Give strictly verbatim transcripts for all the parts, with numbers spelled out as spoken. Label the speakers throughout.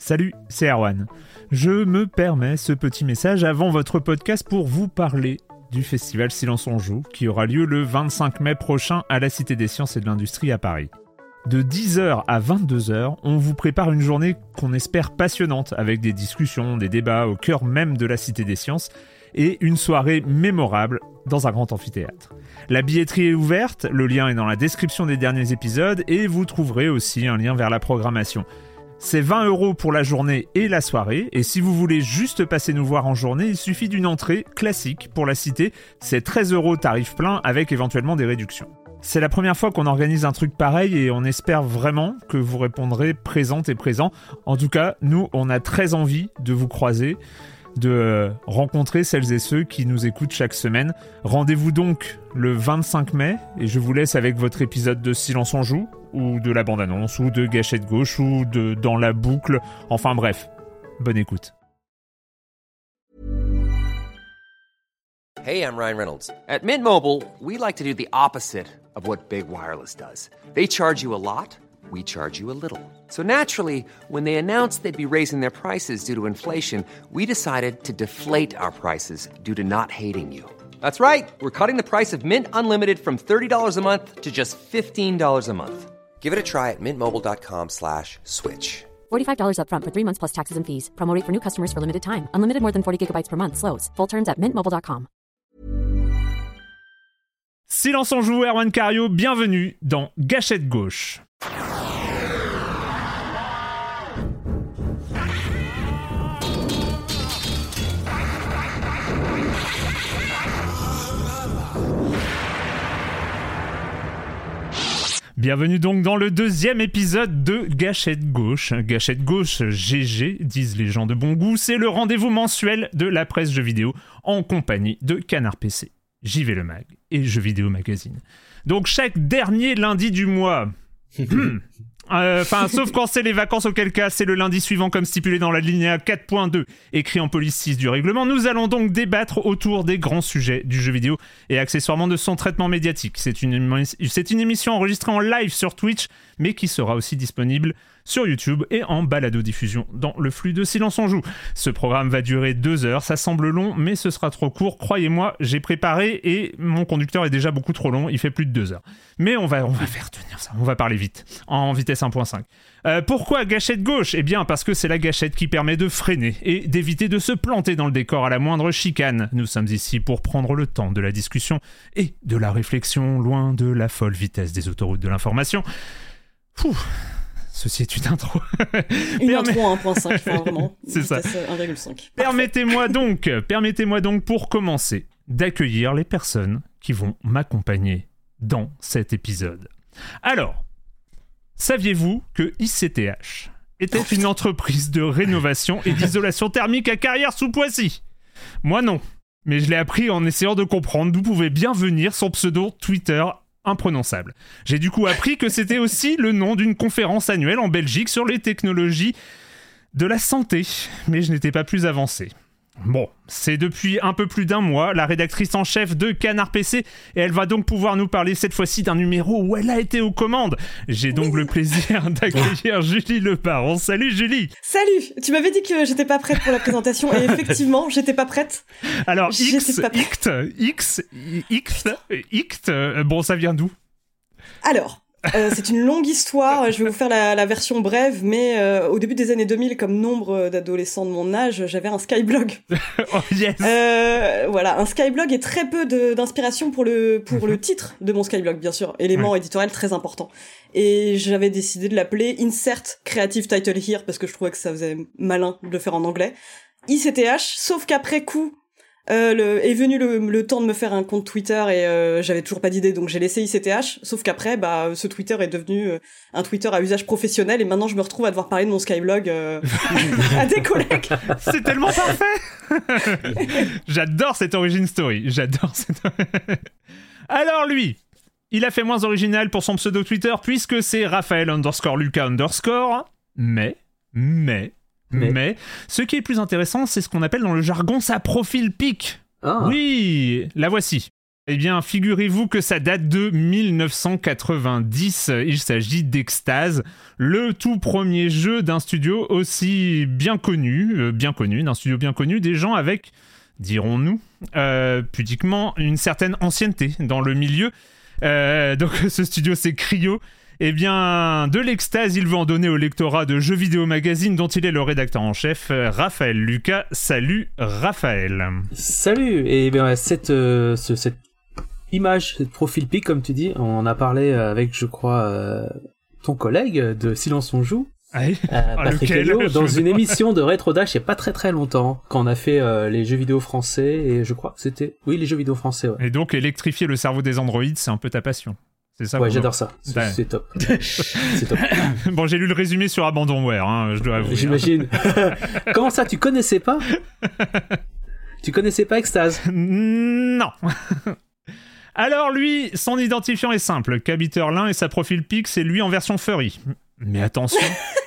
Speaker 1: Salut, c'est Erwan. Je me permets ce petit message avant votre podcast pour vous parler du festival Silence on Joue qui aura lieu le vingt-cinq mai prochain à la Cité des Sciences et de l'Industrie à Paris. De dix heures à vingt-deux heures, on vous prépare une journée qu'on espère passionnante avec des discussions, des débats au cœur même de la Cité des Sciences et une soirée mémorable dans un grand amphithéâtre. La billetterie est ouverte, le lien est dans la description des derniers épisodes et vous trouverez aussi un lien vers la programmation. C'est vingt euros pour la journée et la soirée, et si vous voulez juste passer nous voir en journée, il suffit d'une entrée classique pour la cité, c'est treize euros tarif plein avec éventuellement des réductions. C'est la première fois qu'on organise un truc pareil et on espère vraiment que vous répondrez présente et présent. En tout cas, nous, on a très envie de vous croiser, de rencontrer celles et ceux qui nous écoutent chaque semaine. Rendez-vous donc le vingt-cinq mai et je vous laisse avec votre épisode de Silence on Joue, ou de la bande-annonce, ou de Gâchette Gauche, ou de Dans la boucle, enfin bref, bonne écoute.
Speaker 2: Hey, I'm Ryan Reynolds. At Mint Mobile, we like to do the opposite of what Big Wireless does. They charge you a lot, we charge you a little. So naturally, when they announced they'd be raising their prices due to inflation, we decided to deflate our prices due to not hating you. That's right. We're cutting the price of Mint Unlimited from thirty dollars a month to just fifteen dollars a month. Give it a try at mintmobile.com slash switch.
Speaker 3: forty-five dollars up front for three months plus taxes and fees. Promo rate for new customers for limited time. Unlimited more than forty gigabytes per month. Slows full terms at mint mobile dot com.
Speaker 1: Silence on Joue, Erwan Cario, bienvenue dans Gâchette Gauche. Bienvenue donc dans le deuxième épisode de Gâchette Gauche. Gâchette Gauche, G G, disent les gens de bon goût, c'est le rendez-vous mensuel de la presse jeux vidéo en compagnie de Canard P C, J V Le Mag et Jeux Vidéo Magazine. Donc chaque dernier lundi du mois... hmm. Enfin, euh, sauf quand c'est les vacances, auquel cas c'est le lundi suivant comme stipulé dans la linéa quatre point deux, écrit en police six du règlement. Nous allons donc débattre autour des grands sujets du jeu vidéo et accessoirement de son traitement médiatique. C'est une, émi- c'est une émission enregistrée en live sur Twitch, mais qui sera aussi disponible sur YouTube et en balado-diffusion dans le flux de Silence on Joue. Ce programme va durer deux heures, ça semble long, mais ce sera trop court. Croyez-moi, j'ai préparé et mon conducteur est déjà beaucoup trop long, il fait plus de deux heures. Mais on va, on va faire tenir ça, on va parler vite, en vitesse un point cinq. Euh, pourquoi Gâchette Gauche ? Eh bien parce que c'est la gâchette qui permet de freiner et d'éviter de se planter dans le décor à la moindre chicane. Nous sommes ici pour prendre le temps de la discussion et de la réflexion, loin de la folle vitesse des autoroutes de l'information. Pouh. Ceci est une intro.
Speaker 4: Une
Speaker 1: Permet...
Speaker 4: intro à un point cinq, enfin, vraiment.
Speaker 1: C'est ça.
Speaker 4: un virgule cinq.
Speaker 1: Permettez-moi donc, permettez-moi donc pour commencer, d'accueillir les personnes qui vont m'accompagner dans cet épisode. Alors, saviez-vous que I C T H était oh, une entreprise de rénovation et d'isolation thermique à Carrière-sous-Poissy ? Moi non, mais je l'ai appris en essayant de comprendre d'où pouvait bien venir son pseudo Twitter imprononçable. J'ai du coup appris que c'était aussi le nom d'une conférence annuelle en Belgique sur les technologies de la santé, mais je n'étais pas plus avancé. Bon, c'est depuis un peu plus d'un mois la rédactrice en chef de Canard P C et elle va donc pouvoir nous parler cette fois-ci d'un numéro où elle a été aux commandes. J'ai donc le plaisir d'accueillir Julie Le Baron. Salut Julie.
Speaker 4: Salut. Tu m'avais dit que j'étais pas prête pour la présentation et effectivement, j'étais pas prête.
Speaker 1: Alors, X,
Speaker 4: pas prête.
Speaker 1: X, X, X, X, euh, bon, ça vient d'où ?
Speaker 4: Alors... Euh, c'est une longue histoire, je vais vous faire la, la version brève, mais euh, au début des années deux mille, comme nombre d'adolescents de mon âge, j'avais un Skyblog.
Speaker 1: Oh yes.
Speaker 4: Euh, voilà, un Skyblog et très peu de, d'inspiration pour le pour mm-hmm. le titre de mon Skyblog, bien sûr, élément ouais. éditorial très important. Et j'avais décidé de l'appeler Insert Creative Title Here parce que je trouvais que ça faisait malin de le faire en anglais. I C T H, sauf qu'après coup, Euh, le, est venu le, le temps de me faire un compte Twitter et euh, j'avais toujours pas d'idée, donc j'ai laissé I C T H, sauf qu'après bah ce Twitter est devenu euh, un Twitter à usage professionnel et maintenant je me retrouve à devoir parler de mon Skyblog euh, à des collègues.
Speaker 1: C'est tellement parfait. J'adore cette origin story, j'adore cette... Alors lui, il a fait moins original pour son pseudo Twitter puisque c'est Raphaël underscore Lucas underscore, mais, mais... Mais... Mais ce qui est plus intéressant, c'est ce qu'on appelle dans le jargon sa profil pic. Ah. Oui, la voici. Eh bien, figurez-vous que ça date de mille neuf cent quatre-vingt-dix. Il s'agit d'Extase, le tout premier jeu d'un studio aussi bien connu, euh, bien connu, d'un studio bien connu, des gens avec, dirons-nous, euh, pudiquement, une certaine ancienneté dans le milieu. Euh, donc, ce studio, c'est Cryo. Eh bien, de l'Extase, il veut en donner au lectorat de Jeux Vidéo Magazine, dont il est le rédacteur en chef, Raphaël Lucas. Salut, Raphaël.
Speaker 5: Salut. Et bien, cette, euh, ce, cette image, cette profil pic, comme tu dis, on en a parlé avec, je crois, euh, ton collègue de Silence on joue,
Speaker 1: ah oui
Speaker 5: euh, Patrick Helio, dans
Speaker 1: je...
Speaker 5: une émission de Rétro Dash il n'y a pas très très longtemps, quand on a fait euh, les jeux vidéo français, et je crois que c'était... Oui, les jeux vidéo français, ouais.
Speaker 1: Et donc, électrifier le cerveau des androïdes, c'est un peu ta passion. C'est ça,
Speaker 5: ouais, j'adore ça. C'est,
Speaker 1: ouais.
Speaker 5: c'est top. C'est top.
Speaker 1: Bon, j'ai lu le résumé sur Abandonware, hein, je dois avouer.
Speaker 5: J'imagine. Comment ça, tu connaissais pas Tu connaissais pas Extase?
Speaker 1: Non. Alors lui, son identifiant est simple. Cabiterlin et sa profil pic, c'est lui en version furry. Mais attention,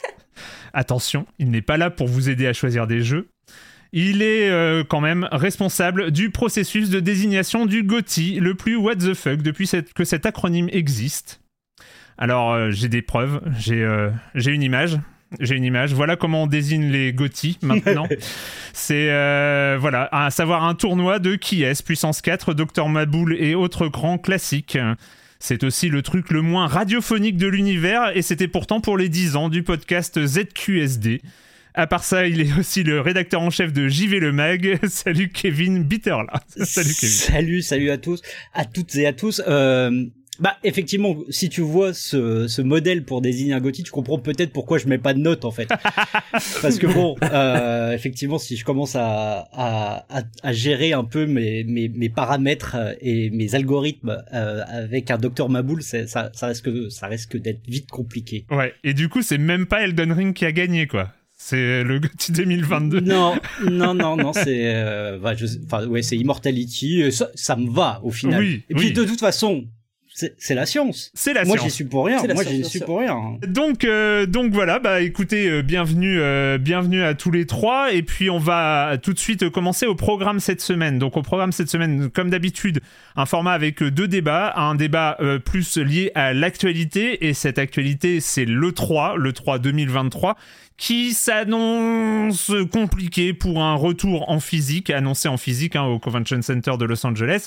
Speaker 1: attention, il n'est pas là pour vous aider à choisir des jeux. Il est euh, quand même responsable du processus de désignation du GOTY, le plus what the fuck depuis cette, que cet acronyme existe. Alors, euh, j'ai des preuves, j'ai, euh, j'ai une image. J'ai une image. Voilà comment on désigne les GOTY maintenant. C'est euh, voilà, à savoir un tournoi de qui est Puissance quatre, docteur Maboul et autres grands classiques. C'est aussi le truc le moins radiophonique de l'univers et c'était pourtant pour les dix ans du podcast Z Q S D. À part ça, il est aussi le rédacteur en chef de J V Le Mag. Salut Kevin Bitterla. Salut Kevin.
Speaker 6: Salut, salut à tous, à toutes et à tous. Euh, bah effectivement, si tu vois ce, ce modèle pour désigner un GOTY, tu comprends peut-être pourquoi je mets pas de notes en fait. Parce que bon, euh, effectivement, si je commence à, à, à, à gérer un peu mes, mes, mes paramètres et mes algorithmes euh, avec un docteur Maboul, ça, ça, ça risque, ça risque d'être vite compliqué.
Speaker 1: Ouais. Et du coup, c'est même pas Elden Ring qui a gagné, quoi. C'est le GOTY deux mille vingt-deux.
Speaker 6: Non, non, non, non, c'est, euh, bah, je, enfin, ouais, c'est Immortality. Ça, ça me va au final.
Speaker 1: Oui,
Speaker 6: et puis
Speaker 1: oui.
Speaker 6: de toute façon, c'est, c'est la science.
Speaker 1: C'est la
Speaker 6: Moi,
Speaker 1: science.
Speaker 6: j'y suis pour rien.
Speaker 4: C'est la
Speaker 6: Moi,
Speaker 4: science,
Speaker 6: j'y
Speaker 4: bien
Speaker 6: suis
Speaker 4: sûr.
Speaker 6: pour rien.
Speaker 1: Donc, euh, donc voilà, bah écoutez, euh, bienvenue, euh, bienvenue à tous les trois. Et puis on va tout de suite commencer au programme cette semaine. Donc au programme cette semaine, comme d'habitude, un format avec deux débats, un débat euh, plus lié à l'actualité. Et cette actualité, c'est l'E trois, l'E trois deux mille vingt-trois, qui s'annonce compliqué pour un retour en physique, annoncé en physique hein, au Convention Center de Los Angeles.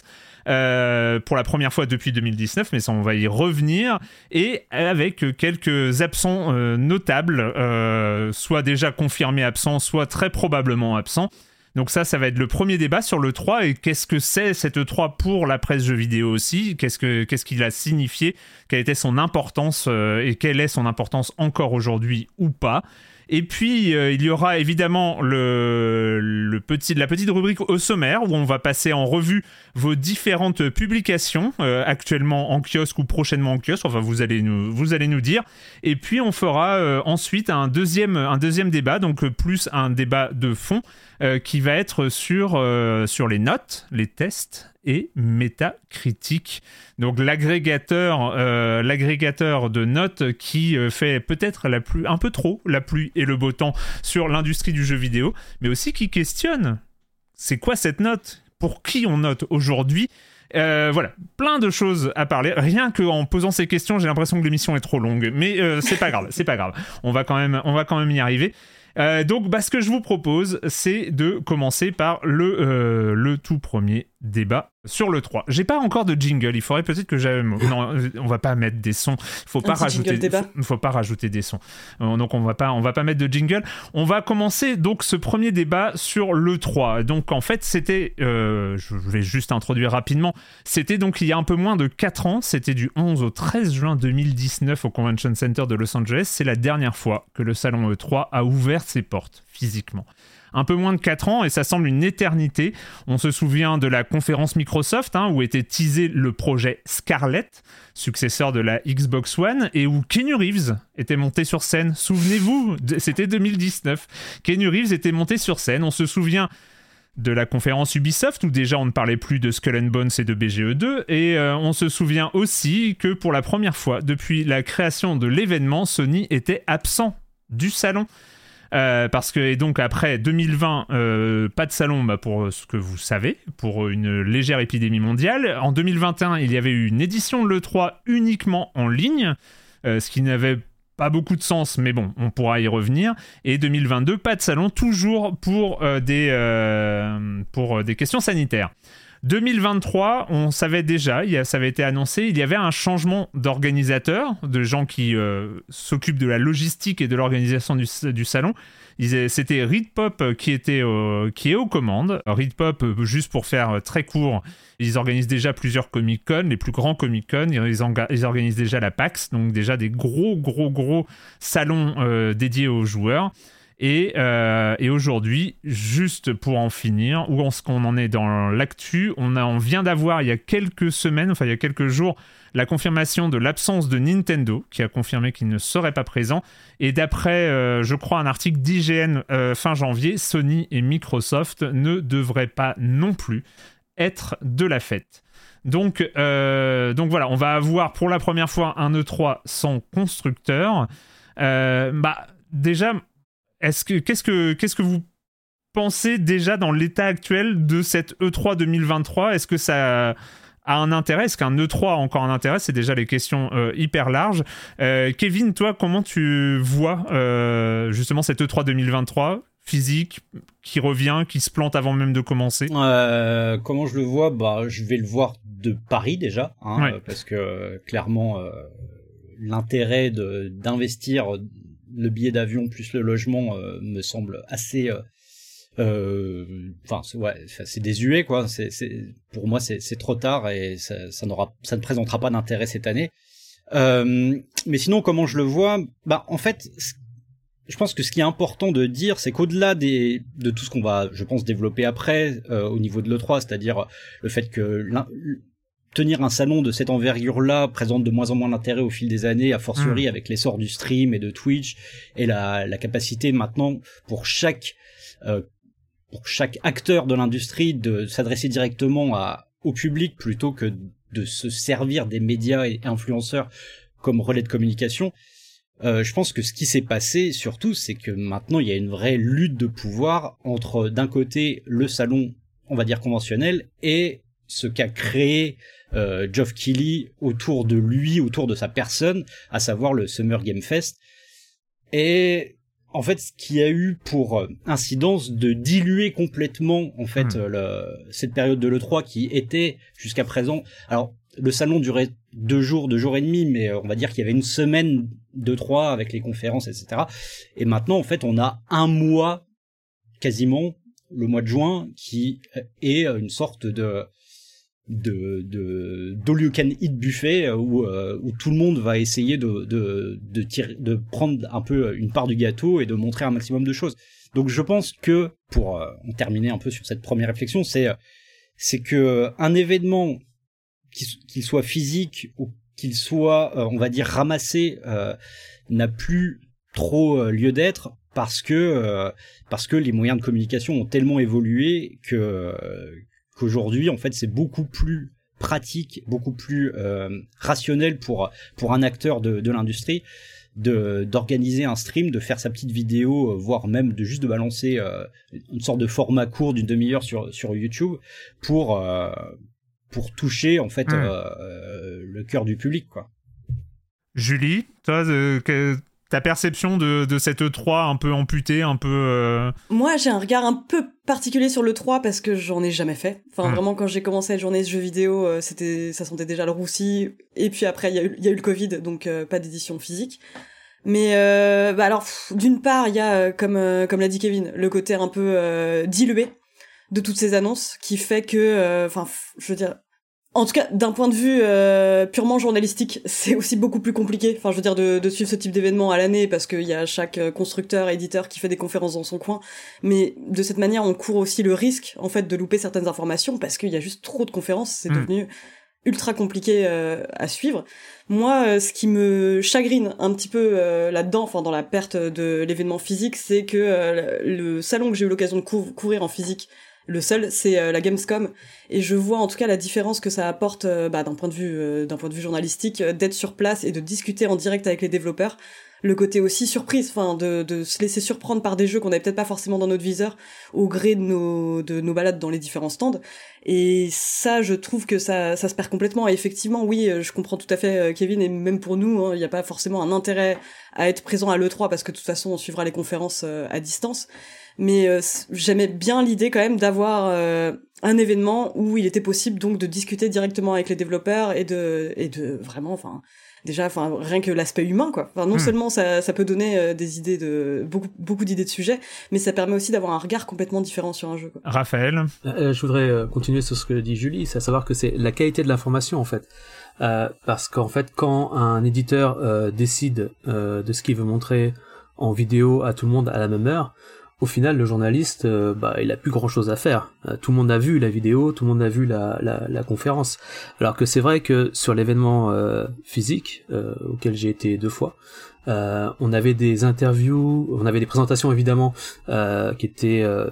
Speaker 1: Euh, pour la première fois depuis deux mille dix-neuf, mais ça on va y revenir, et avec quelques absents euh, notables, euh, soit déjà confirmés absents, soit très probablement absents. Donc ça, ça va être le premier débat sur l'E trois, et qu'est-ce que c'est cette E trois pour la presse jeux vidéo aussi, qu'est-ce, que, qu'est-ce qu'il a signifié, quelle était son importance, euh, et quelle est son importance encore aujourd'hui ou pas. Et puis, euh, il y aura évidemment le, le petit, la petite rubrique au sommaire où on va passer en revue vos différentes publications euh, actuellement en kiosque ou prochainement en kiosque. Enfin, vous allez nous, vous allez nous dire. Et puis, on fera euh, ensuite un deuxième, un deuxième débat, donc euh, plus un débat de fond euh, qui va être sur, euh, sur les notes, les tests et Metacritic. Donc l'agrégateur, euh, l'agrégateur de notes qui euh, fait peut-être la pluie, un peu trop la pluie et le beau temps sur l'industrie du jeu vidéo, mais aussi qui questionne c'est quoi cette note, pour qui on note aujourd'hui. Euh, voilà, plein de choses à parler. Rien qu'en posant ces questions, j'ai l'impression que l'émission est trop longue, mais euh, c'est pas grave, c'est pas grave. On va quand même, on va quand même y arriver. Euh, donc, bah, ce que je vous propose, c'est de commencer par le, euh, le tout premier débat sur l'E trois. J'ai pas encore de jingle, il faudrait peut-être que j'aille... Non, on va pas mettre des sons, faut pas rajouter faut, faut pas rajouter des sons. Euh, donc on va pas on va pas mettre de jingle. On va commencer donc ce premier débat sur l'E trois. Donc en fait, c'était euh, je vais juste introduire rapidement, c'était donc il y a un peu moins de quatre ans, c'était du onze au treize juin deux mille dix-neuf au Convention Center de Los Angeles, c'est la dernière fois que le salon E trois a ouvert ses portes physiquement. Un peu moins de quatre ans, et ça semble une éternité. On se souvient de la conférence Microsoft, hein, où était teasé le projet Scarlett, successeur de la Xbox One, et où Keanu Reeves était monté sur scène. Souvenez-vous, c'était deux mille dix-neuf. Keanu Reeves était monté sur scène. On se souvient de la conférence Ubisoft, où déjà on ne parlait plus de Skull and Bones et de B G E deux, et euh, on se souvient aussi que pour la première fois depuis la création de l'événement, Sony était absent du salon. Euh, parce que, et donc après deux mille vingt, euh, pas de salon bah, pour ce que vous savez, pour une légère épidémie mondiale. En deux mille vingt et un, il y avait eu une édition de l'E trois uniquement en ligne, euh, ce qui n'avait pas beaucoup de sens, mais bon, on pourra y revenir. Et deux mille vingt-deux, pas de salon, toujours pour, euh, des, euh, pour des questions sanitaires. deux mille vingt-trois, on savait déjà, il y a, ça avait été annoncé, il y avait un changement d'organisateur, de gens qui euh, s'occupent de la logistique et de l'organisation du, du salon. Ils, c'était ReedPop qui, était, euh, qui est aux commandes. ReedPop, juste pour faire très court, ils organisent déjà plusieurs Comic-Con, les plus grands Comic-Con. Ils, en, ils organisent déjà la PAX, donc déjà des gros, gros, gros salons euh, dédiés aux joueurs. Et, euh, et aujourd'hui, juste pour en finir, où est-ce qu'on en est dans l'actu, on, a, on vient d'avoir il y a quelques semaines, enfin il y a quelques jours, la confirmation de l'absence de Nintendo, qui a confirmé qu'il ne serait pas présent. Et d'après, euh, je crois, un article d'I G N euh, fin janvier, Sony et Microsoft ne devraient pas non plus être de la fête. Donc, euh, donc voilà, on va avoir pour la première fois un E trois sans constructeur. Euh, bah, déjà... Est-ce que, qu'est-ce, que, qu'est-ce que vous pensez déjà dans l'état actuel de cette E trois deux mille vingt-trois ? Est-ce que ça a un intérêt ? Est-ce qu'un E trois a encore un intérêt ? C'est déjà les questions euh, hyper larges. Euh, Kevin, toi, comment tu vois euh, justement cette E trois deux mille vingt-trois physique qui revient, qui se plante avant même de commencer ?
Speaker 6: euh, Comment je le vois ? Bah, je vais le voir de Paris déjà, hein, ouais. Parce que euh, clairement, euh, l'intérêt de, d'investir le billet d'avion plus le logement euh, me semble assez euh, euh, enfin c'est, ouais c'est désuet quoi, c'est c'est pour moi c'est c'est trop tard et ça ça n'aura ça ne présentera pas d'intérêt cette année. Euh, mais sinon comment je le vois, bah en fait je pense que ce qui est important de dire, c'est qu'au-delà des de tout ce qu'on va je pense développer après euh, au niveau de l'E trois, c'est-à-dire le fait que tenir un salon de cette envergure-là présente de moins en moins d'intérêt au fil des années, a fortiori mmh. avec l'essor du stream et de Twitch, et la, la capacité maintenant pour chaque, euh, pour chaque acteur de l'industrie de s'adresser directement à, au public plutôt que de se servir des médias et influenceurs comme relais de communication. Euh, je pense que ce qui s'est passé surtout, c'est que maintenant il y a une vraie lutte de pouvoir entre d'un côté le salon, on va dire conventionnel, et ce qu'a créé euh, Geoff Keighley autour de lui, autour de sa personne, à savoir le Summer Game Fest. Et en fait, ce qui a eu pour incidence de diluer complètement en fait mmh. le, cette période de l'E trois qui était jusqu'à présent. Alors le salon durait deux jours, deux jours et demi, mais on va dire qu'il y avait une semaine d'E trois avec les conférences, et cetera. Et maintenant, en fait, on a un mois quasiment, le mois de juin, qui est une sorte de de de d'all you can eat buffet où euh, où tout le monde va essayer de de de tirer, de prendre un peu une part du gâteau et de montrer un maximum de choses. Donc je pense que pour euh, en terminer un peu sur cette première réflexion, c'est c'est que un événement qu'il, qu'il soit physique ou qu'il soit euh, on va dire ramassé euh, n'a plus trop euh, lieu d'être parce que euh, parce que les moyens de communication ont tellement évolué que euh, qu'aujourd'hui, en fait, c'est beaucoup plus pratique, beaucoup plus euh, rationnel pour pour un acteur de, de l'industrie de d'organiser un stream, de faire sa petite vidéo, euh, voire même de juste de balancer euh, une sorte de format court d'une demi-heure sur sur YouTube pour euh, pour toucher en fait mmh. euh, le cœur du public, quoi.
Speaker 1: Julie, toi, euh, que... ta perception de, de cette E trois un peu amputée, un peu... Euh...
Speaker 4: Moi, j'ai un regard un peu particulier sur l'E trois parce que j'en ai jamais fait. Enfin, mmh. vraiment, quand j'ai commencé à être journaliste jeux vidéo, euh, c'était, ça sentait déjà le roussi. Et puis après, il y a eu, il y a eu le Covid, donc euh, pas d'édition physique. Mais euh, bah alors, pff, d'une part, il y a, euh, comme, euh, comme l'a dit Kevin, le côté un peu euh, dilué de toutes ces annonces qui fait que... Enfin, euh, je veux dire... En tout cas, d'un point de vue euh, purement journalistique, c'est aussi beaucoup plus compliqué. Enfin, je veux dire, de, de suivre ce type d'événement à l'année parce qu'il y a chaque constructeur, éditeur qui fait des conférences dans son coin. Mais de cette manière, on court aussi le risque, en fait, de louper certaines informations parce qu'il y a juste trop de conférences. C'est mmh. devenu ultra compliqué euh, à suivre. Moi, euh, ce qui me chagrine un petit peu euh, là-dedans, enfin dans la perte de l'événement physique, c'est que euh, le salon que j'ai eu l'occasion de cou- courir en physique, le seul, c'est euh, la Gamescom, et je vois en tout cas la différence que ça apporte euh, bah, d'un point de vue euh, d'un point de vue journalistique, euh, d'être sur place et de discuter en direct avec les développeurs. le côté aussi surprise, enfin de, de se laisser surprendre par des jeux qu'on n'avait peut-être pas forcément dans notre viseur au gré de nos, de nos balades dans les différents stands. Et ça, je trouve que ça, ça se perd complètement. Et effectivement, oui, je comprends tout à fait Kevin, et même pour nous, hein, il n'y a pas forcément un intérêt à être présent à l'E trois parce que de toute façon, on suivra les conférences euh, à distance. Mais euh, j'aimais bien l'idée quand même d'avoir euh, un événement où il était possible donc de discuter directement avec les développeurs et de, et de vraiment, enfin... Déjà, enfin, rien que l'aspect humain, quoi. Enfin, non mmh. seulement ça, ça peut donner euh, des idées de beaucoup, beaucoup d'idées de sujets, mais ça permet aussi d'avoir un regard complètement différent sur un jeu, quoi.
Speaker 1: Raphaël,
Speaker 5: euh, je voudrais euh, continuer sur ce que dit Julie, c'est à savoir que c'est la qualité de l'information en fait, euh, parce qu'en fait, quand un éditeur euh, décide euh, de ce qu'il veut montrer en vidéo à tout le monde à la même heure, au final, le journaliste, euh, bah, il a plus grand chose à faire. Euh, tout le monde a vu la vidéo, tout le monde a vu la, la, la conférence. Alors que c'est vrai que sur l'événement euh, physique, euh, auquel j'ai été deux fois, euh, on avait des interviews, on avait des présentations évidemment, euh, qui étaient euh,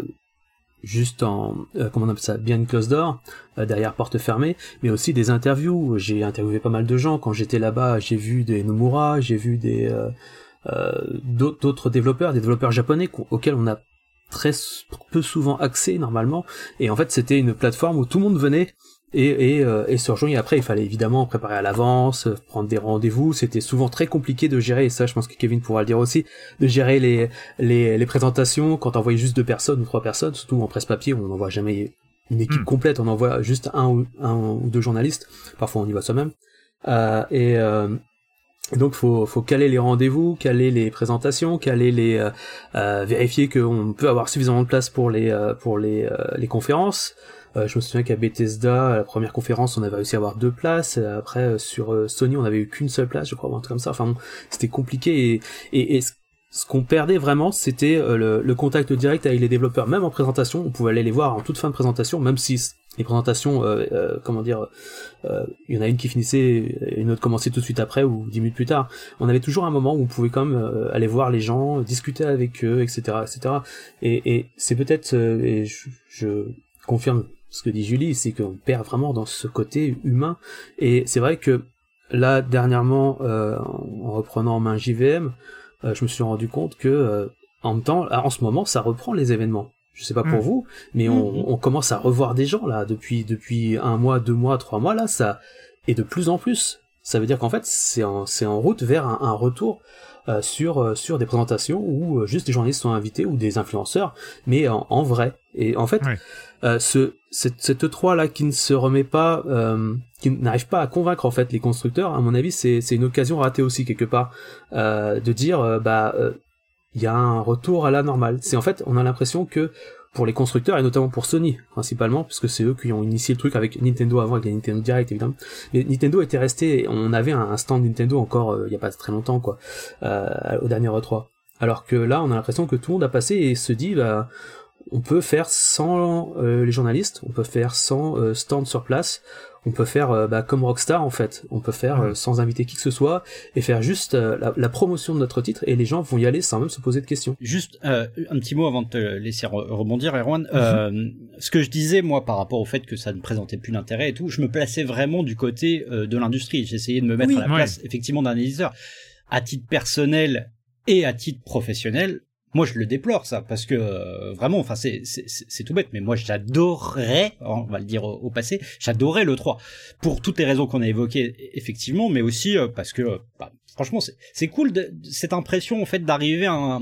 Speaker 5: juste en, euh, comment on appelle ça, behind closed door, euh, derrière porte fermée, mais aussi des interviews. J'ai interviewé pas mal de gens. Quand j'étais là-bas, j'ai vu des Nomura, j'ai vu des... Euh, Euh, d'autres développeurs, des développeurs japonais auxquels on a très peu souvent accès normalement, et en fait c'était une plateforme où tout le monde venait et, et, euh, et se rejoignait. Après il fallait évidemment préparer à l'avance, prendre des rendez-vous, c'était souvent très compliqué de gérer, et ça je pense que Kevin pourra le dire aussi, de gérer les, les, les présentations quand on envoyait juste deux personnes ou trois personnes, surtout en presse-papier où on n'envoie jamais une équipe mmh. complète, on envoie juste un ou, un ou deux journalistes, parfois on y va soi-même, euh, et euh, donc faut faut caler les rendez-vous, caler les présentations, caler les euh, euh, vérifier qu'on peut avoir suffisamment de place pour les euh, pour les euh, les conférences. Euh, je me souviens qu'à Bethesda, à la première conférence, on avait réussi à avoir deux places. Après euh, sur euh, Sony, on avait eu qu'une seule place, je crois, ou un truc comme ça. Enfin bon, c'était compliqué, et et, et ce, ce qu'on perdait vraiment, c'était euh, le, le contact direct avec les développeurs, même en présentation. On pouvait aller les voir en toute fin de présentation, même si les présentations, euh, euh, comment dire, euh, il y en a une qui finissait, une autre commençait tout de suite après ou dix minutes plus tard. On avait toujours un moment où on pouvait quand même euh, aller voir les gens, discuter avec eux, et cetera, et cetera. Et, et c'est peut-être, euh, et je, je confirme ce que dit Julie, c'est qu'on perd vraiment dans ce côté humain. Et c'est vrai que là, dernièrement, euh, en reprenant en main J V M, euh, je me suis rendu compte que, euh, en même temps, en ce moment, ça reprend les événements. Je sais pas pour mmh. vous, mais on, mmh. on commence à revoir des gens là depuis depuis un mois, deux mois, trois mois là, ça et de plus en plus. Ça veut dire qu'en fait c'est en c'est en route vers un, un retour euh, sur euh, sur des présentations où euh, juste des journalistes sont invités ou des influenceurs, mais en, en vrai. Et en fait, oui. euh, ce cette, cette E trois là qui ne se remet pas, euh, qui n'arrive pas à convaincre en fait les constructeurs, à mon avis, c'est c'est une occasion ratée aussi quelque part euh, de dire euh, bah euh, il y a un retour à la normale. C'est en fait, on a l'impression que pour les constructeurs, et notamment pour Sony, principalement, puisque c'est eux qui ont initié le truc avec Nintendo avant, avec les Nintendo Direct, évidemment. Mais Nintendo était resté, on avait un, un stand Nintendo encore, euh, il y a pas très longtemps, quoi, euh, au dernier E trois. Alors que là, on a l'impression que tout le monde a passé et se dit, bah, on peut faire sans euh, les journalistes, on peut faire sans euh, stand sur place, on peut faire euh, bah, comme Rockstar en fait, on peut faire euh, sans inviter qui que ce soit et faire juste euh, la, la promotion de notre titre, et les gens vont y aller sans même se poser de questions.
Speaker 6: Juste euh, un petit mot avant de te laisser re- rebondir, Erwan. Mm-hmm. Euh, ce que je disais moi par rapport au fait que ça ne présentait plus d'intérêt et tout, je me plaçais vraiment du côté euh, de l'industrie. J'essayais de me mettre oui, à la place ouais. effectivement d'un éditeur. À titre personnel et à titre professionnel, moi je le déplore ça, parce que euh, vraiment, enfin c'est, c'est c'est tout bête, mais moi j'adorais, on va le dire au, au passé, j'adorais l'E trois pour toutes les raisons qu'on a évoquées effectivement, mais aussi euh, parce que bah, franchement c'est c'est cool de, cette impression en fait d'arriver à un...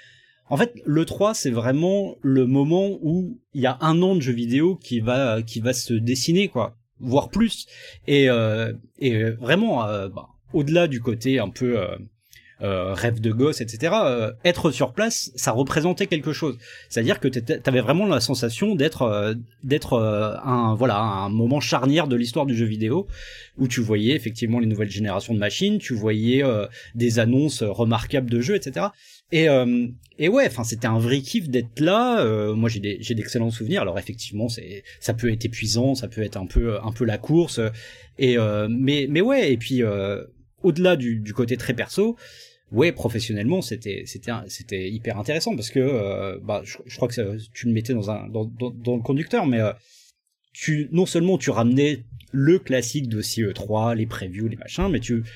Speaker 6: En fait, l'E trois c'est vraiment le moment où il y a un an de jeux vidéo qui va qui va se dessiner quoi, voire plus, et euh, et vraiment euh, bah, au-delà du côté un peu euh, Euh, rêve de gosse, et cetera. Euh, être sur place, ça représentait quelque chose. C'est-à-dire que t'avais vraiment la sensation d'être, euh, d'être euh, un voilà un moment charnière de l'histoire du jeu vidéo, où tu voyais effectivement les nouvelles générations de machines, tu voyais euh, des annonces remarquables de jeux, et cetera. Et euh, et ouais, enfin c'était un vrai kiff d'être là. Euh, moi j'ai des j'ai d'excellents souvenirs. Alors effectivement c'est ça peut être épuisant, ça peut être un peu un peu la course. Et euh, mais mais ouais et puis euh, au-delà du du côté très perso. Ouais, professionnellement, c'était c'était c'était hyper intéressant parce que euh, bah je, je crois que ça, tu le mettais dans un dans dans, dans le conducteur, mais euh, tu non seulement tu ramenais le classique dossier E trois, les previews, les machins, mais tu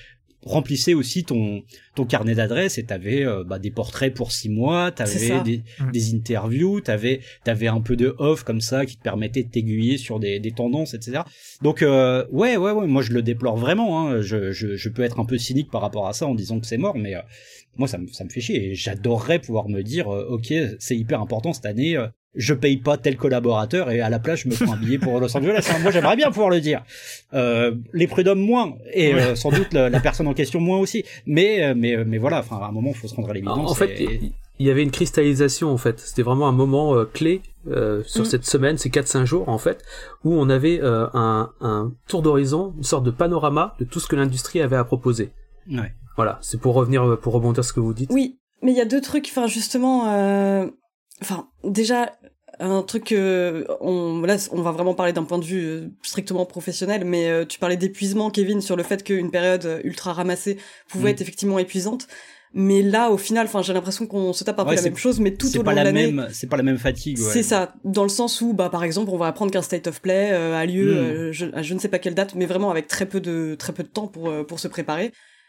Speaker 6: remplissais aussi ton ton carnet d'adresses et t'avais euh, bah, des portraits pour six mois, t'avais des, mmh. des interviews, t'avais t'avais un peu de off comme ça qui te permettait de t'aiguiller sur des, des tendances, et cetera. Donc euh, ouais ouais ouais, moi je le déplore vraiment. Hein. Je, je je peux être un peu cynique par rapport à ça en disant que c'est mort, mais euh, moi ça me ça me fait chier et j'adorerais pouvoir me dire euh, ok c'est hyper important cette année. Euh, je paye pas tel collaborateur et à la place je me prends un billet pour Los Angeles. Moi j'aimerais bien pouvoir le dire. Euh, les prud'hommes moins et euh, sans doute la, la personne en question moins aussi. Mais mais mais voilà. Enfin à un moment il faut se rendre à l'évidence.
Speaker 5: En fait il et... y avait une cristallisation en fait. C'était vraiment un moment euh, clé euh, sur mmh. cette semaine, ces quatre cinq jours en fait, où on avait euh, un un tour d'horizon, une sorte de panorama de tout ce que l'industrie avait à proposer.
Speaker 6: Ouais.
Speaker 5: Voilà, c'est pour revenir pour rebondir sur ce que vous dites.
Speaker 4: Oui, mais il y a deux trucs. Enfin justement. Euh... Enfin, déjà, un truc, euh, on, là, on va vraiment parler d'un point de vue euh, strictement professionnel, mais euh, tu parlais d'épuisement, Kevin, sur le fait qu'une période ultra ramassée pouvait mmh. être effectivement épuisante. Mais là, au final, enfin, j'ai l'impression qu'on se tape un peu
Speaker 6: ouais,
Speaker 4: la même chose, mais tout au long de l'année.
Speaker 6: Même, c'est pas la même fatigue. Ouais.
Speaker 4: C'est ça, dans le sens où, bah, par exemple, on va apprendre qu'un state of play euh, a lieu, mmh. euh, je, à je ne sais pas quelle date, mais vraiment avec très peu de très peu de temps pour euh, pour se préparer.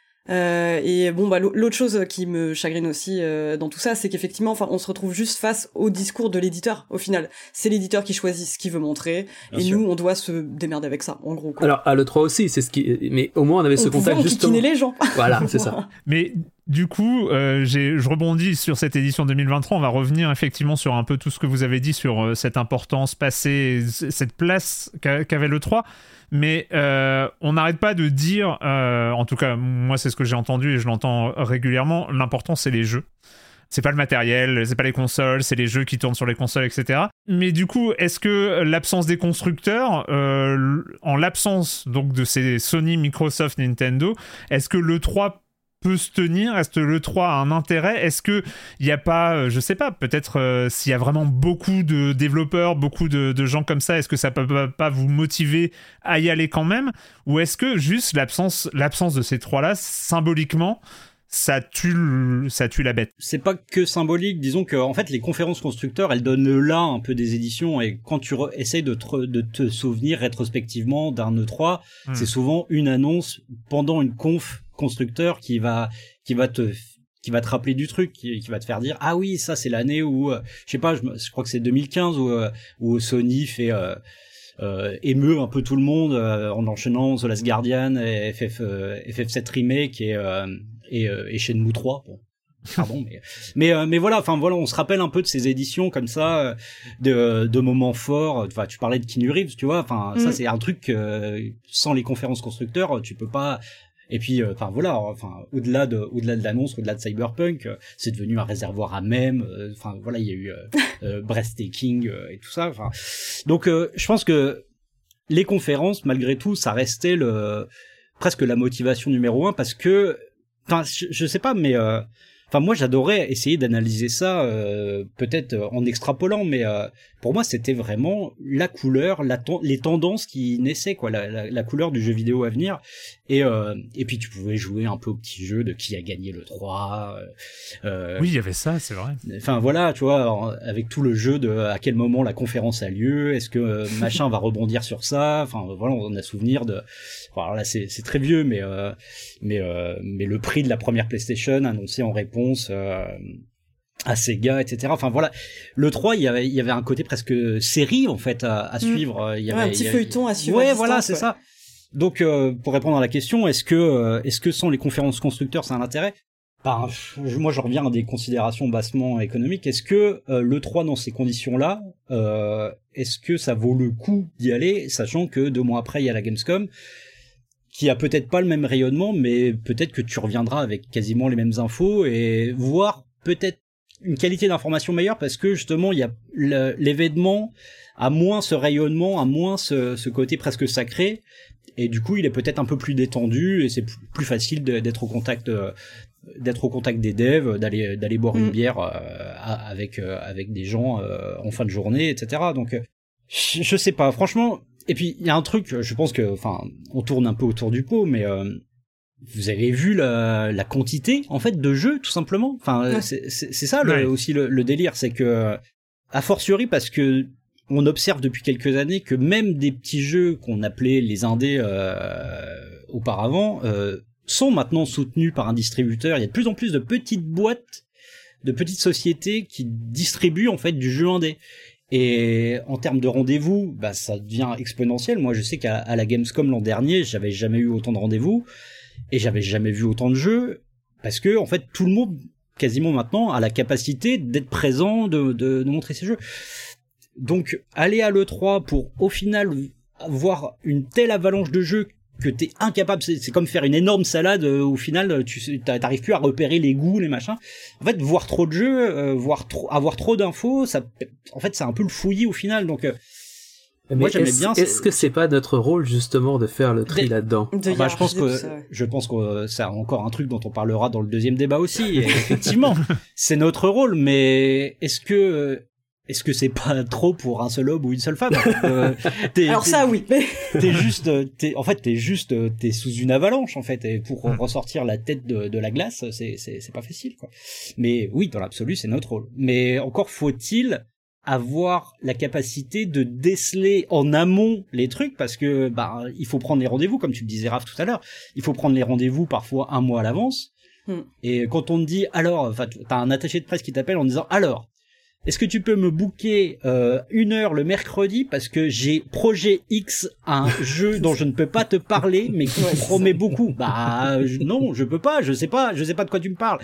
Speaker 4: Euh, et bon bah l'autre chose qui me chagrine aussi euh, dans tout ça, c'est qu'effectivement, enfin, on se retrouve juste face au discours de l'éditeur. Au final, c'est l'éditeur qui choisit ce qu'il veut montrer, Bien et sûr. Nous, on doit se démerder avec ça, en gros. Quoi.
Speaker 5: Alors à l'E trois aussi, c'est ce qui, mais au moins on avait
Speaker 4: on
Speaker 5: ce contact justement.
Speaker 4: On pouvait les gens.
Speaker 5: Voilà, c'est ça.
Speaker 1: Mais du coup, euh, j'ai, je rebondis sur cette édition deux mille vingt-trois. On va revenir effectivement sur un peu tout ce que vous avez dit sur euh, cette importance passée, cette place qu'a, qu'avait l'E trois. Mais euh, on n'arrête pas de dire, euh, en tout cas moi c'est ce que j'ai entendu et je l'entends régulièrement, l'important c'est les jeux. C'est pas le matériel, c'est pas les consoles, c'est les jeux qui tournent sur les consoles, et cetera. Mais du coup, est-ce que l'absence des constructeurs, euh, en l'absence donc de ces Sony, Microsoft, Nintendo, est-ce que l'E trois peut se tenir? Est-ce que l'E trois a un intérêt? Est-ce que il y a pas, je sais pas, peut-être euh, s'il y a vraiment beaucoup de développeurs, beaucoup de, de gens comme ça, est-ce que ça peut pas vous motiver à y aller quand même? Ou est-ce que juste l'absence, l'absence de ces trois-là, symboliquement, ça tue, ça tue la bête?
Speaker 6: C'est pas que symbolique, disons que en fait les conférences constructeurs elles donnent le là un peu des éditions et quand tu re- essayes de te, de te souvenir rétrospectivement d'un E trois, mmh. c'est souvent une annonce pendant une conf constructeur qui va qui va te qui va te rappeler du truc, qui, qui va te faire dire ah oui ça c'est l'année où euh, je sais pas je, je crois que c'est deux mille quinze où euh, où Sony fait euh, euh, émeut un peu tout le monde euh, en enchaînant The Last Guardian et F F euh, F F sept remake et euh, et, euh, et Shenmue trois bon pardon mais mais euh, mais voilà enfin voilà on se rappelle un peu de ces éditions comme ça de de moments forts. Enfin tu parlais de Keanu Reeves tu vois enfin mm. ça c'est un truc euh, sans les conférences constructeurs tu peux pas. Et puis, enfin euh, voilà, enfin au-delà de, au-delà de l'annonce, au-delà de Cyberpunk, euh, c'est devenu un réservoir à mème. Enfin euh, voilà, il y a eu euh, euh, breathtaking euh, et tout ça. Enfin, donc euh, je pense que les conférences, malgré tout, ça restait le presque la motivation numéro un parce que, enfin, je, je sais pas, mais euh, enfin moi j'adorais essayer d'analyser ça, euh, peut-être en extrapolant, mais euh, pour moi c'était vraiment la couleur, la ten- les tendances qui naissaient quoi, la, la, la couleur du jeu vidéo à venir. Et euh, et puis tu pouvais jouer un peu au petit jeu de qui a gagné le trois. Euh,
Speaker 1: oui, il y avait ça, c'est vrai.
Speaker 6: Enfin voilà, tu vois, avec tout le jeu de à quel moment la conférence a lieu, est-ce que euh, machin va rebondir sur ça. Enfin voilà, on a souvenir de. Enfin, alors là c'est c'est très vieux, mais euh, mais euh, mais le prix de la première PlayStation annoncé en réponse. Euh, à Sega, et cetera. Enfin voilà, le trois, il y avait, il y avait un côté presque série en fait à, à suivre.
Speaker 4: Mmh.
Speaker 6: Il y avait
Speaker 4: ouais, un petit
Speaker 6: il y avait...
Speaker 4: feuilleton à suivre.
Speaker 6: Ouais,
Speaker 4: à
Speaker 6: voilà,
Speaker 4: distance,
Speaker 6: c'est
Speaker 4: ouais.
Speaker 6: ça. Donc, euh, pour répondre à la question, est-ce que, euh, est-ce que sans les conférences constructeurs, c'est un intérêt? Bah, je, moi, je reviens à des considérations bassement économiques. Est-ce que euh, l'E trois dans ces conditions-là, euh, est-ce que ça vaut le coup d'y aller, sachant que deux mois après, il y a la Gamescom, qui a peut-être pas le même rayonnement, mais peut-être que tu reviendras avec quasiment les mêmes infos et voire peut-être une qualité d'information meilleure parce que justement il y a le, l'événement a moins ce rayonnement, a moins ce, ce côté presque sacré et du coup il est peut-être un peu plus détendu et c'est plus, plus facile de, d'être au contact euh, d'être au contact des devs, d'aller d'aller boire mmh. une bière euh, avec euh, avec des gens euh, en fin de journée, et cetera. Donc euh, je, je sais pas franchement. Et puis il y a un truc, je pense que enfin on tourne un peu autour du pot, mais euh, vous avez vu la, la quantité en fait de jeux tout simplement. Enfin ouais. c'est, c'est c'est ça le, ouais. aussi le, le délire, c'est que a fortiori parce que on observe depuis quelques années que même des petits jeux qu'on appelait les indés euh, auparavant, euh, sont maintenant soutenus par un distributeur. Il y a de plus en plus de petites boîtes, de petites sociétés qui distribuent en fait du jeu indé. Et en termes de rendez-vous, bah ça devient exponentiel. Moi, je sais qu'à à la Gamescom l'an dernier, j'avais jamais eu autant de rendez-vous et j'avais jamais vu autant de jeux parce que en fait tout le monde quasiment maintenant a la capacité d'être présent, de, de, de montrer ses jeux. Donc aller à l'E trois pour au final voir une telle avalanche de jeux que t'es incapable, c'est, c'est comme faire une énorme salade, euh, au final tu t'arrives plus à repérer les goûts, les machins. En fait, voir trop de jeux, euh, voir trop, avoir trop d'infos, ça, en fait, c'est un peu le fouillis au final. Donc, euh,
Speaker 5: mais
Speaker 6: moi j'aimais
Speaker 5: est-ce,
Speaker 6: bien.
Speaker 5: Est-ce que c'est pas notre rôle justement de faire le tri
Speaker 6: de,
Speaker 5: là-dedans?
Speaker 4: De
Speaker 6: ah bah, je pense que
Speaker 4: ça, ouais.
Speaker 6: je pense que c'est encore un truc dont on parlera dans le deuxième débat aussi. Et effectivement, c'est notre rôle, mais est-ce que Est-ce que c'est pas trop pour un seul homme ou une seule femme? euh, t'es,
Speaker 4: Alors
Speaker 6: t'es,
Speaker 4: ça, oui. Mais...
Speaker 6: T'es juste, t'es, en fait, t'es juste, t'es sous une avalanche, en fait, et pour mmh. ressortir la tête de, de la glace, c'est, c'est, c'est pas facile, quoi. Mais oui, dans l'absolu, c'est notre rôle. Mais encore faut-il avoir la capacité de déceler en amont les trucs, parce que, bah, il faut prendre les rendez-vous, comme tu le disais, Raph, tout à l'heure. Il faut prendre les rendez-vous parfois un mois à l'avance. Mmh. Et quand on te dit, alors, enfin, t'as un attaché de presse qui t'appelle en disant, alors, est-ce que tu peux me booker euh, une heure le mercredi parce que j'ai projet X, un jeu dont je ne peux pas te parler mais qui me promet beaucoup? Bah je, non, je peux pas, je sais pas, je sais pas de quoi tu me parles.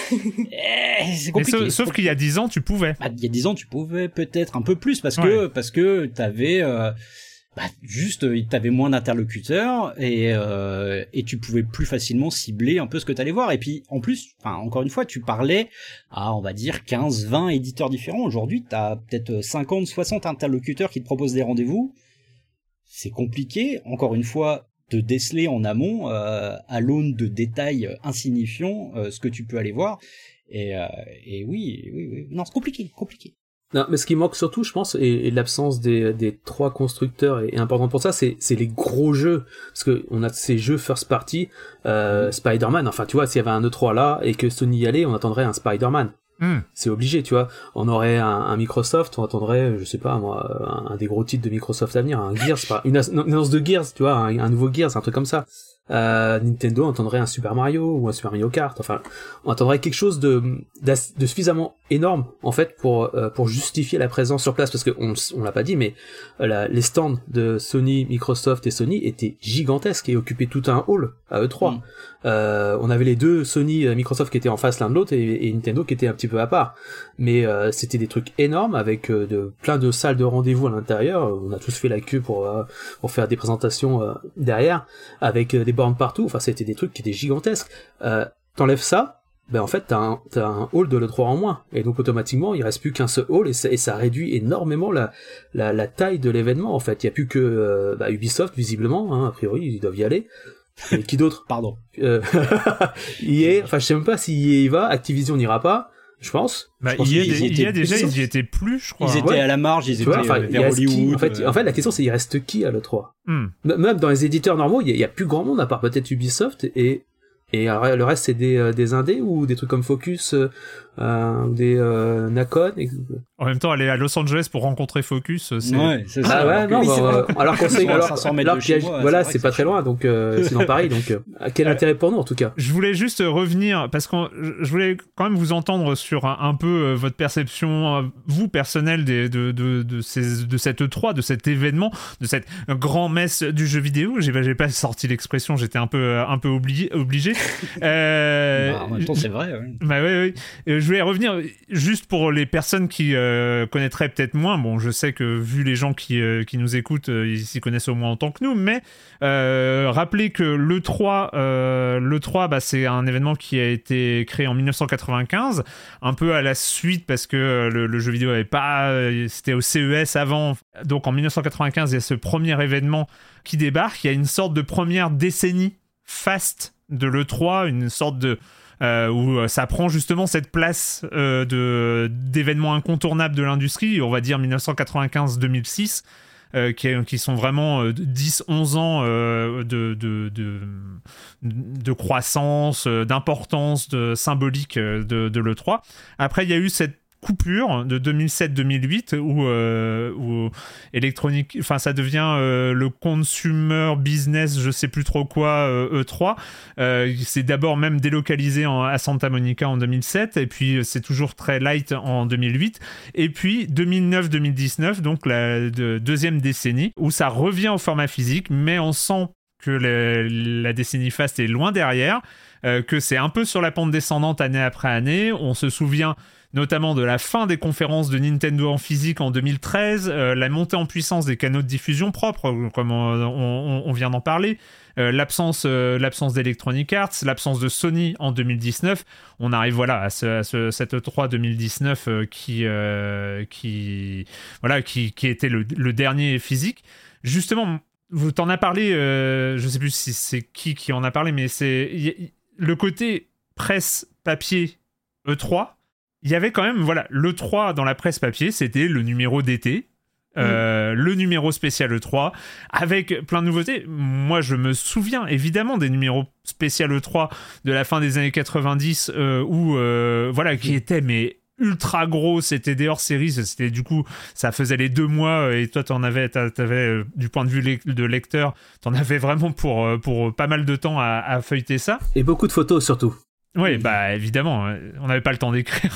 Speaker 6: Eh, c'est compliqué.
Speaker 1: Mais sauf, sauf qu'il y a dix ans, tu pouvais.
Speaker 6: Bah, il y a dix ans, tu pouvais peut-être un peu plus parce que ouais. parce que t'avais euh, bah juste t'avais moins d'interlocuteurs et euh, et tu pouvais plus facilement cibler un peu ce que t'allais voir. Et puis en plus, enfin encore une fois, tu parlais à on va dire quinze vingt éditeurs différents. Aujourd'hui, t'as peut-être cinquante soixante interlocuteurs qui te proposent des rendez-vous. C'est compliqué, encore une fois, de déceler en amont euh, à l'aune de détails insignifiants euh, ce que tu peux aller voir. Et euh, et oui, oui oui, non, c'est compliqué, compliqué.
Speaker 5: Non, mais ce qui manque surtout, je pense, et, et l'absence des, des trois constructeurs est, est important pour ça, c'est, c'est les gros jeux. Parce que on a ces jeux first party, euh, mmh. Spider-Man, enfin, tu vois, s'il y avait un E trois là, et que Sony y allait, on attendrait un Spider-Man. Mmh. C'est obligé, tu vois. On aurait un, un Microsoft, on attendrait, je sais pas, moi, un, un des gros titres de Microsoft à venir, un Gears, une, une annonce de Gears, tu vois, un, un nouveau Gears, un truc comme ça. Euh, Nintendo entendrait un Super Mario ou un Super Mario Kart, enfin on attendrait quelque chose de, de suffisamment énorme en fait pour euh, pour justifier la présence sur place, parce que on, on l'a pas dit, mais euh, la, les stands de Sony, Microsoft et Sony étaient gigantesques et occupaient tout un hall à E trois. Mm. Euh, on avait les deux Sony, Microsoft qui étaient en face l'un de l'autre et, et Nintendo qui était un petit peu à part, mais euh, c'était des trucs énormes avec euh, de plein de salles de rendez-vous à l'intérieur. On a tous fait la queue pour euh, pour faire des présentations euh, derrière avec euh, des bornes partout. Enfin, c'était des trucs qui étaient gigantesques. Euh, t'enlèves ça, ben en fait t'as un, t'as un hall de l'E trois en moins, et donc automatiquement il reste plus qu'un seul hall, et ça, et ça réduit énormément la, la, la taille de l'événement. En fait, il y a plus que euh, bah, Ubisoft visiblement, hein, a priori ils doivent y aller. Et qui d'autre?
Speaker 6: Pardon.
Speaker 5: Euh, E A, enfin je sais même pas si E A y va, Activision n'ira pas. Je pense.
Speaker 1: Bah,
Speaker 5: je pense
Speaker 1: il y a, des, il y a déjà, ils y étaient plus, je crois.
Speaker 6: Ils étaient
Speaker 5: ouais.
Speaker 6: à la marge, ils étaient
Speaker 5: vois, enfin,
Speaker 6: vers Hollywood.
Speaker 5: En fait,
Speaker 6: euh...
Speaker 5: en fait, la question c'est il reste qui à l'E trois?
Speaker 1: Hmm.
Speaker 5: Même dans les éditeurs normaux, il y, y a plus grand monde à part peut-être Ubisoft et et le reste c'est des des indés ou des trucs comme Focus, euh, des euh, Nacon. Et...
Speaker 1: En même temps, aller à Los Angeles pour rencontrer Focus, c'est.
Speaker 6: Ouais, c'est ça.
Speaker 5: Ah ouais,
Speaker 6: alors
Speaker 5: non,
Speaker 6: que...
Speaker 5: bah, euh, alors qu'on sait, alors, alors
Speaker 6: chez moi,
Speaker 5: voilà,
Speaker 6: c'est,
Speaker 5: c'est pas très loin, donc euh, c'est dans Paris, donc euh, quel intérêt pour nous en tout cas.
Speaker 1: Je voulais juste revenir parce que je voulais quand même vous entendre sur un, un peu euh, votre perception, euh, vous personnelle, des, de de de, ces, de cette E trois, de cet événement, de cette grand-messe du jeu vidéo. J'ai, j'ai pas sorti l'expression, j'étais un peu un peu obligé. obligé. Euh,
Speaker 6: bah, en même temps, c'est vrai. Ouais.
Speaker 1: Bah oui, oui. Je voulais revenir juste pour les personnes qui euh, connaîtraient peut-être moins. Bon, je sais que vu les gens qui, euh, qui nous écoutent, euh, ils s'y connaissent au moins autant que nous, mais euh, rappelez que l'E trois, euh, l'E trois bah, c'est un événement qui a été créé en dix-neuf cent quatre-vingt-quinze, un peu à la suite parce que le, le jeu vidéo avait pas, euh, c'était au C E S avant. Donc en dix-neuf cent quatre-vingt-quinze, il y a ce premier événement qui débarque. Il y a une sorte de première décennie faste de l'E trois, une sorte de Euh, où ça prend justement cette place euh, de, d'événements incontournables de l'industrie, on va dire dix-neuf cent quatre-vingt-quinze deux mille six, euh, qui, qui sont vraiment euh, dix onze ans euh, de, de, de, de croissance, euh, d'importance de, symbolique de, de l'E trois. Après, il y a eu cette coupure de deux mille sept deux mille huit où, euh, où Electronic, enfin ça devient euh, le consumer business, je sais plus trop quoi, euh, E trois. Euh, c'est d'abord même délocalisé en, à Santa Monica en deux mille sept, et puis c'est toujours très light en deux mille huit. Et puis deux mille neuf deux mille dix-neuf, donc la de, deuxième décennie, où ça revient au format physique, mais on sent que le, la décennie Fast est loin derrière, euh, que c'est un peu sur la pente descendante année après année. On se souvient notamment de la fin des conférences de Nintendo en physique en deux mille treize, euh, la montée en puissance des canaux de diffusion propres, comme on, on, on vient d'en parler, euh, l'absence, euh, l'absence d'Electronic Arts, l'absence de Sony en deux mille dix-neuf. On arrive voilà à, ce, à ce, cette E trois deux mille dix-neuf euh, qui, euh, qui, voilà, qui, qui était le, le dernier physique. Justement, vous t'en as parlé, euh, je sais plus si c'est qui qui en a parlé, mais c'est y, y, le côté presse papier E trois. Il y avait quand même, voilà, l'E trois dans la presse papier, c'était le numéro d'été, euh, mmh. le numéro spécial E trois, avec plein de nouveautés. Moi, je me souviens évidemment des numéros spécial E trois de la fin des années quatre-vingt-dix, euh, où, euh, voilà, qui étaient, mais ultra gros, c'était des hors-séries, c'était du coup, ça faisait les deux mois, et toi, t'en avais, t'avais, du point de vue le- de lecteur, t'en avais vraiment pour, pour pas mal de temps à, à feuilleter ça.
Speaker 5: Et beaucoup de photos, surtout.
Speaker 1: Oui, bah évidemment, on n'avait pas le temps d'écrire.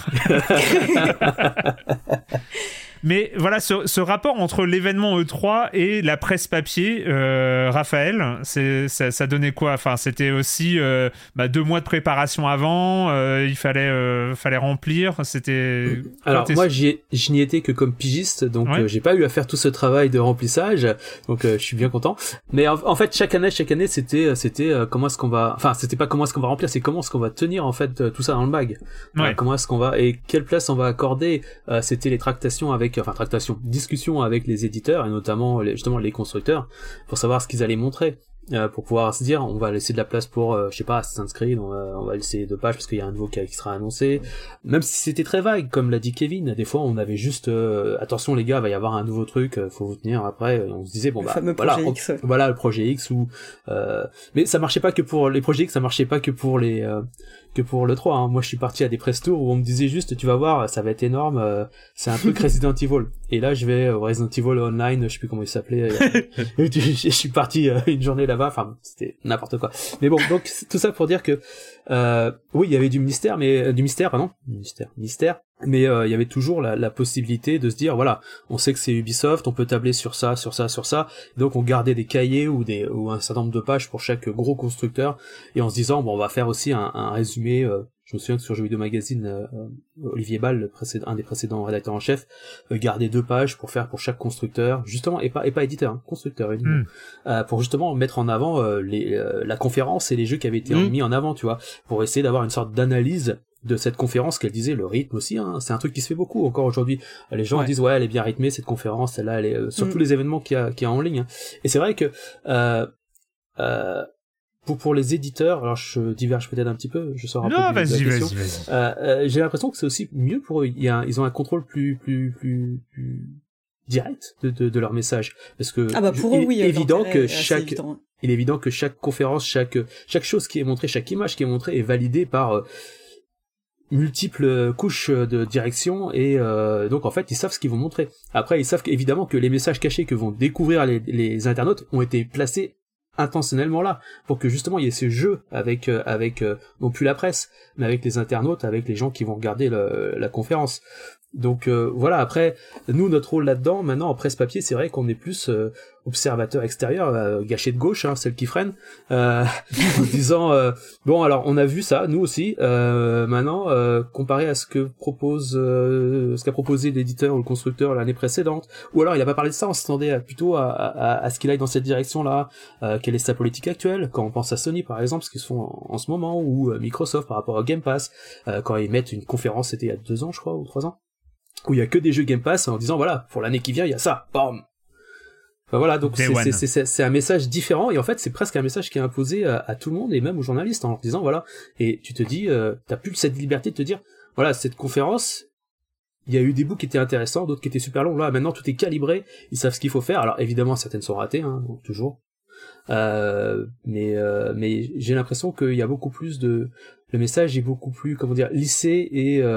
Speaker 1: Mais voilà, ce, ce rapport entre l'événement E trois et la presse papier, euh, Raphaël, c'est, ça, ça donnait quoi ? Enfin, c'était aussi euh, bah, deux mois de préparation avant, euh, il fallait, euh, fallait remplir, c'était...
Speaker 5: Alors moi, j'y ai, je n'y étais que comme pigiste, donc ouais. euh, j'ai pas eu à faire tout ce travail de remplissage, donc euh, je suis bien content. Mais en, en fait, chaque année, chaque année, c'était, c'était euh, comment est-ce qu'on va... Enfin, c'était pas comment est-ce qu'on va remplir, c'est comment est-ce qu'on va tenir en fait euh, tout ça dans le bag. Ouais. Euh, comment est-ce qu'on va... Et quelle place on va accorder, euh, c'était les tractations avec... Enfin, tractation, discussion avec les éditeurs et notamment les, justement les constructeurs pour savoir ce qu'ils allaient montrer, euh, pour pouvoir se dire on va laisser de la place pour euh, je sais pas Assassin's Creed, on va, on va laisser deux pages parce qu'il y a un nouveau qui, qui sera annoncé, même si c'était très vague comme l'a dit Kevin. Des fois on avait juste euh, attention les gars, va y avoir un nouveau truc, euh, faut vous tenir. Après on se disait bon bah voilà, on, X, ouais. voilà le projet X ou euh, mais ça marchait pas que pour les projets X, ça marchait pas que pour les euh, que pour le trois, hein. Moi je suis parti à des press tours où on me disait juste tu vas voir ça va être énorme, euh, c'est un truc Resident Evil, et là je vais au Resident Evil Online, je sais plus comment il s'appelait, je suis parti euh, une journée là-bas, enfin c'était n'importe quoi, mais bon, donc tout ça pour dire que euh, oui il y avait du mystère, mais euh, du mystère pardon mystère mystère mais euh, il y avait toujours la, la possibilité de se dire voilà, on sait que c'est Ubisoft, on peut tabler sur ça, sur ça, sur ça, donc on gardait des cahiers ou des ou un certain nombre de pages pour chaque gros constructeur, et en se disant bon on va faire aussi un, un résumé. euh, je me souviens que sur Jeux Vidéo Magazine, euh, Olivier Ball, le précédent, un des précédents rédacteurs en chef, euh, gardait deux pages pour faire pour chaque constructeur, justement, et pas et pas éditeur, hein, constructeur uniquement, mm. euh, pour justement mettre en avant euh, les euh, la conférence et les jeux qui avaient été mm. mis en avant, tu vois, pour essayer d'avoir une sorte d'analyse de cette conférence, qu'elle disait, le rythme aussi, hein, c'est un truc qui se fait beaucoup encore aujourd'hui. Les gens ouais. disent ouais elle est bien rythmée cette conférence, celle-là, elle est euh, sur mm. tous les événements qu'il y a qu'il y a en ligne, hein. Et c'est vrai que euh, euh, pour pour les éditeurs, alors je diverge peut-être un petit peu, je sors un
Speaker 1: non,
Speaker 5: peu de
Speaker 1: vas-y,
Speaker 5: la question.
Speaker 1: Vas-y, vas-y.
Speaker 5: Euh, euh, j'ai l'impression que c'est aussi mieux pour eux. Il y a, ils ont un contrôle plus plus plus, plus direct de, de de leur message, parce que
Speaker 4: ah bah pour
Speaker 5: il
Speaker 4: eux, oui,
Speaker 5: est évident que chaque
Speaker 4: évident.
Speaker 5: il est évident que chaque conférence, chaque chaque chose qui est montrée, chaque image qui est montrée est validée par euh, multiples couches de direction, et euh, donc en fait ils savent ce qu'ils vont montrer. Après ils savent évidemment que les messages cachés que vont découvrir les, les internautes ont été placés intentionnellement là pour que justement il y ait ce jeu avec euh, avec euh, non plus la presse mais avec les internautes, avec les gens qui vont regarder le, la conférence. Donc euh, voilà, après nous notre rôle là-dedans maintenant en presse papier, c'est vrai qu'on est plus euh, observateur extérieur, euh, gâché de gauche, hein, celle qui freine, euh, en disant euh, bon alors on a vu ça nous aussi, euh, maintenant euh, comparé à ce que propose euh, ce qu'a proposé l'éditeur ou le constructeur l'année précédente, ou alors il a pas parlé de ça, on s'attendait plutôt à, à, à ce qu'il aille dans cette direction là, euh, quelle est sa politique actuelle quand on pense à Sony par exemple, ce qu'ils font en, en ce moment, ou euh, Microsoft par rapport au Game Pass, euh, quand ils mettent une conférence, c'était il y a deux ans je crois ou trois ans, où il y a que des jeux Game Pass en disant voilà pour l'année qui vient il y a ça, bam. Enfin, voilà, donc c'est, c'est, c'est, c'est, c'est un message différent, et en fait c'est presque un message qui est imposé à, à tout le monde et même aux journalistes en leur disant voilà, et tu te dis euh, t'as plus cette liberté de te dire voilà cette conférence il y a eu des bouts qui étaient intéressants, d'autres qui étaient super longs, là maintenant tout est calibré, ils savent ce qu'il faut faire, alors évidemment certaines sont ratées hein, toujours euh, mais euh, mais j'ai l'impression qu'il y a beaucoup plus de le message est beaucoup plus comment dire lissé et euh,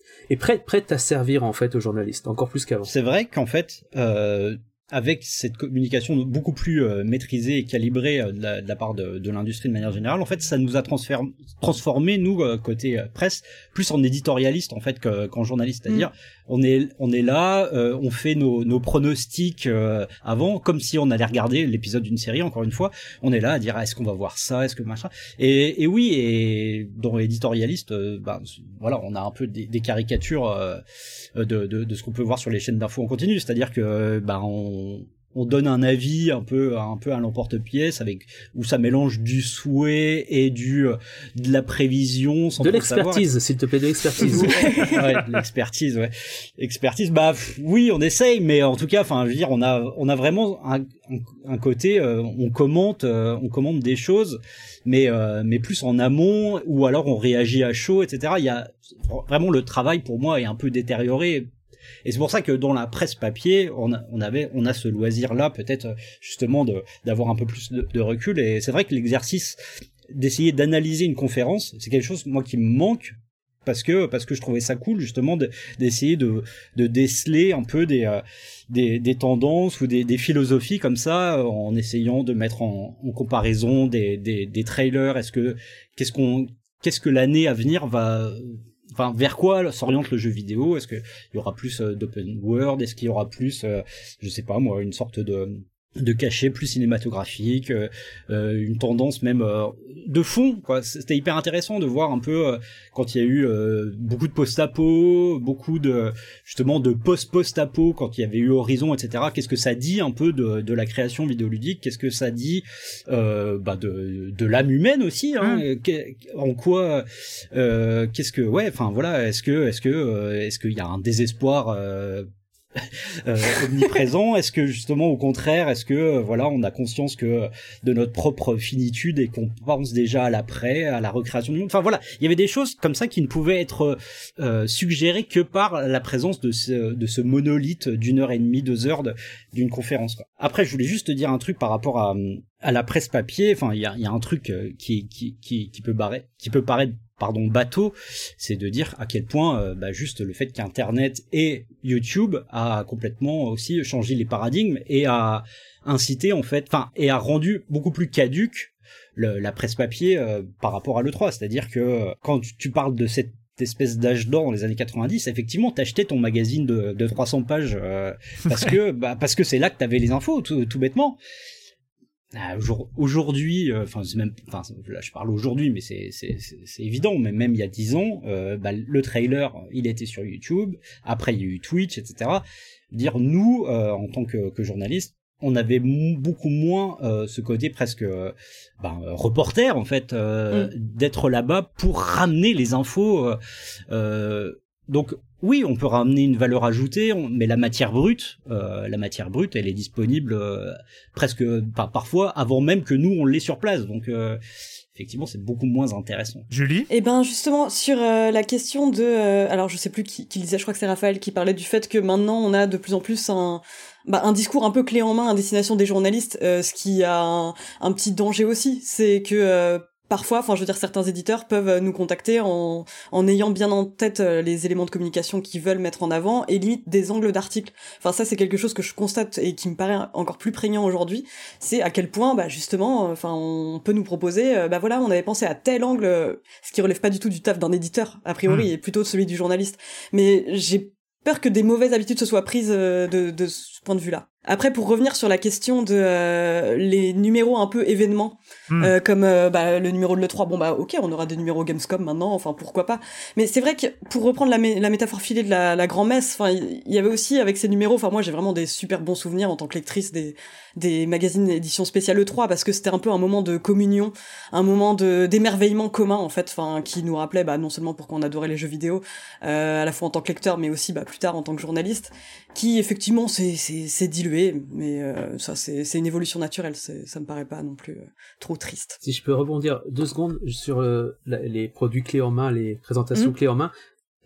Speaker 5: est prête, prête à servir en fait aux journalistes, encore plus qu'avant.
Speaker 6: C'est vrai qu'en fait, euh, avec cette communication beaucoup plus euh, maîtrisée et calibrée euh, de, la, de la part de, de l'industrie de manière générale, en fait, ça nous a transfer- transformé, nous, euh, côté euh, presse, plus en éditorialiste, en fait, que, qu'en journaliste. C'est-à-dire, mmh. on est on est là, euh, on fait nos, nos pronostics euh, avant, comme si on allait regarder l'épisode d'une série, encore une fois. On est là à dire, ah, est-ce qu'on va voir ça, est-ce que machin. Et, et oui, et dans l'éditorialiste, euh, bah, voilà, on a un peu des, des caricatures euh, de, de, de ce qu'on peut voir sur les chaînes d'infos en continu. C'est-à-dire que, bah, on On, on donne un avis un peu un peu à l'emporte-pièce avec où ça mélange du souhait et du de la prévision sans
Speaker 5: de l'expertise
Speaker 6: savoir.
Speaker 5: S'il te plaît, de l'expertise.
Speaker 6: Ouais, de l'expertise, ouais. Expertise, bah oui, on essaye, mais en tout cas, enfin, je veux dire, on a on a vraiment un un, un côté, euh, on commente euh, on commente des choses, mais euh, mais plus en amont, ou alors on réagit à chaud, et cetera. Il y a vraiment, le travail pour moi est un peu détérioré. Et c'est pour ça que dans la presse papier, on, a, on avait, on a ce loisir-là, peut-être justement de, d'avoir un peu plus de, de recul. Et c'est vrai que l'exercice d'essayer d'analyser une conférence, c'est quelque chose moi qui me manque, parce que parce que je trouvais ça cool justement de, d'essayer de, de déceler un peu des, euh, des, des tendances ou des, des philosophies comme ça, en essayant de mettre en, en comparaison des, des, des trailers. Est-ce que qu'est-ce qu'on qu'est-ce que l'année à venir va Enfin, vers quoi s'oriente le jeu vidéo? Est-ce qu'il y aura plus euh, d'open world? Est-ce qu'il y aura plus, euh, je sais pas moi, une sorte de de cachet plus cinématographique, euh, une tendance même euh, de fond, quoi. C'était hyper intéressant de voir un peu euh, quand il y a eu euh, beaucoup de post-apo, beaucoup de justement de post-post-apo, quand il y avait eu Horizon, et cetera. Qu'est-ce que ça dit un peu de, de la création vidéoludique? Qu'est-ce que ça dit euh, bah de, de l'âme humaine aussi, hein, mmh. En quoi euh, qu'est-ce que ouais, enfin voilà, est-ce que est-ce que euh, est-ce qu'il y a un désespoir euh, Euh, omniprésent? Est-ce que justement au contraire, est-ce que euh, voilà, on a conscience que euh, de notre propre finitude et qu'on pense déjà à l'après, à la recréation du monde? Enfin voilà, il y avait des choses comme ça qui ne pouvaient être euh, suggérées que par la présence de ce, de ce monolithe d'une heure et demie, deux heures de, d'une conférence, quoi. Après, je voulais juste te dire un truc par rapport à, à la presse papier. Enfin, il y a, il y a un truc qui, qui, qui, qui peut barrer, qui peut paraître pardon, bateau, c'est de dire à quel point euh, bah, juste le fait qu'Internet et YouTube a complètement aussi changé les paradigmes et a incité en fait, enfin, et a rendu beaucoup plus caduque le, la presse papier euh, par rapport à l'E trois. C'est-à-dire que quand tu, tu parles de cette espèce d'âge d'or dans les années quatre-vingt-dix, effectivement, t'achetais ton magazine de, de trois cents pages euh, parce que bah, parce que c'est là que t'avais les infos, tout, tout bêtement. Ah, aujourd'hui, enfin, euh, c'est même, enfin, là, je parle aujourd'hui, mais c'est, c'est, c'est, c'est évident. Mais même il y a dix ans, euh, bah, le trailer, il était sur YouTube. Après, il y a eu Twitch, et cetera. Dire nous, euh, en tant que, que journalistes, on avait m- beaucoup moins euh, ce côté presque, euh, ben, reporter en fait, euh, mm. d'être là-bas pour ramener les infos. Euh, euh, donc oui, on peut ramener une valeur ajoutée, on, mais la matière brute, euh, la matière brute, elle est disponible euh, presque, par, parfois avant même que nous on l'ait sur place. Donc euh, effectivement, c'est beaucoup moins intéressant.
Speaker 1: Julie ?
Speaker 4: Eh ben justement sur euh, la question de, euh, alors je sais plus qui, qui disait, je crois que c'est Raphaël qui parlait du fait que maintenant on a de plus en plus un bah, un discours un peu clé en main à destination des journalistes, euh, ce qui a un, un petit danger aussi, c'est que euh, parfois, enfin, je veux dire, certains éditeurs peuvent nous contacter en, en ayant bien en tête les éléments de communication qu'ils veulent mettre en avant et limite des angles d'articles. Enfin, ça, c'est quelque chose que je constate et qui me paraît encore plus prégnant aujourd'hui. C'est à quel point, bah, justement, enfin, on peut nous proposer, bah voilà, on avait pensé à tel angle, ce qui relève pas du tout du taf d'un éditeur, a priori, mmh. et plutôt de celui du journaliste. Mais j'ai peur que des mauvaises habitudes se soient prises de, de ce point de vue-là. Après, pour revenir sur la question de euh, les numéros un peu événements, mmh. euh, comme euh, bah, le numéro de l'E trois, bon bah ok, on aura des numéros Gamescom maintenant, enfin pourquoi pas. Mais c'est vrai que pour reprendre la, mé- la métaphore filée de la, la grand-messe, enfin il y, y avait aussi avec ces numéros, enfin moi j'ai vraiment des super bons souvenirs en tant que lectrice des, des magazines édition spéciale E trois, parce que c'était un peu un moment de communion, un moment de d'émerveillement commun en fait, enfin qui nous rappelait bah non seulement pourquoi on adorait les jeux vidéo, euh, à la fois en tant que lecteur, mais aussi bah plus tard en tant que journaliste, qui effectivement c'est c'est c'est dilué. Mais euh, ça c'est c'est une évolution naturelle, c'est, ça me paraît pas non plus euh, trop triste.
Speaker 5: Si je peux rebondir deux secondes sur euh, la, les produits clés en main, les présentations mmh. clés en main,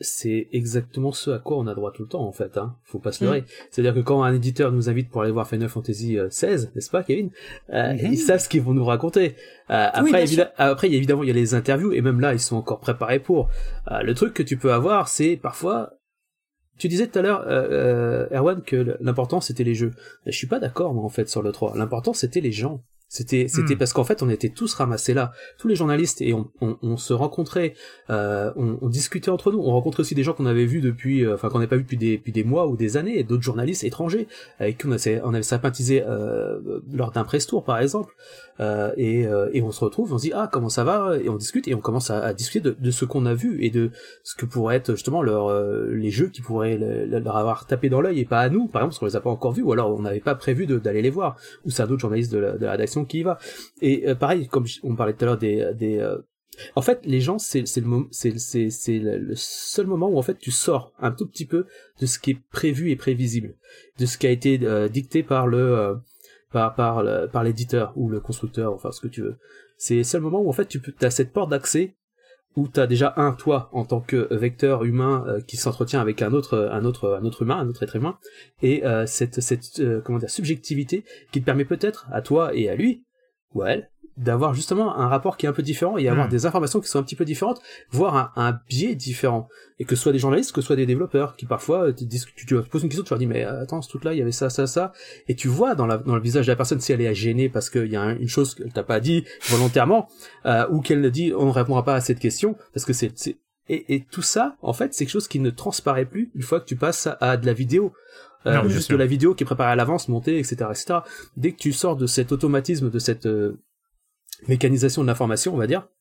Speaker 5: c'est exactement ce à quoi on a droit tout le temps, en fait, hein. Faut pas se leurrer. Mmh. C'est-à-dire que quand un éditeur nous invite pour aller voir Final Fantasy seize, n'est-ce pas, Kevin? Euh, mmh. Ils savent ce qu'ils vont nous raconter. Euh, après, oui, évi- après, il y a évidemment, il y a les interviews, et même là, ils sont encore préparés pour. Euh, le truc que tu peux avoir, c'est parfois, tu disais tout à l'heure, euh, euh, Erwan, que l'important, c'était les jeux. Je suis pas d'accord, moi, en fait, sur le trois. L'important, c'était les gens. C'était, c'était mmh. parce qu'en fait, on était tous ramassés là, tous les journalistes, et on, on, on se rencontrait, euh, on, on discutait entre nous. On rencontrait aussi des gens qu'on avait vus depuis, euh, enfin qu'on n'avait pas vus depuis des, depuis des mois ou des années, et d'autres journalistes étrangers avec qui on avait, on avait sympathisé euh, lors d'un press tour, par exemple. Euh, et, euh, et on se retrouve, on se dit ah comment ça va, et on discute et on commence à, à discuter de, de ce qu'on a vu et de ce que pourraient être justement leur, euh, les jeux qui pourraient le, leur avoir tapé dans l'œil et pas à nous, par exemple parce qu'on les a pas encore vus ou alors on n'avait pas prévu de, d'aller les voir, ou c'est un autre journaliste de la, de la rédaction qui y va. Et euh, pareil, comme on parlait tout à l'heure des, des euh... en fait les gens c'est c'est le moment, c'est c'est c'est le seul moment où en fait tu sors un tout petit peu de ce qui est prévu et prévisible, de ce qui a été euh, dicté par le euh, par par le, par l'éditeur ou le constructeur, enfin ce que tu veux. C'est le seul moment où en fait tu peux, t'as cette porte d'accès où t'as déjà un toi en tant que vecteur humain euh, qui s'entretient avec un autre un autre un autre humain, un autre être humain, et euh, cette cette euh, comment dire subjectivité qui te permet peut-être à toi et à lui ou à elle d'avoir justement un rapport qui est un peu différent et avoir mmh. des informations qui sont un petit peu différentes, voire un, un biais différent, et que ce soit des journalistes, que ce soit des développeurs qui parfois tu, tu, tu te poses une question, tu leur dis mais attends ce truc là il y avait ça ça ça, et tu vois dans la dans le visage de la personne si elle est gênée parce qu'il y a un, une chose qu'elle t'a pas dit volontairement, euh, ou qu'elle dit on ne répondra pas à cette question parce que c'est, c'est... Et, et tout ça en fait c'est quelque chose qui ne transparaît plus une fois que tu passes à, à de la vidéo. Euh, non, juste de la vidéo qui est préparée à l'avance, montée, et cetera, et cetera. Dès que tu sors de cet automatisme, de cette euh, mécanisation de l'information, on va dire,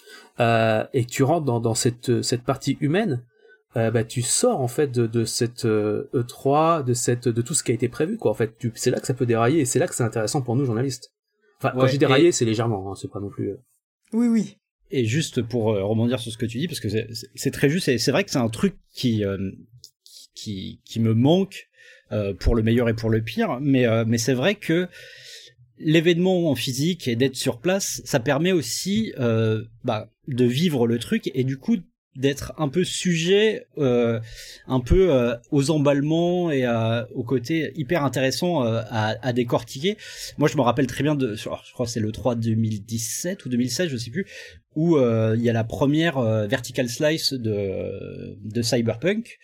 Speaker 5: euh, et que tu rentres dans, dans cette, cette partie humaine, euh, bah, tu sors en fait de, de cette euh, E trois, de cette, de tout ce qui a été prévu, quoi. En fait, tu, c'est là que ça peut dérailler, et c'est là que c'est intéressant pour nous journalistes. Enfin, ouais, quand j'ai déraillé, et... c'est légèrement, hein, c'est pas non plus. Euh...
Speaker 4: Oui, oui.
Speaker 6: Et juste pour euh, rebondir sur ce que tu dis, parce que c'est, c'est, c'est très juste, et c'est vrai que c'est un truc qui, euh, qui, qui me manque. Euh, pour le meilleur et pour le pire, mais euh, mais c'est vrai que l'événement en physique et d'être sur place, ça permet aussi euh, bah, de vivre le truc et du coup d'être un peu sujet, euh, un peu euh, aux emballements et à, au côté hyper intéressant euh, à, à décortiquer. Moi, je me rappelle très bien de, je crois que c'est le trois deux mille dix-sept ou deux mille seize, je sais plus, où euh, il y a la première euh, vertical slice de de Cyberpunk.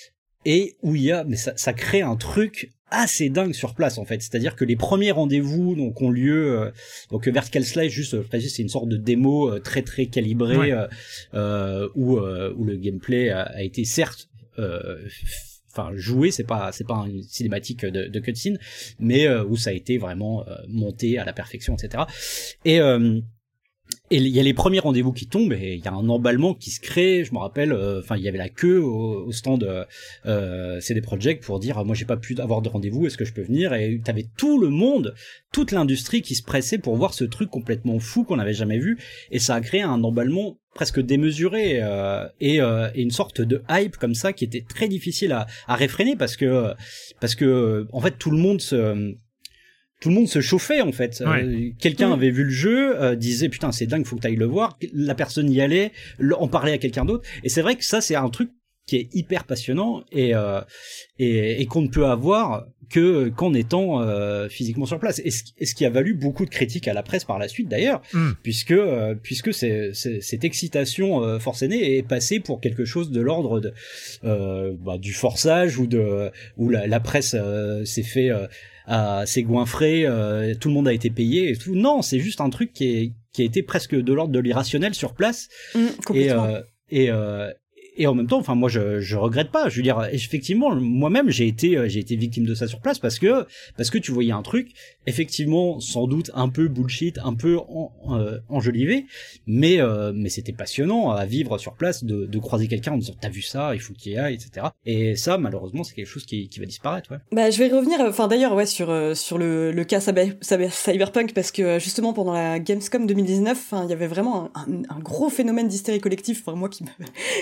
Speaker 6: Et où il y a, mais ça, ça crée un truc assez dingue sur place en fait. C'est-à-dire que les premiers rendez-vous donc ont lieu, euh, donc Vertical Slice juste, euh, c'est une sorte de démo euh, très très calibrée ouais. euh, euh, où euh, où le gameplay a, a été certes, enfin euh, joué, c'est pas c'est pas une cinématique de, de cutscene, mais euh, où ça a été vraiment euh, monté à la perfection, et cetera. Et euh, Et il y a les premiers rendez-vous qui tombent et il y a un emballement qui se crée. Je me rappelle, enfin euh, il y avait la queue au, au stand euh, C D Projekt pour dire moi j'ai pas pu avoir de rendez-vous, est-ce que je peux venir? Et t'avais tout le monde, toute l'industrie qui se pressait pour voir ce truc complètement fou qu'on n'avait jamais vu. Et ça a créé un emballement presque démesuré euh, et, euh, et une sorte de hype comme ça qui était très difficile à, à réfréner parce que parce que en fait tout le monde se Tout le monde se chauffait en fait. Ouais. Euh, quelqu'un mmh. avait vu le jeu, euh, disait putain c'est dingue, faut que t'ailles le voir. La personne y allait, en parlait à quelqu'un d'autre. Et c'est vrai que ça c'est un truc qui est hyper passionnant et euh, et, et qu'on ne peut avoir que qu'en étant euh, physiquement sur place. Et ce, et ce qui a valu beaucoup de critiques à la presse par la suite d'ailleurs, mmh. puisque euh, puisque c'est, c'est, cette excitation euh, forcenée est passée pour quelque chose de l'ordre de euh, bah, du forçage ou de où la, la presse euh, s'est fait euh, à s'est goinfré, euh, tout le monde a été payé et tout. Non, c'est juste un truc qui est qui a été presque de l'ordre de l'irrationnel sur place.
Speaker 4: Mmh, complètement.
Speaker 6: Et euh, et euh, et en même temps, enfin moi je je regrette pas. Je veux dire, effectivement, moi-même j'ai été j'ai été victime de ça sur place parce que parce que tu voyais un truc effectivement sans doute un peu bullshit, un peu en, euh, enjolivé, mais euh, mais c'était passionnant à vivre sur place, de de croiser quelqu'un en disant t'as vu ça, il faut qu'il y aille, et cetera. Et ça malheureusement c'est quelque chose qui qui va disparaître. Ouais.
Speaker 4: Bah je vais revenir, enfin d'ailleurs ouais sur euh, sur le le cas Cyberpunk parce que justement pendant la Gamescom deux mille dix-neuf, il y avait vraiment un, un, un gros phénomène d'hystérie collective, enfin moi qui me, qui m'avait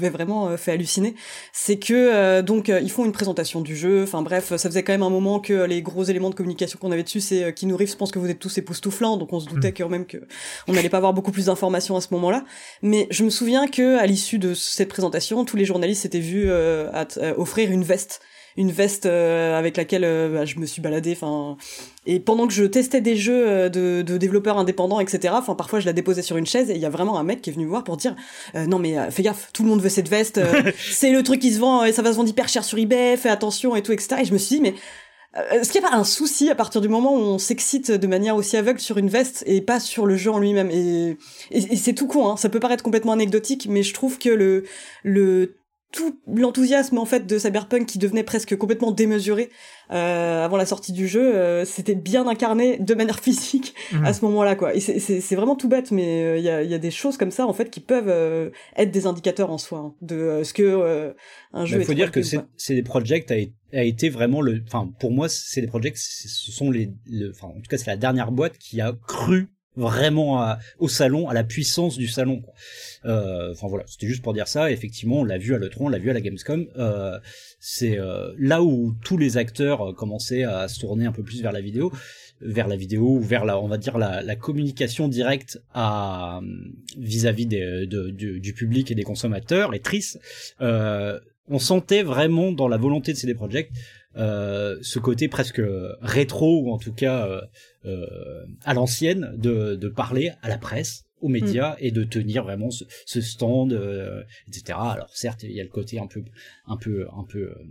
Speaker 4: m'avait vraiment euh, fait halluciner, c'est que euh, donc euh, ils font une présentation du jeu, enfin bref, ça faisait quand même un moment que les gros éléments de communication qu'on avait dessus, c'est euh, Keanu Reeves, je pense que vous êtes tous époustouflants, donc on se doutait mmh. quand même que on n'allait pas avoir beaucoup plus d'informations à ce moment-là, mais je me souviens que à l'issue de cette présentation, tous les journalistes s'étaient vus euh, à t- euh, offrir une veste une veste euh, avec laquelle euh, bah, je me suis baladée, enfin, et pendant que je testais des jeux euh, de, de développeurs indépendants, et cetera, enfin, parfois je la déposais sur une chaise et il y a vraiment un mec qui est venu me voir pour dire euh, non mais euh, fais gaffe, tout le monde veut cette veste, euh, c'est le truc qui se vend et ça va se vendre hyper cher sur eBay, fais attention et tout, et cetera. Et je me suis dit mais euh, est-ce qu'il n'y a pas un souci à partir du moment où on s'excite de manière aussi aveugle sur une veste et pas sur le jeu en lui-même, et, et, et c'est tout con, hein, ça peut paraître complètement anecdotique, mais je trouve que le le tout l'enthousiasme en fait de Cyberpunk qui devenait presque complètement démesuré euh, avant la sortie du jeu, euh, c'était bien incarné de manière physique mmh. à ce moment-là, quoi. Et c'est, c'est, c'est vraiment tout bête, mais il euh, y, a, y a des choses comme ça en fait qui peuvent euh, être des indicateurs en soi hein, de euh, ce que euh, un jeu.
Speaker 6: Il faut dire que c'est, c'est des projects a, a été vraiment le, enfin pour moi c'est des projects, ce sont les, enfin en tout cas c'est la dernière boîte qui a cru vraiment à, au salon, à la puissance du salon, quoi. Euh, enfin voilà, c'était juste pour dire ça. Effectivement, on l'a vu à l'E trois, on l'a vu à la Gamescom. Euh, c'est euh, là où tous les acteurs commençaient à se tourner un peu plus vers la vidéo, vers la vidéo ou vers la, on va dire la, la communication directe à vis-à-vis des, de, du, du public et des consommateurs, les tristes. Euh, on sentait vraiment dans la volonté de C D Projekt euh, ce côté presque rétro ou en tout cas euh, euh, à l'ancienne de, de parler à la presse, aux médias mmh. et de tenir vraiment ce, ce stand, euh, et cetera. Alors certes, il y a le côté un peu, un peu, un peu euh,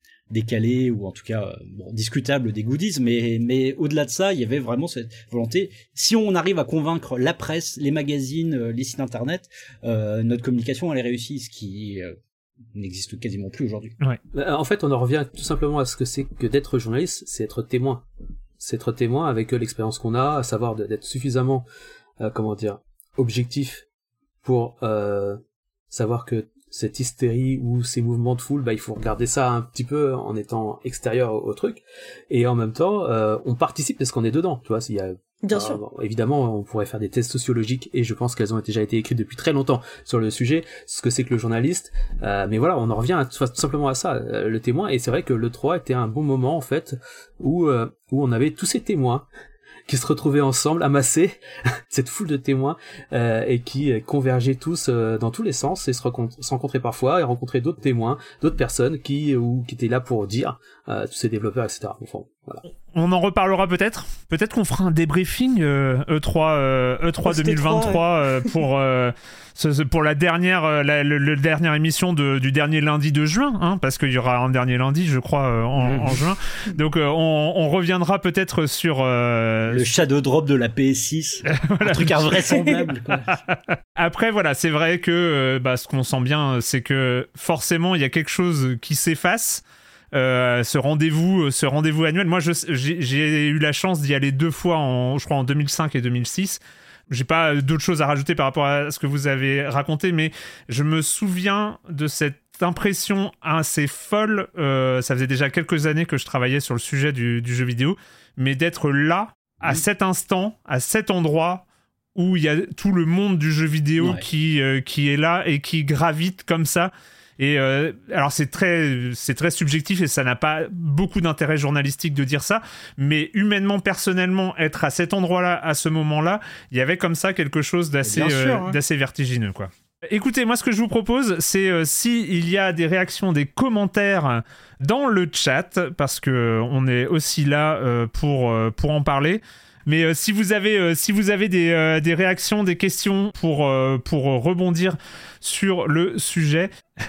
Speaker 6: décalé ou en tout cas euh, bon, discutable des goodies, mais, mais au-delà de ça, il y avait vraiment cette volonté. Si on arrive à convaincre la presse, les magazines, euh, les sites internet, euh, notre communication elle est réussie, ce qui euh, n'existe quasiment plus aujourd'hui.
Speaker 5: Ouais. En fait, on en revient tout simplement à ce que c'est que d'être journaliste, c'est être témoin. C'est être témoin avec l'expérience qu'on a, à savoir d'être suffisamment, euh, comment dire, objectif pour euh, savoir que cette hystérie ou ces mouvements de foule, bah il faut regarder ça un petit peu en étant extérieur au, au truc, et en même temps, euh, on participe parce qu'on est dedans, tu vois. S'il y a
Speaker 4: Bien
Speaker 5: euh,
Speaker 4: sûr.
Speaker 5: Bon, évidemment, on pourrait faire des thèses sociologiques, et je pense qu'elles ont déjà été écrites depuis très longtemps sur le sujet, ce que c'est que le journaliste. Euh, mais voilà, on en revient à, tout simplement à ça, euh, le témoin. Et c'est vrai que l'E trois était un bon moment en fait où euh, où on avait tous ces témoins qui se retrouvaient ensemble, amassés, cette foule de témoins, euh, et qui euh, convergeaient tous euh, dans tous les sens et se, recont- se rencontraient parfois et rencontraient d'autres témoins, d'autres personnes qui ou qui étaient là pour dire euh, tous ces développeurs, et cetera. Enfin, voilà.
Speaker 1: On en reparlera peut-être. Peut-être qu'on fera un débriefing euh, E trois, euh, E trois deux mille vingt-trois euh, pour euh, ce, ce, pour la dernière euh, la le, le dernière émission de, du dernier lundi de juin, hein, parce qu'il y aura un dernier lundi, je crois, euh, en, mmh. en juin. Donc euh, on, on reviendra peut-être sur euh,
Speaker 6: le shadow drop de la P S six, voilà. Un truc invraisemblable, quoi.
Speaker 1: Après voilà, c'est vrai que euh, bah, ce qu'on sent bien, c'est que forcément il y a quelque chose qui s'efface. Euh, ce rendez-vous, ce rendez-vous annuel. Moi, je, j'ai, j'ai eu la chance d'y aller deux fois, en, je crois en deux mille cinq et deux mille six. J'ai pas d'autres choses à rajouter par rapport à ce que vous avez raconté, mais je me souviens de cette impression assez folle. Euh, ça faisait déjà quelques années que je travaillais sur le sujet du, du jeu vidéo, mais d'être là, à mmh. cet instant, à cet endroit où il y a tout le monde du jeu vidéo ouais. qui, euh, qui est là et qui gravite comme ça. Et euh, alors c'est très c'est très subjectif et ça n'a pas beaucoup d'intérêt journalistique de dire ça, mais humainement, personnellement, être à cet endroit-là à ce moment-là, il y avait comme ça quelque chose d'assez sûr, euh, hein. d'assez vertigineux, quoi. Écoutez, moi ce que je vous propose, c'est euh, si il y a des réactions, des commentaires dans le chat, parce que on est aussi là euh, pour euh, pour en parler. Mais euh, si vous avez euh, si vous avez des euh, des réactions, des questions pour euh, pour rebondir sur le sujet,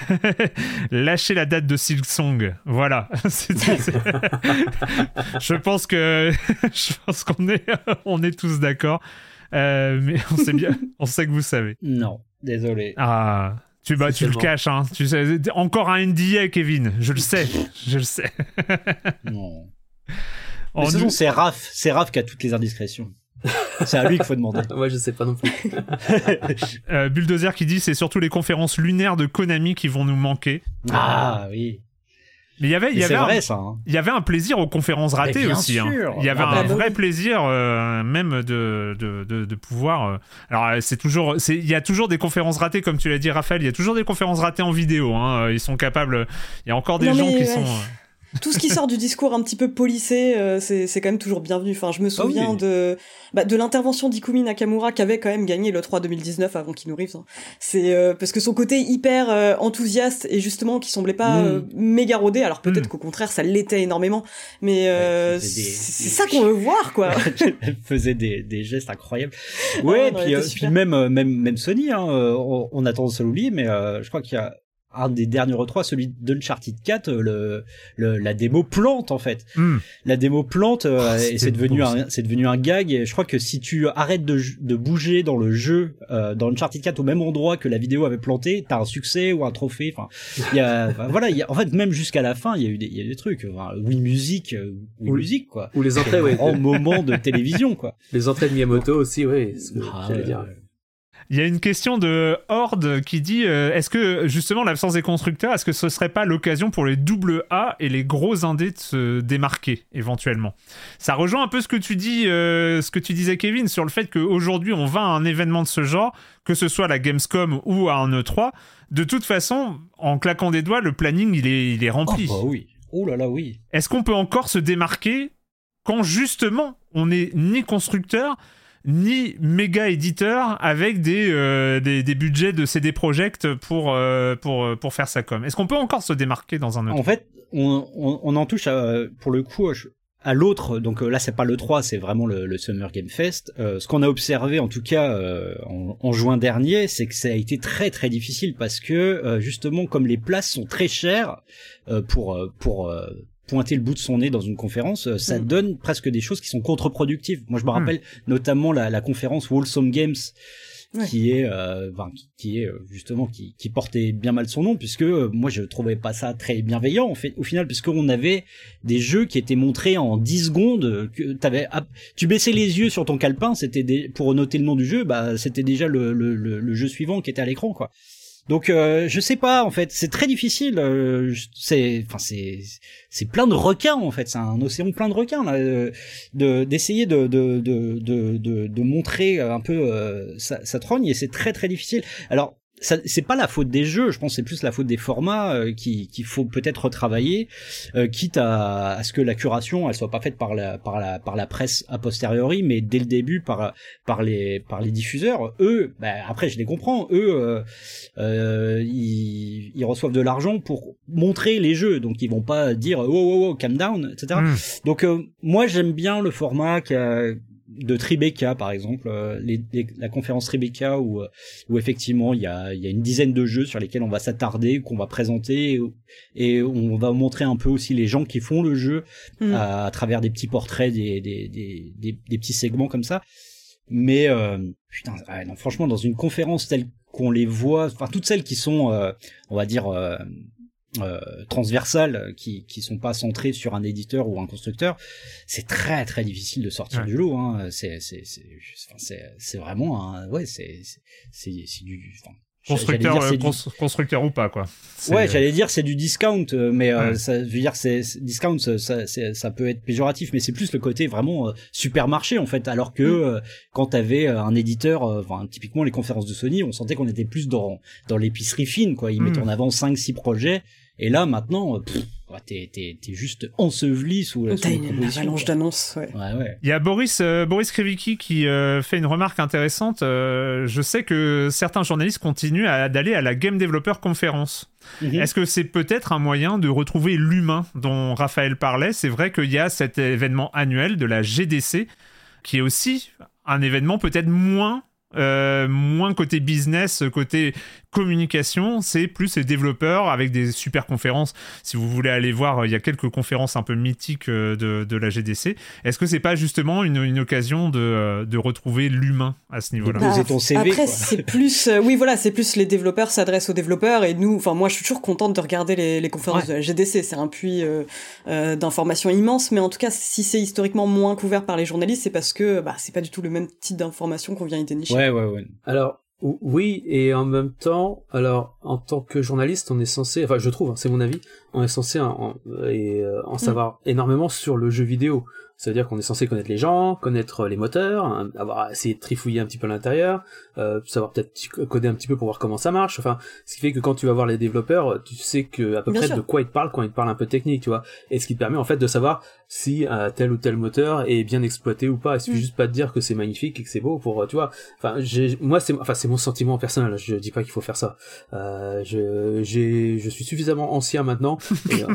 Speaker 1: lâchez la date de Silksong. Voilà. c'est, c'est, c'est... je pense que je pense qu'on est on est tous d'accord. Euh, mais on sait bien, on sait que vous savez.
Speaker 6: Non, désolé.
Speaker 1: Ah. Tu, bah, tu le caches, hein. Tu sais, encore un N D A, Kevin. Je le sais. Je le sais.
Speaker 6: Non. Mais sinon, c'est Raph, c'est Raph qui a toutes les indiscrétions. C'est à lui qu'il faut demander.
Speaker 5: Moi, je sais pas non plus.
Speaker 1: euh, Bulldozer qui dit c'est surtout les conférences lunaires de Konami qui vont nous manquer.
Speaker 6: Ah oui.
Speaker 1: Mais il y avait, il y avait,
Speaker 6: vrai,
Speaker 1: un,
Speaker 6: ça, hein.
Speaker 1: il y avait un plaisir aux conférences ratées aussi. Hein. Il y avait ah, un bah, vrai oui. plaisir, euh, même de, de, de, de pouvoir. Euh... Alors, c'est toujours, c'est, il y a toujours des conférences ratées, comme tu l'as dit, Raphaël. Il y a toujours des conférences ratées en vidéo. Hein. Ils sont capables. Il y a encore des non, gens qui ouais. sont.
Speaker 4: Tout ce qui sort du discours un petit peu policé, euh, c'est, c'est quand même toujours bienvenu. Enfin, je me souviens oh oui. de, bah, de l'intervention d'Ikumi Nakamura qui avait quand même gagné le trois deux mille dix-neuf avant Keanu Reeves. Hein. C'est euh, parce que son côté hyper euh, enthousiaste et justement qui semblait pas mmh. euh, méga rodé. Alors peut-être mmh. qu'au contraire ça l'était énormément, mais euh, des, c'est des... ça qu'on veut voir quoi.
Speaker 6: Elle faisait des, des gestes incroyables. Ouais, oh, non, puis, euh, puis même même même Sony, hein, on, on a tendance à l'oublier, mais euh, je crois qu'il y a un des derniers E trois, celui d'Uncharted quatre, le, le, la démo plante, en fait. Mm. La démo plante, euh, oh, et c'est devenu beau, un, c'est devenu un gag, et je crois que si tu arrêtes de, de bouger dans le jeu, euh, dans Uncharted quatre au même endroit que la vidéo avait planté, t'as un succès ou un trophée, enfin, il y a, enfin, voilà, il y a, en fait, même jusqu'à la fin, il y a eu des, il y a des trucs, enfin, Wii Music, Wii ou, Music, quoi.
Speaker 5: Ou les entrées, ouais.
Speaker 6: En moment de télévision, quoi.
Speaker 5: Les entrées de Miyamoto aussi, oui, c'est ce que
Speaker 6: ah,
Speaker 5: j'allais
Speaker 6: euh,
Speaker 5: dire.
Speaker 1: Il y a une question de Horde qui dit euh, est-ce que justement l'absence des constructeurs, est-ce que ce serait pas l'occasion pour les double A et les gros indés de se démarquer éventuellement? Ça rejoint un peu ce que tu dis, euh, ce que tu disais Kevin, sur le fait qu'aujourd'hui on va à un événement de ce genre, que ce soit la Gamescom ou à un E trois, de toute façon, en claquant des doigts, le planning il est, il est rempli.
Speaker 6: Oh bah oui, oh là là oui.
Speaker 1: Est-ce qu'on peut encore se démarquer quand justement on n'est ni constructeur ni méga éditeur avec des, euh, des, des budgets de C D Projekt pour, euh, pour, pour faire sa com? Est-ce qu'on peut encore se démarquer dans un autre?
Speaker 6: En fait, on, on, on en touche à, pour le coup à l'autre, donc là c'est pas l'E trois, c'est vraiment le, le Summer Game Fest. Euh, ce qu'on a observé en tout cas euh, en, en juin dernier, c'est que ça a été très très difficile parce que euh, justement comme les places sont très chères euh, pour, pour euh, pointer le bout de son nez dans une conférence, ça mmh. donne presque des choses qui sont contre-productives. Moi, je me rappelle mmh. notamment la, la conférence Wholesome Games, ouais. qui est, euh, enfin, qui, qui est justement qui, qui portait bien mal son nom, puisque euh, moi, je trouvais pas ça très bienveillant. En fait, au final, puisqu'on avait des jeux qui étaient montrés en dix secondes, que t'avais, tu baissais les yeux sur ton calepin, c'était des, pour noter le nom du jeu, bah, c'était déjà le, le, le, le jeu suivant qui était à l'écran, quoi. Donc euh, je sais pas en fait, c'est très difficile. Euh, c'est, enfin c'est, c'est plein de requins en fait. C'est un océan plein de requins là. De d'essayer de de de de de, de montrer un peu euh, sa, sa trogne et c'est très très difficile. Alors ça, c'est pas la faute des jeux, je pense que c'est plus la faute des formats euh, qui qu'il faut peut-être retravailler, euh, quitte à, à ce que la curation elle soit pas faite par la par la par la presse a posteriori, mais dès le début par par les par les diffuseurs. Eux, bah, après je les comprends, eux euh, euh, ils, ils reçoivent de l'argent pour montrer les jeux, donc ils vont pas dire oh oh oh calm down, et cetera. Mmh. Donc euh, moi j'aime bien le format qui a de Tribeca par exemple, euh, les, les, la conférence Tribeca où où effectivement il y a il y a une dizaine de jeux sur lesquels on va s'attarder, qu'on va présenter et, et on va montrer un peu aussi les gens qui font le jeu mmh. à, à travers des petits portraits, des des des des, des petits segments comme ça. Mais euh, putain, ah, non, franchement dans une conférence telle qu'on les voit, enfin toutes celles qui sont euh, on va dire euh, Euh, transversales qui qui sont pas centrées sur un éditeur ou un constructeur, c'est très très difficile de sortir ouais. du lot hein. c'est c'est c'est enfin, c'est c'est vraiment un ouais c'est c'est c'est du enfin
Speaker 1: constructeur dire, euh, cons- du... constructeur ou pas quoi. C'est...
Speaker 6: Ouais, j'allais dire c'est du discount mais euh, ouais. ça je veux dire c'est, c'est discount ça ça, c'est, ça peut être péjoratif mais c'est plus le côté vraiment euh, supermarché en fait alors que mm. euh, quand t'avais un éditeur enfin euh, typiquement les conférences de Sony, on sentait qu'on était plus dans dans l'épicerie fine quoi, ils mm. mettaient en avant cinq six projets. Et là, maintenant, pff, t'es, t'es, t'es juste enseveli sous la, sous
Speaker 4: une avalanche d'annonces, ouais.
Speaker 6: ouais, ouais.
Speaker 1: Il y a Boris, euh, Boris Krivicki qui euh, fait une remarque intéressante. Euh, je sais que certains journalistes continuent à, d'aller à la Game Developer Conference. Mm-hmm. Est-ce que c'est peut-être un moyen de retrouver l'humain dont Raphaël parlait? C'est vrai qu'il y a cet événement annuel de la G D C, qui est aussi un événement peut-être moins... Euh, moins côté business, côté communication, c'est plus les développeurs avec des super conférences. Si vous voulez aller voir, il y a quelques conférences un peu mythiques de, de la G D C. Est-ce que c'est pas justement une, une occasion de, de retrouver l'humain à ce niveau-là?
Speaker 6: Bah, poser ton C V,
Speaker 4: après,
Speaker 6: quoi.
Speaker 4: c'est plus, euh, oui, voilà, c'est plus les développeurs s'adressent aux développeurs et nous, enfin, moi, je suis toujours contente de regarder les, les conférences ouais. de la G D C. C'est un puits euh, euh, d'informations immense, mais en tout cas, si c'est historiquement moins couvert par les journalistes, c'est parce que bah, c'est pas du tout le même type d'information qu'on vient y dénicher.
Speaker 6: Ouais, ouais, ouais.
Speaker 5: Alors, Oui, et en même temps, alors en tant que journaliste, on est censé, enfin je trouve, hein, c'est mon avis, on est censé en, en, et, euh, en savoir mmh. énormément sur le jeu vidéo. C'est-à-dire qu'on est censé connaître les gens, connaître les moteurs, hein, avoir essayé de trifouiller un petit peu à l'intérieur, euh, savoir peut-être coder un petit peu pour voir comment ça marche. Enfin, ce qui fait que quand tu vas voir les développeurs, tu sais que à peu
Speaker 4: Bien
Speaker 5: près
Speaker 4: sûr.
Speaker 5: de quoi ils te parlent quand ils te parlent un peu technique, tu vois. Et ce qui te permet en fait de savoir si euh, tel ou tel moteur est bien exploité ou pas. Il suffit mmh. juste pas de dire que c'est magnifique et que c'est beau pour, tu vois. Enfin, j'ai, moi c'est, enfin c'est mon sentiment personnel. Je dis pas qu'il faut faire ça. Euh, je, j'ai, je suis suffisamment ancien maintenant. Et, euh,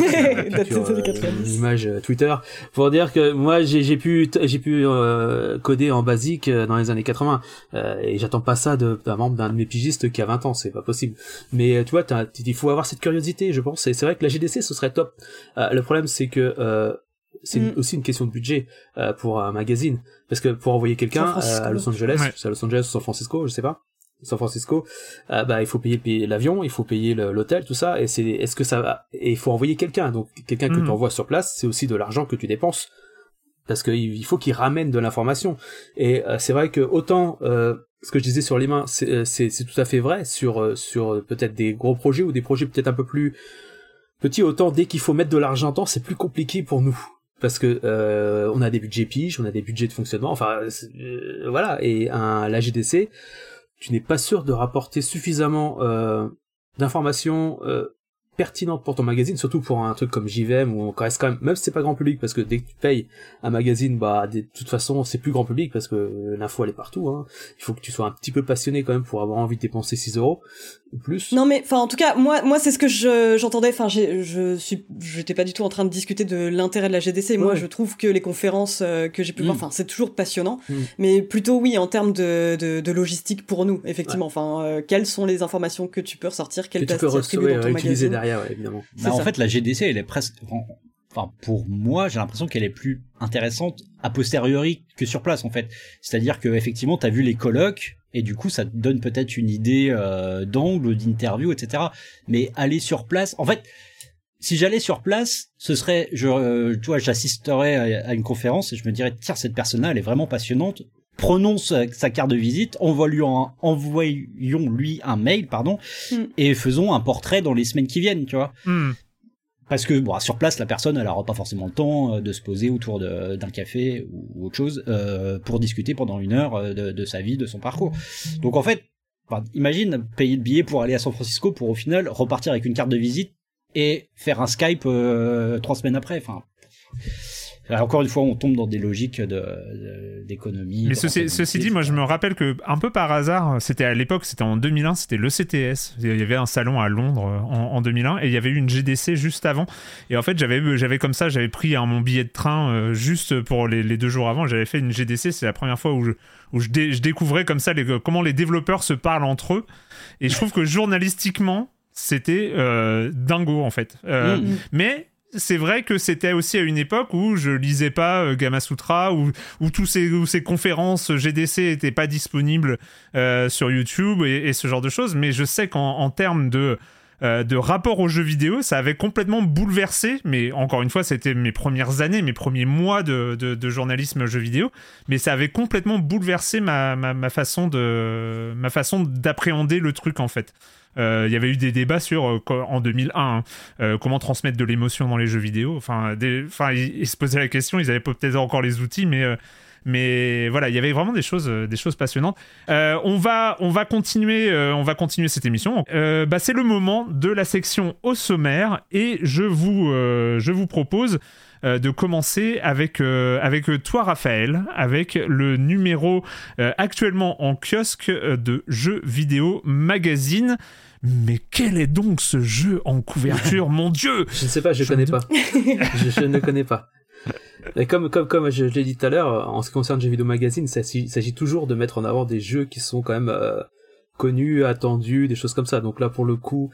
Speaker 5: la traque, euh, une image euh, Twitter pour dire que moi j'ai, j'ai pu j'ai pu euh, coder en basique euh, dans les années quatre-vingts euh, et j'attends pas ça de, d'un membre d'un de mes pigistes qui a vingt ans, c'est pas possible. Mais tu vois, il faut avoir cette curiosité, je pense. Et c'est vrai que la G D C ce serait top. Euh, le problème c'est que euh, c'est mm. aussi une question de budget euh, pour un magazine, parce que pour envoyer quelqu'un euh, à Los Angeles, ouais. c'est à Los Angeles ou San Francisco, je sais pas. San Francisco, euh, bah il faut payer, payer l'avion, il faut payer le, l'hôtel, tout ça, et c'est est-ce que ça va, et il faut envoyer quelqu'un, donc quelqu'un que mm. tu envoies sur place, c'est aussi de l'argent que tu dépenses, parce que il faut qu'il ramène de l'information. Et euh, c'est vrai que autant euh, ce que je disais sur les mains, c'est c'est, c'est tout à fait vrai sur sur peut-être des gros projets ou des projets peut-être un peu plus petits, autant dès qu'il faut mettre de l'argent dedans, c'est plus compliqué pour nous. Parce que euh, on a des budgets piges, on a des budgets de fonctionnement, enfin euh, voilà, et un la G D C, tu n'es pas sûr de rapporter suffisamment euh, d'informations euh, pertinentes pour ton magazine, surtout pour un truc comme J V M où on reste quand même, même si c'est pas grand public, parce que dès que tu payes un magazine, bah de toute façon c'est plus grand public parce que l'info elle est partout, hein. Il faut que tu sois un petit peu passionné quand même pour avoir envie de dépenser six euros ou plus.
Speaker 4: Non mais enfin en tout cas moi moi c'est ce que je j'entendais, enfin j'ai je suis j'étais pas du tout en train de discuter de l'intérêt de la G D C. Moi ouais. je trouve que les conférences euh, que j'ai pu mmh. voir, enfin c'est toujours passionnant, mmh. mais plutôt oui en termes de, de de logistique pour nous effectivement. Ouais. Enfin euh, quelles sont les informations que tu peux ressortir, quelle place tu peux attribuer dans ton magazine
Speaker 5: derrière, ouais, évidemment.
Speaker 6: Bah, en fait la G D C elle est presque, enfin pour moi j'ai l'impression qu'elle est plus intéressante a posteriori que sur place en fait. C'est-à-dire que effectivement t'as vu les colloques et du coup ça te donne peut-être une idée euh, d'angle, d'interview, et cetera. Mais aller sur place, en fait, si j'allais sur place, ce serait, je, euh, tu vois, j'assisterais à, à une conférence et je me dirais tiens cette personne-là elle est vraiment passionnante. Prenons sa, sa carte de visite, envoyons, envoyons lui un mail, pardon, mm. et faisons un portrait dans les semaines qui viennent, tu vois. Mm. Parce que bon, sur place, la personne, elle n'aura pas forcément le temps de se poser autour de, d'un café ou autre chose euh, pour discuter pendant une heure de, de sa vie, de son parcours. Donc en fait, enfin, imagine payer le billet pour aller à San Francisco pour au final repartir avec une carte de visite et faire un Skype euh, trois semaines après. Enfin, encore une fois, on tombe dans des logiques de, de, d'économie.
Speaker 1: Mais ceci, ceci dit, moi je me rappelle que un peu par hasard, c'était à l'époque, c'était en deux mille un, c'était l'E C T S. Il y avait un salon à Londres en, en deux mille un et il y avait eu une G D C juste avant. Et en fait, j'avais, j'avais comme ça, j'avais pris hein, mon billet de train euh, juste pour les, les deux jours avant. J'avais fait une G D C, c'est la première fois où je, où je, dé, je découvrais comme ça les, comment les développeurs se parlent entre eux. Et je trouve que journalistiquement, c'était euh, dingo en fait. Euh, mmh. Mais c'est vrai que c'était aussi à une époque où je lisais pas euh, Gamasutra, où, où tous ces, où ces conférences G D C étaient pas disponibles euh, sur YouTube et, et ce genre de choses, mais je sais qu'en en termes de, euh, de rapport aux jeux vidéo, ça avait complètement bouleversé, mais encore une fois, c'était mes premières années, mes premiers mois de, de, de journalisme jeux vidéo, mais ça avait complètement bouleversé ma, ma, ma, façon, de, ma façon d'appréhender le truc en fait. Il euh, y avait eu des débats sur euh, en deux mille un hein, euh, comment transmettre de l'émotion dans les jeux vidéo. Enfin, des, enfin, ils, ils se posaient la question. Ils avaient peut-être encore les outils, mais euh, mais voilà, il y avait vraiment des choses, euh, des choses passionnantes. Euh, on va on va continuer, euh, on va continuer cette émission. Euh, bah, c'est le moment de la section au sommaire et je vous euh, je vous propose Euh, de commencer avec, euh, avec toi, Raphaël, avec le numéro euh, actuellement en kiosque euh, de Jeux Vidéo Magazine. Mais quel est donc ce jeu en couverture, mon Dieu?
Speaker 5: Je ne sais pas, je ne connais pas. je, je ne connais pas. Et comme, comme, comme je, je l'ai dit tout à l'heure, en ce qui concerne Jeux Vidéo Magazine, il s'agit toujours de mettre en avant des jeux qui sont quand même euh, connus, attendus, des choses comme ça. Donc là, pour le coup,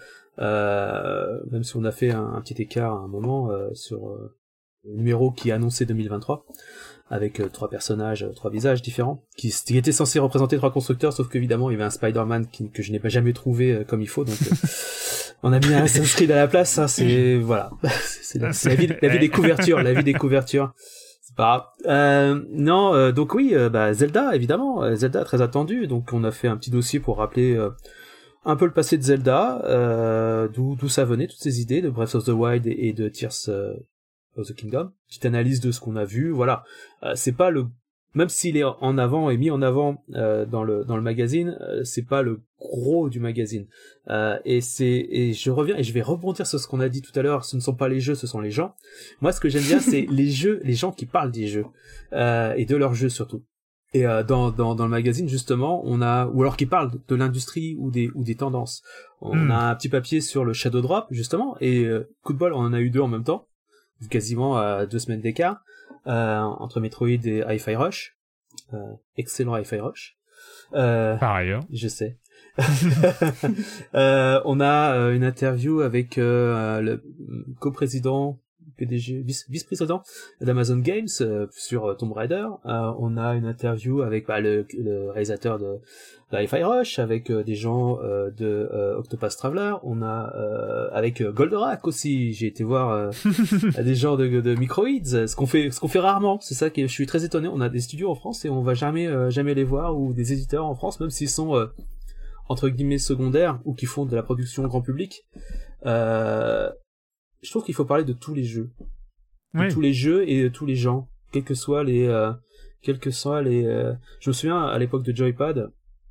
Speaker 5: euh, même si on a fait un, un petit écart à un moment euh, sur... Euh, numéro qui est annoncé deux mille vingt-trois avec euh, trois personnages, euh, trois visages différents qui, qui étaient censés représenter trois constructeurs, sauf qu'évidemment il y avait un Spider-Man qui, que je n'ai pas jamais trouvé euh, comme il faut, donc euh, on a mis un Assassin's Creed à la place. Ça c'est voilà, c'est, la, c'est la vie, la vie des couvertures, la vie des couvertures. Bah, euh, non, euh, donc oui, euh, bah, Zelda, évidemment, euh, Zelda très attendu, donc on a fait un petit dossier pour rappeler euh, un peu le passé de Zelda, euh, d'où d'où ça venait, toutes ces idées de Breath of the Wild et, et de Tears euh, of the Kingdom, petite analyse de ce qu'on a vu, voilà, euh, c'est pas le, même s'il est en avant et mis en avant euh, dans le dans le magazine, euh, c'est pas le gros du magazine, euh, et c'est et je reviens et je vais rebondir sur ce qu'on a dit tout à l'heure, ce ne sont pas les jeux, ce sont les gens. Moi, ce que j'aime bien, c'est les jeux, les gens qui parlent des jeux euh, et de leurs jeux surtout. Et euh, dans dans dans le magazine justement, on a ou alors qui parlent de l'industrie ou des ou des tendances. On mm. a un petit papier sur le Shadow Drop justement, et euh, coup de bol, on en a eu deux en même temps, quasiment à deux semaines d'écart. Euh, entre Metroid et Hi-Fi Rush, euh, excellent Hi-Fi Rush. Euh,
Speaker 1: Par ailleurs,
Speaker 5: je sais. euh, on a euh, une interview avec euh, le coprésident, P D G, vice, vice-président d'Amazon Games euh, sur Tomb Raider. Euh, on a une interview avec bah, le, le réalisateur de, de Hi-Fi Rush, avec euh, des gens euh, de euh, Octopath Traveler. On a euh, avec euh, Goldorak aussi. J'ai été voir euh, des gens de, de Microids, ce qu'on fait, ce qu'on fait rarement. C'est ça que je suis très étonné. On a des studios en France et on va jamais, euh, jamais les voir, ou des éditeurs en France, même s'ils sont euh, entre guillemets secondaires ou qui font de la production grand public. Euh, je trouve qu'il faut parler de tous les jeux, de oui. tous les jeux et de tous les gens, quels que soient les, euh, quels que soient les. Euh... Je me souviens à l'époque de Joypad,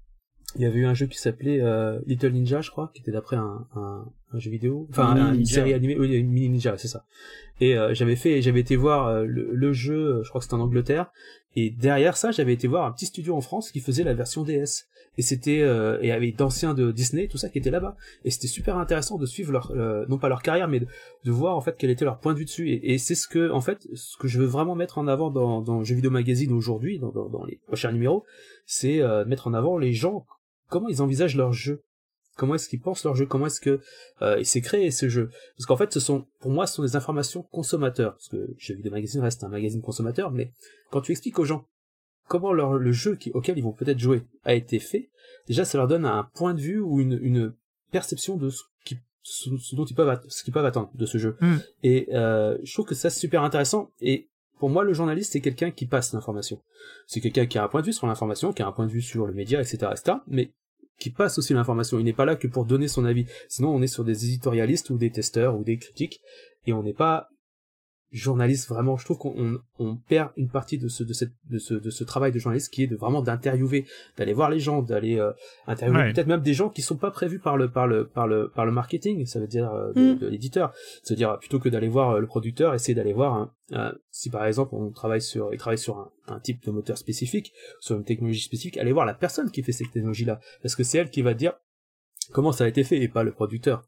Speaker 5: il y avait eu un jeu qui s'appelait euh, Little Ninja, je crois, qui était d'après un, un, un jeu vidéo, enfin un, une série animée, oui, une mini ninja, c'est ça. Et euh, j'avais fait, j'avais été voir euh, le, le jeu, je crois que c'était en Angleterre, et derrière ça, j'avais été voir un petit studio en France qui faisait la version D S. Et c'était euh, et avec d'anciens de Disney, tout ça qui était là-bas, et c'était super intéressant de suivre leur euh, non pas leur carrière, mais de, de voir en fait quel était leur point de vue dessus. Et, et c'est ce que en fait ce que je veux vraiment mettre en avant dans dans Jeux Vidéo Magazine aujourd'hui, dans, dans, dans les prochains numéros, c'est euh, mettre en avant les gens, comment ils envisagent leur jeu, comment est-ce qu'ils pensent leur jeu, comment est-ce que euh, il s'est créé ce jeu. Parce qu'en fait, ce sont pour moi ce sont des informations consommateurs, parce que Jeux Vidéo Magazine reste un magazine consommateur, mais quand tu expliques aux gens comment leur, le jeu qui, auquel ils vont peut-être jouer a été fait, déjà ça leur donne un point de vue ou une, une perception de ce, qui, ce, ce dont ils peuvent, ce qu'ils peuvent attendre de ce jeu. Mm. Et euh, je trouve que ça c'est super intéressant. Et pour moi, le journaliste c'est quelqu'un qui passe l'information. C'est quelqu'un qui a un point de vue sur l'information, qui a un point de vue sur le média, et cetera, et cetera. Mais qui passe aussi l'information. Il n'est pas là que pour donner son avis. Sinon, on est sur des éditorialistes ou des testeurs ou des critiques, et on n'est pas journaliste vraiment. Je trouve qu'on on, on perd une partie de ce de cette de ce de ce travail de journaliste qui est de vraiment d'interviewer, d'aller voir les gens, d'aller euh, interviewer ouais. peut-être même des gens qui sont pas prévus par le par le par le par le marketing, ça veut dire euh, de, mm. de l'éditeur, c'est-à-dire plutôt que d'aller voir euh, le producteur, essayer d'aller voir un, un, si par exemple on travaille sur il travaille sur un, un type de moteur spécifique, sur une technologie spécifique, aller voir la personne qui fait cette technologie-là, parce que c'est elle qui va dire comment ça a été fait et pas le producteur.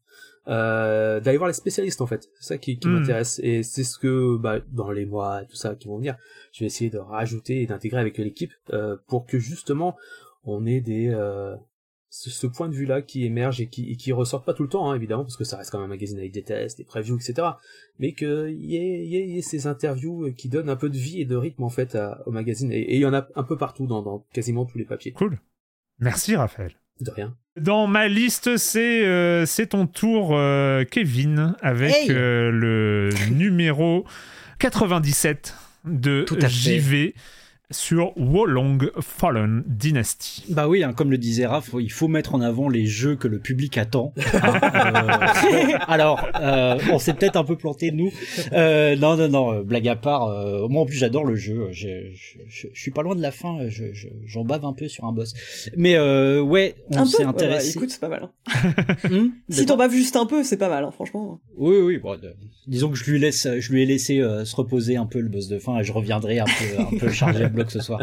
Speaker 5: Euh, d'aller voir les spécialistes en fait, c'est ça qui, qui mmh. m'intéresse, et c'est ce que bah, dans les mois tout ça qui vont venir, je vais essayer de rajouter et d'intégrer avec l'équipe euh, pour que justement on ait des euh, ce, ce point de vue là qui émerge et qui, et qui ressort pas tout le temps hein, évidemment, parce que ça reste quand même un magazine avec des tests, des previews, etc., mais qu'il y ait, y, ait, y ait ces interviews qui donnent un peu de vie et de rythme en fait à, au magazine, et il y en a un peu partout dans, dans quasiment tous les papiers.
Speaker 1: Cool, merci Raphaël.
Speaker 5: De rien.
Speaker 1: Dans ma liste, c'est euh, c'est ton tour, euh, Kevin, avec hey euh, le numéro quatre-vingt-dix-sept de J V sur Wolong Fallen Dynasty.
Speaker 6: Bah oui, hein, comme le disait Raph, il faut mettre en avant les jeux que le public attend. Hein, euh, alors, euh, on s'est peut-être un peu planté nous. Euh, non, non, non. Blague à part, euh, moi en plus j'adore le jeu. Je, je, je, je suis pas loin de la fin. Je, je, j'en bave un peu sur un boss. Mais euh, ouais, on un s'est peu intéressé.
Speaker 4: Ouais, écoute, c'est pas mal. Hein. hum si t'en baves juste un peu, c'est pas mal, hein, franchement.
Speaker 6: Oui, oui. Bon, de, disons que je lui laisse, je lui ai laissé euh, se reposer un peu le boss de fin, et je reviendrai un peu, un peu chargé à bloc ce soir.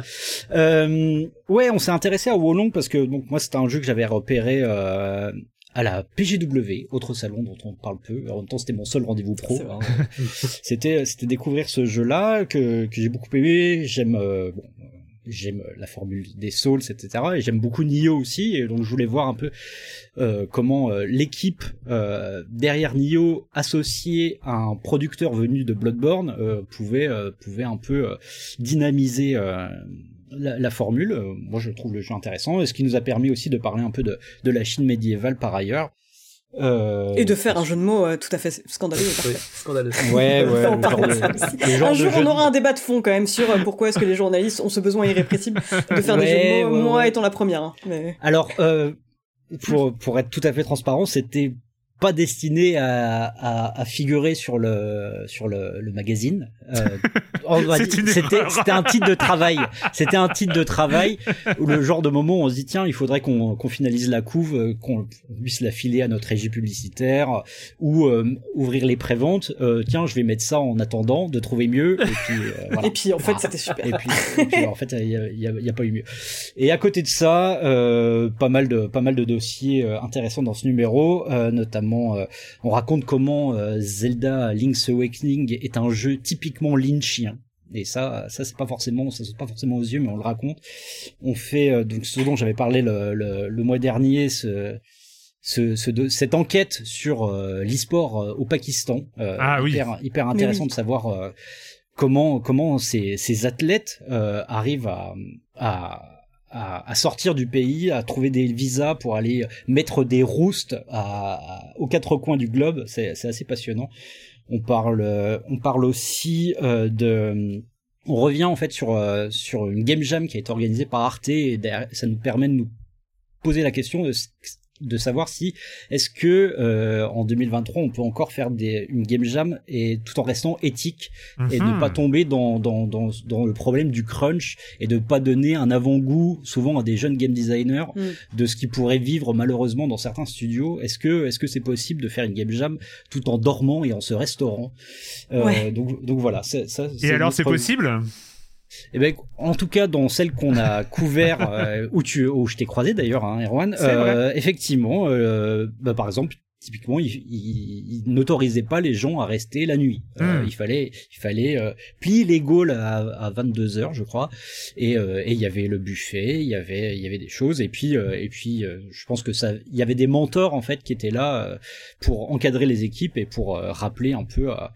Speaker 6: Euh, ouais, on s'est intéressé à Wolong parce que donc moi c'était un jeu que j'avais repéré euh, à la P G W, autre salon dont on parle peu. En même temps, c'était mon seul rendez-vous pro. Hein. c'était c'était découvrir ce jeu-là que que j'ai beaucoup aimé. J'aime euh, bon, j'aime la formule des Souls, et cetera. Et j'aime beaucoup Nioh aussi. Et donc je voulais voir un peu euh, comment euh, l'équipe euh, derrière Nioh, associée à un producteur venu de Bloodborne, euh, pouvait euh, pouvait un peu euh, dynamiser euh, la, la formule. Moi, je trouve le jeu intéressant, et ce qui nous a permis aussi de parler un peu de de la Chine médiévale par ailleurs. Euh...
Speaker 4: Et de faire un jeu de mots euh, tout à fait scandaleux.
Speaker 5: Oui, scandaleux.
Speaker 6: Ouais, ouais.
Speaker 4: On parle de ça aussi. Un jour, on aura un débat de fond quand même sur euh, pourquoi est-ce que les journalistes ont ce besoin irrépressible de faire
Speaker 6: ouais,
Speaker 4: des jeux de mots.
Speaker 6: Ouais,
Speaker 4: Moi,
Speaker 6: ouais.
Speaker 4: étant la première. Hein, mais...
Speaker 6: Alors, euh, pour pour être tout à fait transparent, c'était pas destiné à, à, à figurer sur le sur le, le magazine. Euh, on va dire, c'était c'était un titre de travail. C'était un titre de travail où le genre de moment où on se dit tiens, il faudrait qu'on qu'on finalise la couve, qu'on puisse la filer à notre régie publicitaire ou euh, ouvrir les préventes. Euh, tiens, je vais mettre ça en attendant de trouver mieux. Et puis euh, voilà.
Speaker 4: Et puis en fait, ah. c'était super.
Speaker 6: Et puis, et puis en fait, il y a, il y a, il y a pas eu mieux. Et à côté de ça, euh, pas mal de pas mal de dossiers euh, intéressants dans ce numéro, euh, notamment Euh, on raconte comment euh, Zelda Link's Awakening est un jeu typiquement lynchien. Et ça, ça c'est pas forcément, ça saute pas forcément aux yeux, mais on le raconte. On fait euh, donc ce dont j'avais parlé le, le, le mois dernier, ce, ce, ce de, cette enquête sur euh, l'e-sport euh, au Pakistan. Euh,
Speaker 1: ah,
Speaker 6: hyper,
Speaker 1: oui.
Speaker 6: hyper intéressant oui. de savoir euh, comment comment ces, ces athlètes euh, arrivent à, à À, à sortir du pays, à trouver des visas pour aller mettre des roustes à, à, aux quatre coins du globe. C'est, c'est assez passionnant. On parle, on parle aussi euh, de, on revient en fait sur euh, sur une game jam qui a été organisée par Arte et derrière, ça nous permet de nous poser la question de de savoir si est-ce que euh, en deux mille vingt-trois on peut encore faire des une game jam et tout en restant éthique mm-hmm. et ne pas tomber dans dans dans dans le problème du crunch et de pas donner un avant-goût souvent à des jeunes game designers mm. de ce qui pourrait vivre malheureusement dans certains studios. Est-ce que est-ce que c'est possible de faire une game jam tout en dormant et en se restaurant euh, ouais. donc donc voilà, c'est, ça c'est
Speaker 1: Et alors
Speaker 6: notre...
Speaker 1: c'est possible?
Speaker 6: Eh ben, en tout cas, dans celle qu'on a couvert, euh, où tu, où je t'ai croisé d'ailleurs, hein, Erwan, euh, effectivement, euh, bah, par exemple, typiquement, il, il, il n'autorisait pas les gens à rester la nuit. Mm. Euh, il fallait, il fallait euh, plier les gaules à, à vingt-deux heures, je crois, et euh, et il y avait le buffet, il y avait, il y avait des choses, et puis euh, et puis, euh, je pense que ça, il y avait des mentors en fait qui étaient là euh, pour encadrer les équipes et pour euh, rappeler un peu à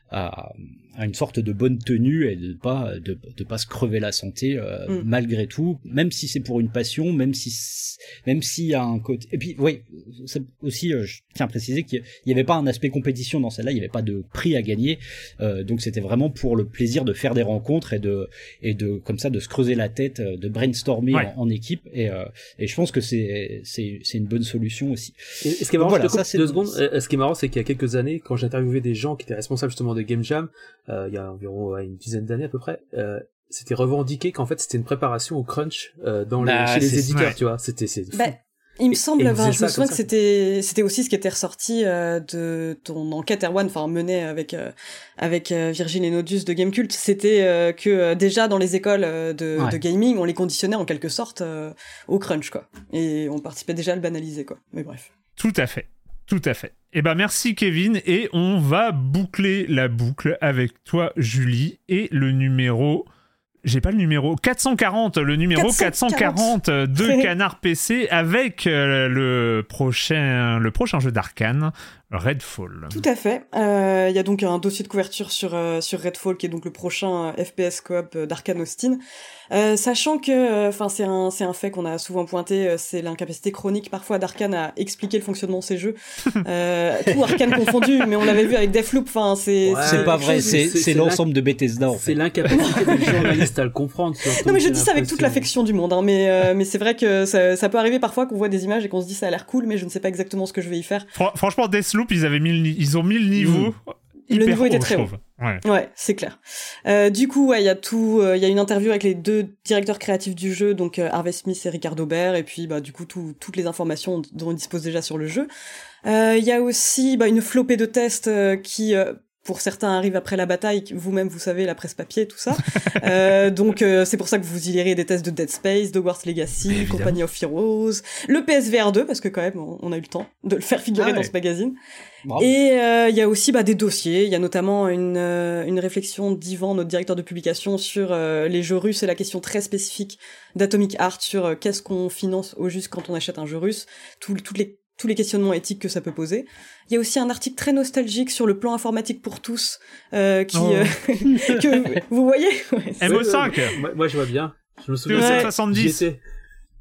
Speaker 6: à, à une sorte de bonne tenue et de pas de, de pas se crever la santé euh, mm. malgré tout, même si c'est pour une passion, même si même s'il y a un côté. Et puis oui, c'est aussi euh, je tiens à préciser qu'il y avait pas un aspect compétition dans celle-là, il y avait pas de prix à gagner, euh, donc c'était vraiment pour le plaisir de faire des rencontres et de et de comme ça de se creuser la tête, de brainstormer ouais. en, en équipe et euh, et je pense que c'est c'est c'est une bonne solution aussi.
Speaker 5: Et, et ce qui est marrant, voilà, ça, c'est deux secondes. Ce qui est marrant, c'est qu'il y a quelques années, quand j'interviewais des gens qui étaient responsables justement de Game Jam, euh, il y a environ ouais, une dizaine d'années à peu près, euh, c'était revendiqué qu'en fait c'était une préparation au crunch euh, dans les, bah, chez les éditeurs, ouais. tu vois. C'était c'est fou.
Speaker 4: Bah, il me semble, et, et enfin, je me souviens que c'était c'était aussi ce qui était ressorti euh, de ton enquête Erwan, enfin menée avec euh, avec euh, Virgile et Nodus de Gamecult, c'était euh, que euh, déjà dans les écoles euh, de, ouais. de gaming, on les conditionnait en quelque sorte euh, au crunch quoi, et on participait déjà à le banaliser quoi. Mais bref.
Speaker 1: Tout à fait. Tout à fait. Eh ben merci Kevin, et on va boucler la boucle avec toi Julie et le numéro, j'ai pas le numéro, quatre cent quarante, le numéro quatre cent quarante, quatre cent quarante de Canard P C avec euh, le prochain le prochain jeu d'Arkane, Redfall.
Speaker 4: Tout à fait. Il euh, y a donc un dossier de couverture sur euh, sur Redfall qui est donc le prochain F P S coop d'Arkane Austin. Euh, sachant que, enfin, euh, c'est un c'est un fait qu'on a souvent pointé, c'est l'incapacité chronique parfois d'Arkane à expliquer le fonctionnement de ses jeux, euh, tout Arkane confondu. Mais on l'avait vu avec Deathloop. Enfin, c'est
Speaker 6: ouais, c'est pas vrai. C'est c'est, c'est l'ensemble de Bethesda. En fait.
Speaker 5: C'est l'incapacité des journalistes à le comprendre.
Speaker 4: Non, mais je dis ça avec toute l'affection du monde. Hein, mais euh, mais c'est vrai que ça, ça peut arriver parfois qu'on voit des images et qu'on se dit ça a l'air cool, mais je ne sais pas exactement ce que je vais y faire.
Speaker 1: Fr- franchement, Deathloop, ils avaient mis le, ils ont mis le niveau. Mmh.
Speaker 4: Le niveau était
Speaker 1: haut,
Speaker 4: très haut. Ouais, ouais c'est clair. Euh, du coup, ouais, il y a tout, il euh, y a une interview avec les deux directeurs créatifs du jeu, donc euh, Harvey Smith et Ricardo Baer, et puis bah du coup tout, toutes les informations dont on dispose déjà sur le jeu. Il euh, y a aussi bah, une flopée de tests euh, qui euh, pour certains arrivent après la bataille, vous-même vous savez, la presse papier, tout ça. euh, donc euh, c'est pour ça que vous y lirez des tests de Dead Space, de Hogwarts Legacy, Company of Heroes, le P S V R deux, parce que quand même on, on a eu le temps de le faire figurer ah ouais. dans ce magazine. Bravo. Et il euh, y a aussi bah, des dossiers, il y a notamment une, euh, une réflexion d'Yvan, notre directeur de publication, sur euh, les jeux russes et la question très spécifique d'Atomic Art sur euh, qu'est-ce qu'on finance au juste quand on achète un jeu russe, tout, toutes les tous les questionnements éthiques que ça peut poser. Il y a aussi un article très nostalgique sur le plan informatique pour tous, euh, qui, oh. euh, que vous voyez ouais,
Speaker 1: M O cinq
Speaker 5: moi, moi, je vois bien. Je me souviens.
Speaker 1: deux cent soixante-dix.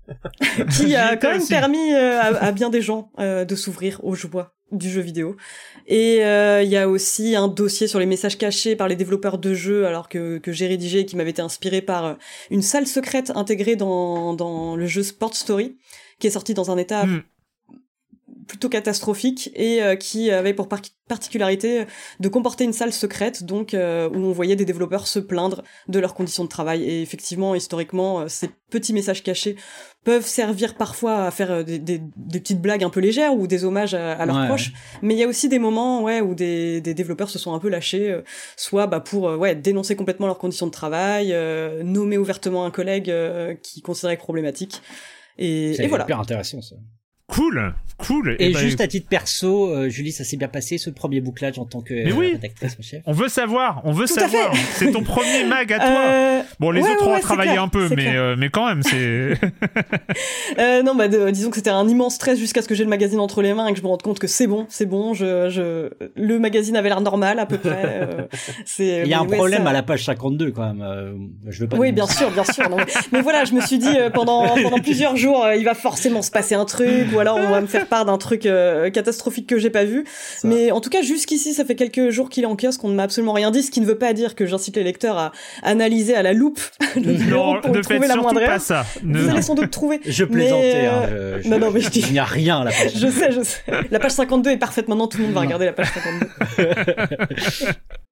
Speaker 4: qui a
Speaker 1: J'y
Speaker 4: quand
Speaker 1: étais
Speaker 4: même
Speaker 1: aussi.
Speaker 4: permis euh, à, à bien des gens euh, de s'ouvrir aux joies du jeu vidéo. Et il euh, y a aussi un dossier sur les messages cachés par les développeurs de jeux, alors que, que j'ai rédigé et qui m'avait été inspiré par euh, une salle secrète intégrée dans, dans le jeu Sport Story, qui est sorti dans un état
Speaker 1: Mm.
Speaker 4: plutôt catastrophique et euh, qui avait pour par- particularité de comporter une salle secrète, donc euh, où on voyait des développeurs se plaindre de leurs conditions de travail. Et effectivement, historiquement, euh, ces petits messages cachés peuvent servir parfois à faire euh, des, des, des petites blagues un peu légères ou des hommages à, à leurs
Speaker 6: Ouais,
Speaker 4: proches.
Speaker 6: ouais.
Speaker 4: Mais il y a aussi des moments ouais, où des, des développeurs se sont un peu lâchés, euh, soit bah, pour euh, ouais, dénoncer complètement leurs conditions de travail, euh, nommer ouvertement un collègue euh, qui considérait problématique. Et,
Speaker 6: C'est
Speaker 4: et voilà.
Speaker 6: hyper intéressant ça.
Speaker 1: Cool, cool.
Speaker 6: Et
Speaker 1: bah,
Speaker 6: juste à titre perso, euh, Julie, ça s'est bien passé ce premier bouclage en tant que
Speaker 1: Mais
Speaker 6: euh,
Speaker 1: oui.
Speaker 6: rédactrice en chef.
Speaker 1: On veut savoir, on veut
Speaker 4: Tout à
Speaker 1: savoir. C'est ton premier mag à toi.
Speaker 4: Euh,
Speaker 1: Bon, les
Speaker 4: ouais,
Speaker 1: autres
Speaker 4: ouais,
Speaker 1: ont
Speaker 4: ouais,
Speaker 1: travaillé
Speaker 4: c'est clair,
Speaker 1: un peu,
Speaker 4: c'est
Speaker 1: mais,
Speaker 4: clair.
Speaker 1: euh, mais quand même, c'est.
Speaker 4: Euh, non, bah, de- disons que c'était un immense stress jusqu'à ce que j'ai le magazine entre les mains et que je me rende compte que c'est bon, c'est bon, je, je, le magazine avait l'air normal à peu près. euh, c'est,
Speaker 6: Il y a un
Speaker 4: mais ouais,
Speaker 6: problème
Speaker 4: ça-
Speaker 6: à la page cinquante-deux quand même. euh, je veux pas.
Speaker 4: Oui,
Speaker 6: dire-
Speaker 4: bien sûr, bien sûr. non, mais, mais voilà, je me suis dit euh, pendant pendant plusieurs jours, euh, il va forcément se passer un truc, ou alors on va me faire part d'un truc euh, catastrophique que j'ai pas vu.
Speaker 6: Ça.
Speaker 4: Mais en tout cas, jusqu'ici, ça fait quelques jours qu'il est en kiosque, on ne m'a absolument rien dit, ce qui ne veut pas dire que j'incite les lecteurs à analyser à la loupe le numéro
Speaker 1: Non,
Speaker 4: pour
Speaker 1: ne
Speaker 4: le trouver
Speaker 1: faites
Speaker 4: la
Speaker 1: surtout
Speaker 4: moindre
Speaker 1: pas
Speaker 4: erreur.
Speaker 1: ça. Ne-
Speaker 4: Vous allez sans doute trouver.
Speaker 6: Je
Speaker 4: Mais,
Speaker 6: plaisantais.
Speaker 4: euh,
Speaker 6: hein, je- je-
Speaker 4: non, non, mais je dis-
Speaker 6: Il n'y a rien à la page.
Speaker 4: Je sais, je sais. La page cinquante-deux est parfaite maintenant, tout le monde va regarder la page cinquante-deux.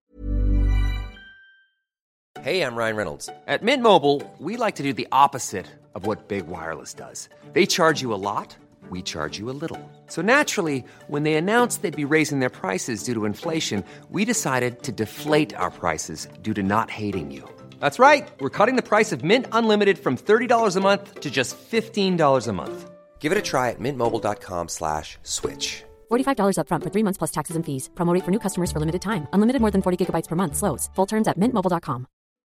Speaker 2: Hey, I'm Ryan Reynolds. At Mint Mobile, we like to do the opposite of what Big Wireless does. They charge you a lot, we charge you a little. So naturally, when they announced they'd be raising their prices due to inflation, we decided to deflate our prices due to not hating you. That's right. We're cutting the price of Mint Unlimited from thirty dollars a month to just fifteen dollars a month. Give it a try at mintmobile.com slash switch.
Speaker 3: forty-five dollars up front for three months plus taxes and fees. Promo rate for new customers for limited time. Unlimited more than forty gigabytes per month slows. Full terms at mint mobile dot com.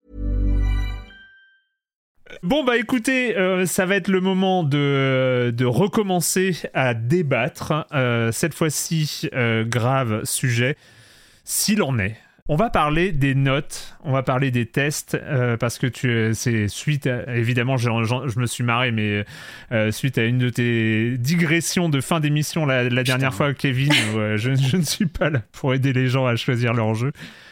Speaker 1: Bon, bah écoutez, euh, ça va être le moment de, de recommencer à débattre. Euh, cette fois-ci, euh, grave sujet, s'il en est. On va parler des notes, on va parler des tests, euh, parce que tu, c'est suite à, évidemment, je, je, je me suis marré, mais euh, suite à une de tes digressions de fin d'émission la, la dernière fois, Kevin, où, euh, je, je ne suis pas là pour aider les gens à choisir leur jeu.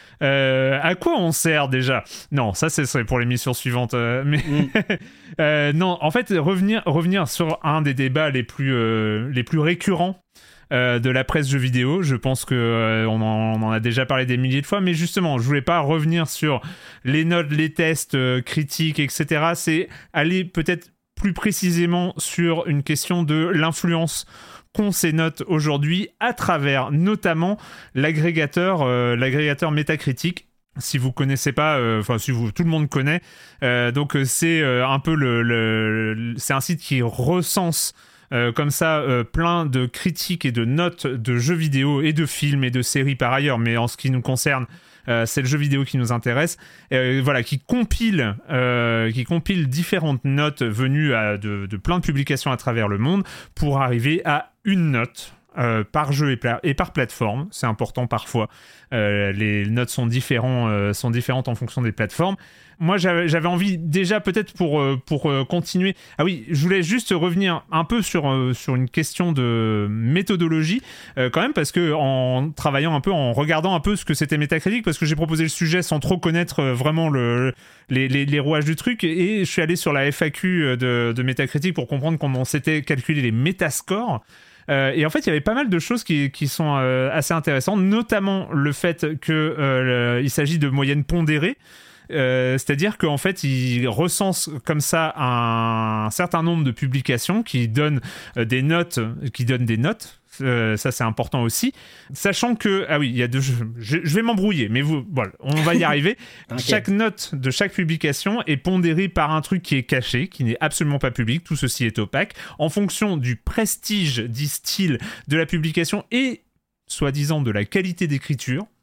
Speaker 1: Euh, à quoi on sert déjà ? Non, ça ce serait pour l'émission suivante. Euh, mais mm. euh, non, en fait, revenir revenir sur un des débats les plus euh, les plus récurrents euh, de la presse jeux vidéo. Je pense que euh, on, en, on en a déjà parlé des milliers de fois, mais justement, je voulais pas revenir sur les notes, les tests, euh, critiques, et cetera. C'est aller peut-être plus précisément sur une question de l'influence qu'ont ces notes aujourd'hui à travers notamment l'agrégateur, euh, l'agrégateur Metacritic. Si vous connaissez pas, enfin euh, si vous, tout le monde connaît, euh, donc c'est euh, un peu le, le, le, c'est un site qui recense euh, comme ça euh, plein de critiques et de notes de jeux vidéo et de films et de séries par ailleurs, mais en ce qui nous concerne, Euh, c'est le jeu vidéo qui nous intéresse, euh, voilà, qui compile, euh, qui compile différentes notes venues à de, de plein de publications à travers le monde pour arriver à une note euh, par jeu et, pla- et par plateforme. C'est important parfois. Euh, les notes sont, différents, euh, sont différentes en fonction des plateformes. Moi, j'avais, j'avais envie déjà peut-être pour, euh, pour euh, continuer... Ah oui, je voulais juste revenir un peu sur, euh, sur une question de méthodologie euh, quand même, parce que en travaillant un peu, en regardant un peu ce que c'était Metacritic, parce que j'ai proposé le sujet sans trop connaître euh, vraiment le, les, les, les rouages du truc, et je suis allé sur la F A Q de, de Metacritic pour comprendre comment s'étaient calculés les métascores. Euh, et en fait, il y avait pas mal de choses qui, qui sont euh, assez intéressantes, notamment le fait qu'il euh, s'agit de moyennes pondérées. Euh, c'est-à-dire qu'en fait, il recense comme ça un, un certain nombre de publications qui donnent euh, des notes, qui donnent des notes. Euh, ça, c'est important aussi. Sachant que, ah oui, il y a deux, je, je vais m'embrouiller, mais vous, voilà, on va y arriver. Chaque note de chaque publication est pondérée par un truc qui est caché, qui n'est absolument pas public. Tout ceci est opaque. En fonction du prestige, dit-il, de la publication et soi-disant de la qualité d'écriture.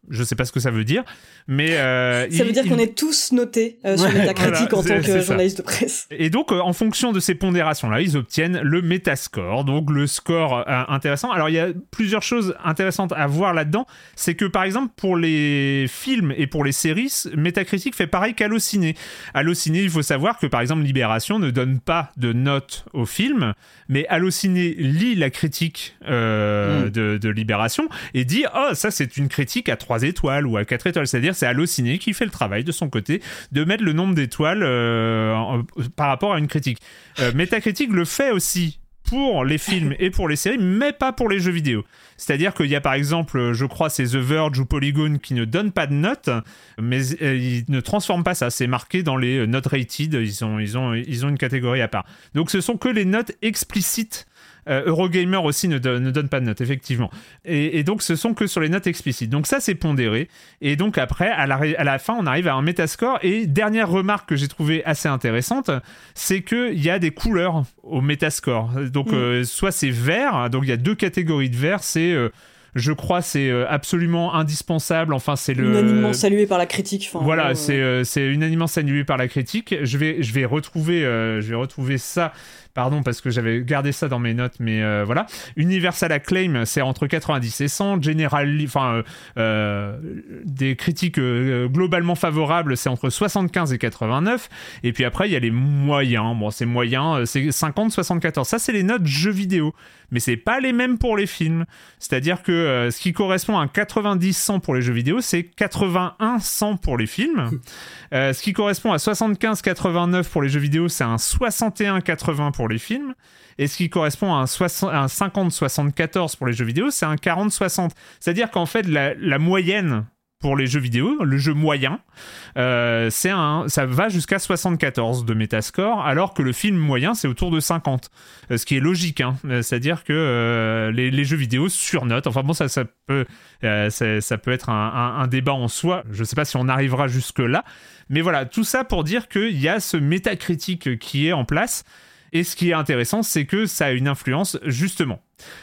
Speaker 1: Je sais pas ce que ça veut dire, mais euh,
Speaker 4: ça
Speaker 1: il,
Speaker 4: veut dire
Speaker 1: il...
Speaker 4: qu'on est tous notés euh, sur Metacritic
Speaker 1: voilà,
Speaker 4: en tant que
Speaker 1: ça.
Speaker 4: journaliste de presse.
Speaker 1: Et donc, euh, en fonction de ces pondérations-là, ils obtiennent le Metascore, donc le score euh, intéressant. Alors, il y a plusieurs choses intéressantes à voir là-dedans. C'est que, par exemple, pour les films et pour les séries, Metacritic fait pareil qu'Allociné. Allociné, il faut savoir que, par exemple, Libération ne donne pas de notes au film, mais Allociné lit la critique euh, mmh. de, de Libération et dit « Oh, ça, c'est une critique à trois étoiles ou à quatre étoiles. » C'est-à-dire, c'est Allociné qui fait le travail de son côté de mettre le nombre d'étoiles euh, en, par rapport à une critique. Euh, Metacritic le fait aussi pour les films et pour les séries, mais pas pour les jeux vidéo. C'est-à-dire qu'il y a par exemple, je crois, c'est The Verge ou Polygon qui ne donnent pas de notes, mais euh, ils ne transforment pas ça. C'est marqué dans les notes rated, ils ont, ils ont, ils ont une catégorie à part. Donc ce sont que les notes explicites. Euh, Eurogamer aussi ne, do- ne donne pas de notes, effectivement. Et, et donc, ce sont que sur les notes explicites. Donc ça, c'est pondéré. Et donc après, à la, à la fin, on arrive à un Metascore. Et dernière remarque que j'ai trouvée assez intéressante, c'est qu'il y a des couleurs au Metascore. Donc, mmh. euh, soit c'est vert, donc il y a deux catégories de vert, c'est... Euh, je crois c'est euh, absolument indispensable. Enfin, c'est le
Speaker 4: unanimement salué par la critique. Enfin,
Speaker 1: voilà,
Speaker 4: euh,
Speaker 1: c'est euh, c'est unanimement salué par la critique. Je vais je vais retrouver euh, je vais retrouver ça. Pardon, parce que j'avais gardé ça dans mes notes, mais euh, voilà. Universal Acclaim, c'est entre quatre-vingt-dix et cent. General, enfin, euh, euh, des critiques euh, globalement favorables, c'est entre soixante-quinze et quatre-vingt-neuf. Et puis après, il y a les moyens. Bon, c'est moyen, c'est cinquante soixante-quatorze. Ça, c'est les notes jeux vidéo. Mais c'est pas les mêmes pour les films. C'est-à-dire que euh, ce qui correspond à un quatre-vingt-dix cent pour les jeux vidéo, c'est quatre-vingt-un cent pour les films. Euh, ce qui correspond à soixante-quinze quatre-vingt-neuf pour les jeux vidéo, c'est un soixante et un quatre-vingts pour les films. Et ce qui correspond à un, soixante, à un cinquante soixante-quatorze pour les jeux vidéo, c'est un quarante soixante. C'est-à-dire qu'en fait, la, la moyenne pour les jeux vidéo, le jeu moyen, euh, c'est un, ça va jusqu'à soixante-quatorze de Metascore, alors que le film moyen, c'est autour de cinquante. Euh, ce qui est logique, hein. C'est-à-dire que euh, les, les jeux vidéo surnotent. Enfin bon, ça, ça, peut, euh, ça, ça peut être un, un, un débat en soi. Je ne sais pas si on arrivera jusque-là. Mais voilà, tout ça pour dire qu'il y a ce métacritique qui est en place. Et ce qui est intéressant, c'est que ça a une influence, justement.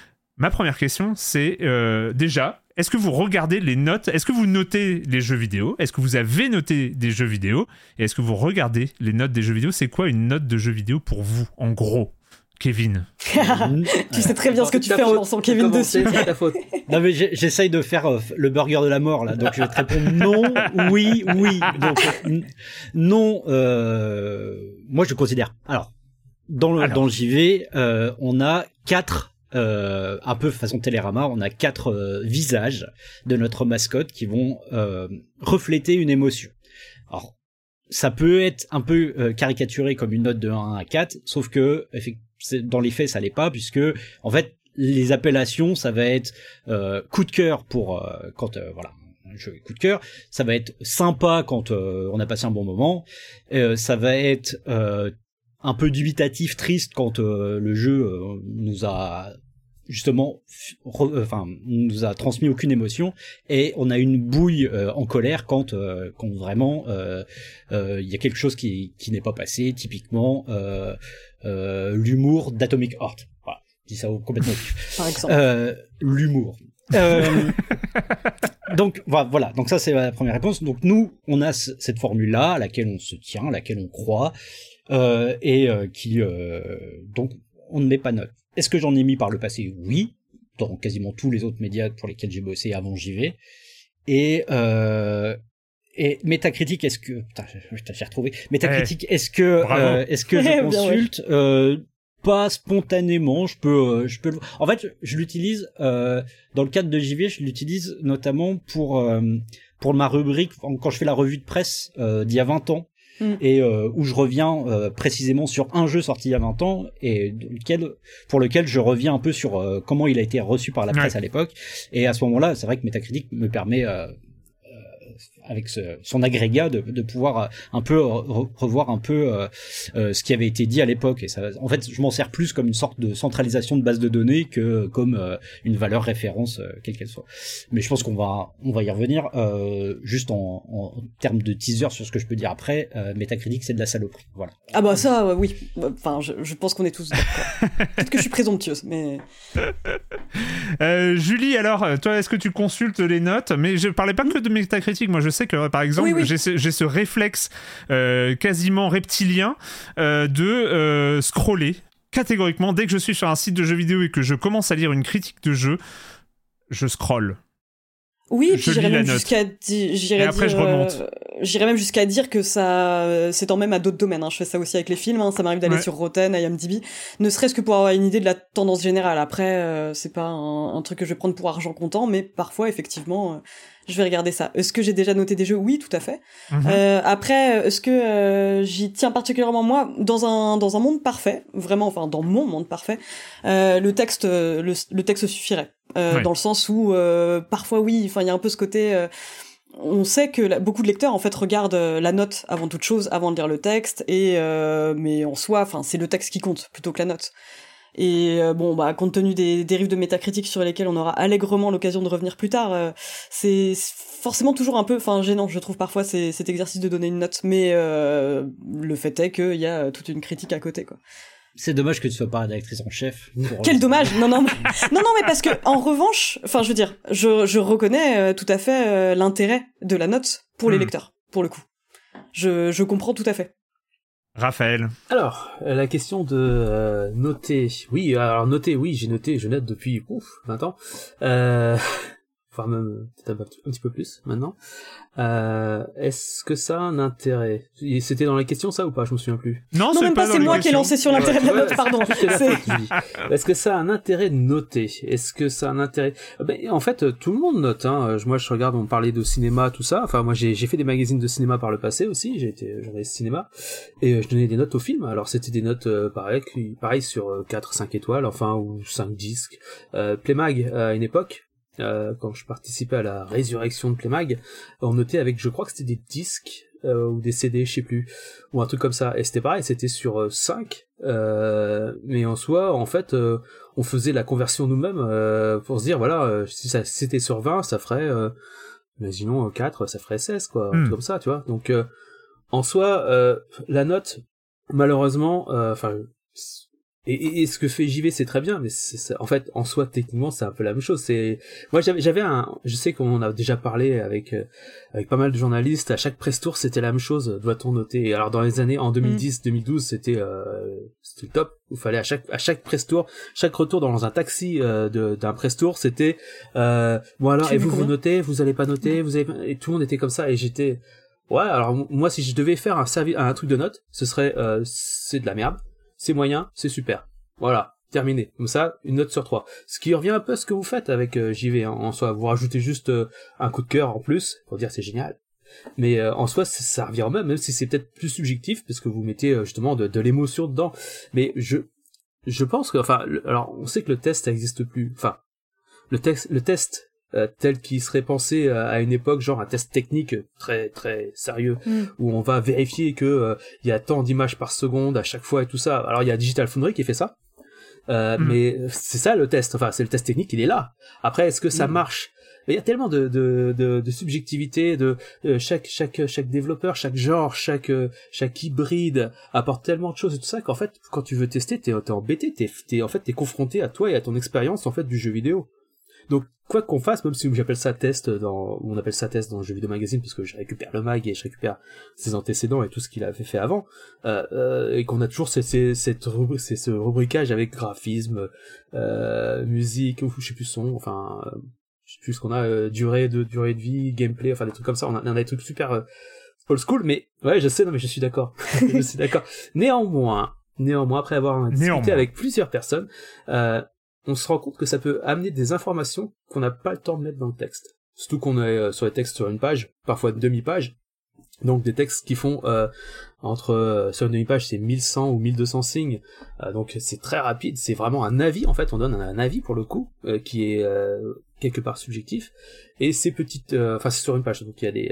Speaker 1: Ma première question, c'est euh, déjà, est-ce que vous regardez les notes ? Est-ce que vous notez les jeux vidéo ? Est-ce que vous avez noté des jeux vidéo ? Et est-ce que vous regardez les notes des jeux vidéo ? C'est quoi une note de jeu vidéo pour vous, en gros ? Kevin.
Speaker 4: Tu sais très bien ce que tu fais en lançant Kevin dessus.
Speaker 5: C'est ta faute.
Speaker 6: Non mais j'essaye de faire euh, le burger de la mort là, donc je vais te répondre non, oui, oui. Donc n- non, euh, moi je considère. Alors dans le
Speaker 1: Alors.
Speaker 6: dans le J V, euh, on a quatre. Euh, un peu façon Télérama, on a quatre euh, visages de notre mascotte qui vont euh, refléter une émotion. Alors, ça peut être un peu euh, caricaturé comme une note de un à quatre, sauf que dans les faits, ça l'est pas, puisque en fait, les appellations, ça va être euh, coup de cœur pour euh, quand euh, voilà. Un jeu coup de cœur, ça va être sympa quand euh, on a passé un bon moment, euh, ça va être euh, un peu dubitatif, triste quand euh, le jeu euh, nous a justement, re, euh, enfin, nous a transmis aucune émotion, et on a une bouille euh, en colère quand, euh, quand vraiment il euh, euh, y a quelque chose qui qui n'est pas passé. Typiquement, euh, euh, l'humour d'Atomic Heart. Voilà, je dis ça complètement.
Speaker 4: Par exemple.
Speaker 6: Euh, l'humour. Euh, donc voilà, donc ça c'est la première réponse. Donc nous, on a c- cette formule-là à laquelle on se tient, à laquelle on croit, euh, et euh, qui euh, donc on ne met pas note. Est-ce que j'en ai mis par le passé ? Oui, dans quasiment tous les autres médias pour lesquels j'ai bossé avant J V. Et euh, et Metacritic, est-ce que putain, je t'ai retrouvé. Metacritic, hey, est-ce que euh, est-ce que je consulte euh, pas spontanément, je peux, euh, je peux. Le... En fait, je, je l'utilise euh, dans le cadre de J V. Je l'utilise notamment pour euh, pour ma rubrique quand je fais la revue de presse euh, d'il y a vingt ans mm. et euh, où je reviens euh, précisément sur un jeu sorti il y a vingt ans et lequel, pour lequel je reviens un peu sur euh, comment il a été reçu par la presse ouais. à l'époque. Et à ce moment-là, c'est vrai que Metacritic me permet euh, avec ce, son agrégat de, de pouvoir un peu re, revoir un peu euh, euh, ce qui avait été dit à l'époque. Et ça, en fait, je m'en sers plus comme une sorte de centralisation de base de données que comme euh, une valeur référence, euh, quelle qu'elle soit. Mais je pense qu'on va, on va y revenir. Euh, juste en, en, en termes de teaser sur ce que je peux dire après, euh, Metacritic, c'est de la saloperie. Voilà.
Speaker 4: Ah bah ça, euh, oui. Enfin, je, je pense qu'on est tous d'accord. Peut-être que je suis présomptueuse, mais...
Speaker 1: euh, Julie, alors, toi, est-ce que tu consultes les notes? Mais je parlais pas que de Metacritic. Moi, je sais que, par exemple, oui, oui. J'ai, ce, j'ai ce réflexe euh, quasiment reptilien euh, de euh, scroller catégoriquement. Dès que je suis sur un site de jeux vidéo et que je commence à lire une critique de jeu, je scrolle.
Speaker 4: Oui, et puis j'irais même jusqu'à dire, j'irais
Speaker 1: après
Speaker 4: dire,
Speaker 1: je remonte.
Speaker 4: Euh, j'irais même jusqu'à dire que ça, euh, c'est en même à d'autres domaines, hein. Je fais ça aussi avec les films, hein. Ça m'arrive d'aller ouais. sur Rotten, I M D B, ne serait-ce que pour avoir une idée de la tendance générale. Après, euh, c'est pas un, un truc que je vais prendre pour argent comptant, mais parfois, effectivement, euh, je vais regarder ça. Est-ce que j'ai déjà noté des jeux? Oui, tout à fait. Mm-hmm. Euh, après, est-ce que euh, j'y tiens particulièrement? Moi, dans un dans un monde parfait, vraiment, enfin dans mon monde parfait, euh, le texte le, le texte suffirait. Euh, ouais. Dans le sens où euh, parfois oui, enfin il y a un peu ce côté. Euh, on sait que la, beaucoup de lecteurs en fait regardent euh, la note avant toute chose, avant de lire le texte, et euh, mais en soi, enfin c'est le texte qui compte plutôt que la note. Et euh, bon, bah compte tenu des dérives de Metacritic sur lesquelles on aura allègrement l'occasion de revenir plus tard, euh, c'est forcément toujours un peu, enfin gênant, je trouve parfois c'est, cet exercice de donner une note, mais euh, le fait est qu'il y a toute une critique à côté, quoi.
Speaker 6: C'est dommage que tu sois pas rédactrice en chef.
Speaker 4: Quel le... dommage. Non non mais... non non mais parce que en revanche, enfin je veux dire, je je reconnais euh, tout à fait euh, l'intérêt de la note pour mmh. les lecteurs, pour le coup. Je je comprends tout à fait.
Speaker 1: Raphaël.
Speaker 5: Alors, euh, la question de euh, noter. Oui, alors noter, oui, j'ai noté, je note depuis ouf, vingt ans. Euh voire même peut-être un petit peu plus maintenant. Euh, est-ce que ça a un intérêt? C'était dans la question ça ou pas? Je me souviens plus.
Speaker 4: Non, non, même pas, c'est moi questions. qui ai lancé sur l'intérêt ouais, de la note, ouais, pardon.
Speaker 5: C'est... Est-ce que ça a un intérêt de noter? Est-ce que ça a un intérêt? Ben, en fait, tout le monde note. Hein. Moi, je regarde, on parlait de cinéma, tout ça. Enfin, moi, j'ai, j'ai fait des magazines de cinéma par le passé aussi. J'ai été journaliste cinéma et euh, je donnais des notes aux films. Alors, c'était des notes euh, pareil, pareil sur euh, quatre, cinq étoiles, enfin ou cinq disques. Euh, Playmag euh, à une époque. Euh, quand je participais à la résurrection de Playmag, on notait avec, je crois que c'était des disques euh, ou des C D, je sais plus, ou un truc comme ça. Et c'était pareil, c'était sur euh, cinq, euh, mais en soi, en fait, euh, on faisait la conversion nous-mêmes euh, pour se dire, voilà, euh, si ça si c'était sur vingt, ça ferait, euh, imaginons euh, quatre, ça ferait seize, quoi, mm. comme ça, tu vois. Donc, euh, en soi, euh, la note, malheureusement, enfin... Euh, Et, et, et ce que fait J V, c'est très bien, mais c'est, c'est, en fait, en soi, techniquement, c'est un peu la même chose. C'est, moi, j'avais, j'avais un, je sais qu'on en a déjà parlé avec, euh, avec pas mal de journalistes. À chaque press tour, c'était la même chose. Doit-on noter? Et alors, dans les années, en deux mille dix, deux mille douze, c'était, euh, c'était le top. Il fallait à chaque, à chaque press tour, chaque retour dans un taxi, euh, de, d'un press tour, c'était, euh, bon alors, et vous, vous notez, vous allez pas noter, vous avez, et tout le monde était comme ça, et j'étais, ouais, alors, moi, si je devais faire un servi, un truc de note, ce serait, euh, c'est de la merde. C'est moyen, c'est super. Voilà, terminé. Comme ça, une note sur trois. Ce qui revient un peu à ce que vous faites avec euh, J V, hein, en soi. Vous rajoutez juste euh, un coup de cœur en plus, pour dire c'est génial. Mais euh, en soi, ça revient au même, même si c'est peut-être plus subjectif, parce que vous mettez euh, justement de, de l'émotion dedans. Mais je je pense que, enfin, le, alors on sait que le test ça existe plus. Enfin, le texte, le test Euh, tel qu'il serait pensé euh, à une époque, genre un test technique très très sérieux, mm. où on va vérifier que euh, il y a tant d'images par seconde à chaque fois et tout ça. Alors il y a Digital Foundry qui fait ça, euh, mm. mais c'est ça le test. Enfin, c'est le test technique, il est là. Après, est-ce que ça mm. marche? Il y a tellement de de de, de subjectivité, de euh, chaque chaque chaque développeur, chaque genre, chaque euh, chaque hybride apporte tellement de choses et tout ça qu'en fait, quand tu veux tester, t'es t'es embêté, t'es t'es en fait t'es confronté à toi et à ton expérience en fait du jeu vidéo. Donc, quoi qu'on fasse, même si j'appelle ça test dans, on appelle ça test dans le jeu vidéo magazine, parce que je récupère le mag et je récupère ses antécédents et tout ce qu'il avait fait avant, euh, euh, et qu'on a toujours ces, ces, cette rubri- c'est ce rubricage avec graphisme, euh, musique, ou je sais plus son, enfin, euh, je sais plus ce qu'on a, euh, durée de, durée de vie, gameplay, enfin des trucs comme ça, on a, on a des trucs super, euh, old school, mais, ouais, je sais, non mais je suis d'accord. je suis d'accord. Néanmoins, néanmoins, après avoir discuté néanmoins. avec plusieurs personnes, euh, on se rend compte que ça peut amener des informations qu'on n'a pas le temps de mettre dans le texte. Surtout qu'on est sur les textes sur une page, parfois une demi-page. Donc des textes qui font euh, entre euh, sur une demi-page c'est mille cent ou mille deux cents signes. Euh, donc c'est très rapide, c'est vraiment un avis en fait, on donne un, un avis pour le coup euh, qui est euh, quelque part subjectif. Et ces petites, enfin euh, c'est sur une page, donc il y a des euh,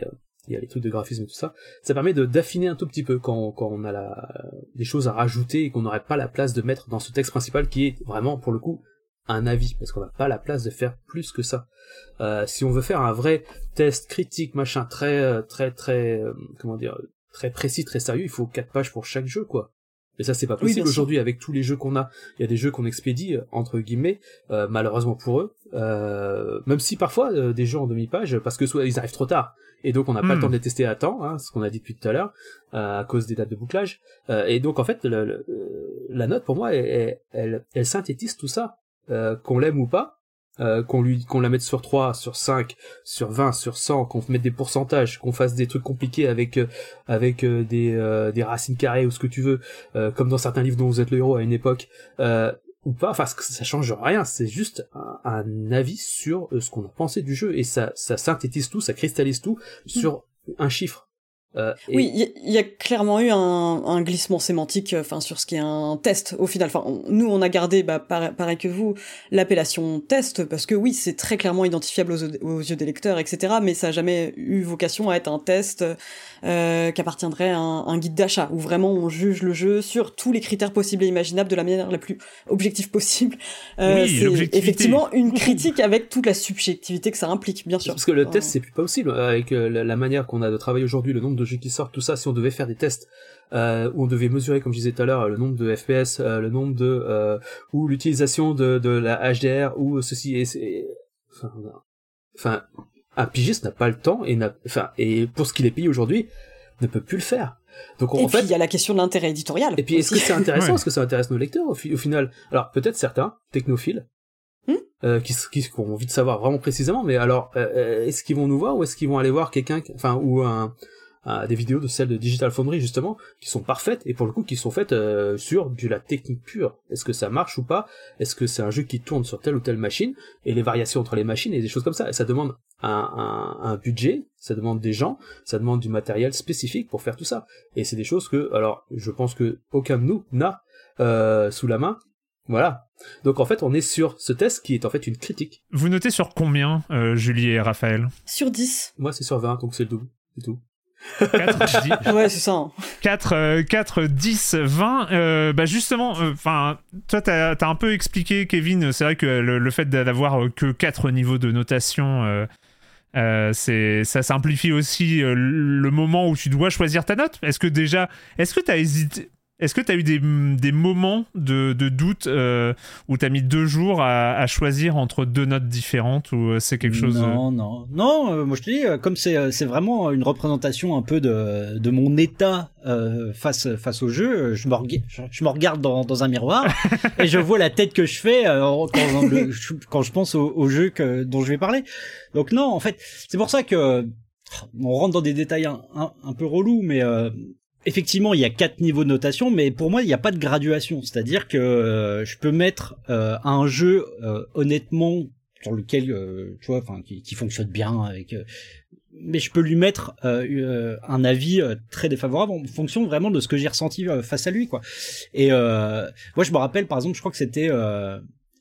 Speaker 5: il y a les trucs de graphisme et tout ça, ça permet de d'affiner un tout petit peu quand quand on a la des choses à rajouter et qu'on n'aurait pas la place de mettre dans ce texte principal qui est vraiment pour le coup un avis, parce qu'on n'a pas la place de faire plus que ça. Euh, si on veut faire un vrai test critique, machin, très, très, très, euh, comment dire, très précis, très sérieux, il faut quatre pages pour chaque jeu, quoi. Et ça, c'est pas possible oui, aujourd'hui avec tous les jeux qu'on a. Il y a des jeux qu'on expédie, entre guillemets, euh, malheureusement pour eux, euh, même si parfois, euh, des jeux en demi-page, parce que soit ils arrivent trop tard, et donc on n'a pas mmh. le temps de les tester à temps, hein, ce qu'on a dit depuis tout à l'heure, euh, à cause des dates de bouclage. Euh, et donc, en fait, le, le, la note, pour moi, elle, elle, elle, elle synthétise tout ça. Euh, qu'on l'aime ou pas, euh, qu'on lui, qu'on la mette sur trois, sur cinq, sur vingt, sur cent, qu'on mette des pourcentages, qu'on fasse des trucs compliqués avec, euh, avec euh, des, euh, des racines carrées ou ce que tu veux, euh, comme dans certains livres dont vous êtes le héros à une époque, euh, ou pas, enfin, ça change rien, c'est juste un, un avis sur euh, ce qu'on a pensé du jeu, et ça, ça synthétise tout, ça cristallise tout sur mmh. un chiffre. Euh, et...
Speaker 4: Oui, il y, y a clairement eu un, un glissement sémantique, enfin sur ce qui est un test au final. Enfin, on, nous on a gardé, bah, pareil, pareil que vous, l'appellation test parce que oui, c'est très clairement identifiable aux, aux yeux des lecteurs, et cetera. Mais ça a jamais eu vocation à être un test euh, qu'appartiendrait à un, un guide d'achat où vraiment on juge le jeu sur tous les critères possibles et imaginables de la manière la plus objective possible. Euh,
Speaker 1: oui,
Speaker 4: c'est effectivement une critique avec toute la subjectivité que ça implique, bien sûr.
Speaker 5: Parce que le
Speaker 4: enfin...
Speaker 5: test c'est plus possible avec euh, la, la manière qu'on a de travailler aujourd'hui, le nombre de jeux qui sortent, tout ça. Si on devait faire des tests euh, où on devait mesurer, comme je disais tout à l'heure, le nombre de F P S, euh, le nombre de euh, ou l'utilisation de, de la H D R ou ceci et, et enfin, enfin un pigiste n'a pas le temps et n'a enfin et pour ce qu'il est payé aujourd'hui ne peut plus le faire. Donc
Speaker 4: et
Speaker 5: en
Speaker 4: puis
Speaker 5: fait
Speaker 4: il y a la question de l'intérêt éditorial.
Speaker 5: Et puis
Speaker 4: aussi.
Speaker 5: Est-ce que c'est intéressant,
Speaker 1: ouais.
Speaker 5: Est-ce que ça intéresse nos lecteurs au, fi- au final? Alors peut-être certains technophiles.
Speaker 4: Hmm
Speaker 5: Euh, qui, qui, qui ont envie de savoir vraiment précisément, mais alors euh, est-ce qu'ils vont nous voir ou est-ce qu'ils vont aller voir quelqu'un, enfin ou un euh, des vidéos de celles de Digital Foundry justement qui sont parfaites et pour le coup qui sont faites euh, sur de la technique pure. Est-ce que ça marche ou pas? Est-ce que c'est un jeu qui tourne sur telle ou telle machine et les variations entre les machines et des choses comme ça. Et ça demande un, un, un budget, ça demande des gens, ça demande du matériel spécifique pour faire tout ça. Et c'est des choses que, alors je pense que aucun de nous n'a euh, sous la main. Voilà. Donc en fait, on est sur ce test qui est en fait une critique.
Speaker 1: Vous notez sur combien, euh, Julie et Raphaël?
Speaker 4: Sur dix.
Speaker 5: Moi, c'est sur vingt, donc c'est le double, c'est tout.
Speaker 1: quatre, dix,
Speaker 4: ouais, c'est ça. Hein.
Speaker 1: quatre, euh, quatre, dix, vingt. Euh, bah justement, enfin, euh, toi, t'as, t'as un peu expliqué, Kevin. C'est vrai que le, le fait d'avoir que quatre niveaux de notation, euh, euh, c'est, ça simplifie aussi euh, le moment où tu dois choisir ta note. Est-ce que déjà, est-ce que t'as hésité? Est-ce que tu as eu des, des moments de, de doute euh, où tu as mis deux jours à, à choisir entre deux notes différentes ou c'est quelque chose...
Speaker 6: Non, non, non, euh, moi je te dis, comme c'est, c'est vraiment une représentation un peu de, de mon état euh, face, face au jeu, je me, reg- je me regarde dans, dans un miroir et je vois la tête que je fais euh, quand, le, quand je pense au, au jeu que, dont je vais parler. Donc non, en fait, c'est pour ça que on rentre dans des détails un, un, un peu relous, mais... Euh, effectivement, il y a quatre niveaux de notation, mais pour moi, il n'y a pas de graduation. C'est-à-dire que euh, je peux mettre euh, un jeu euh, honnêtement sur lequel, euh, tu vois, enfin, qui, qui fonctionne bien, avec, euh, mais je peux lui mettre euh, euh, un avis euh, très défavorable en fonction vraiment de ce que j'ai ressenti euh, face à lui, quoi. Et euh, moi, je me rappelle, par exemple, je crois que c'était euh,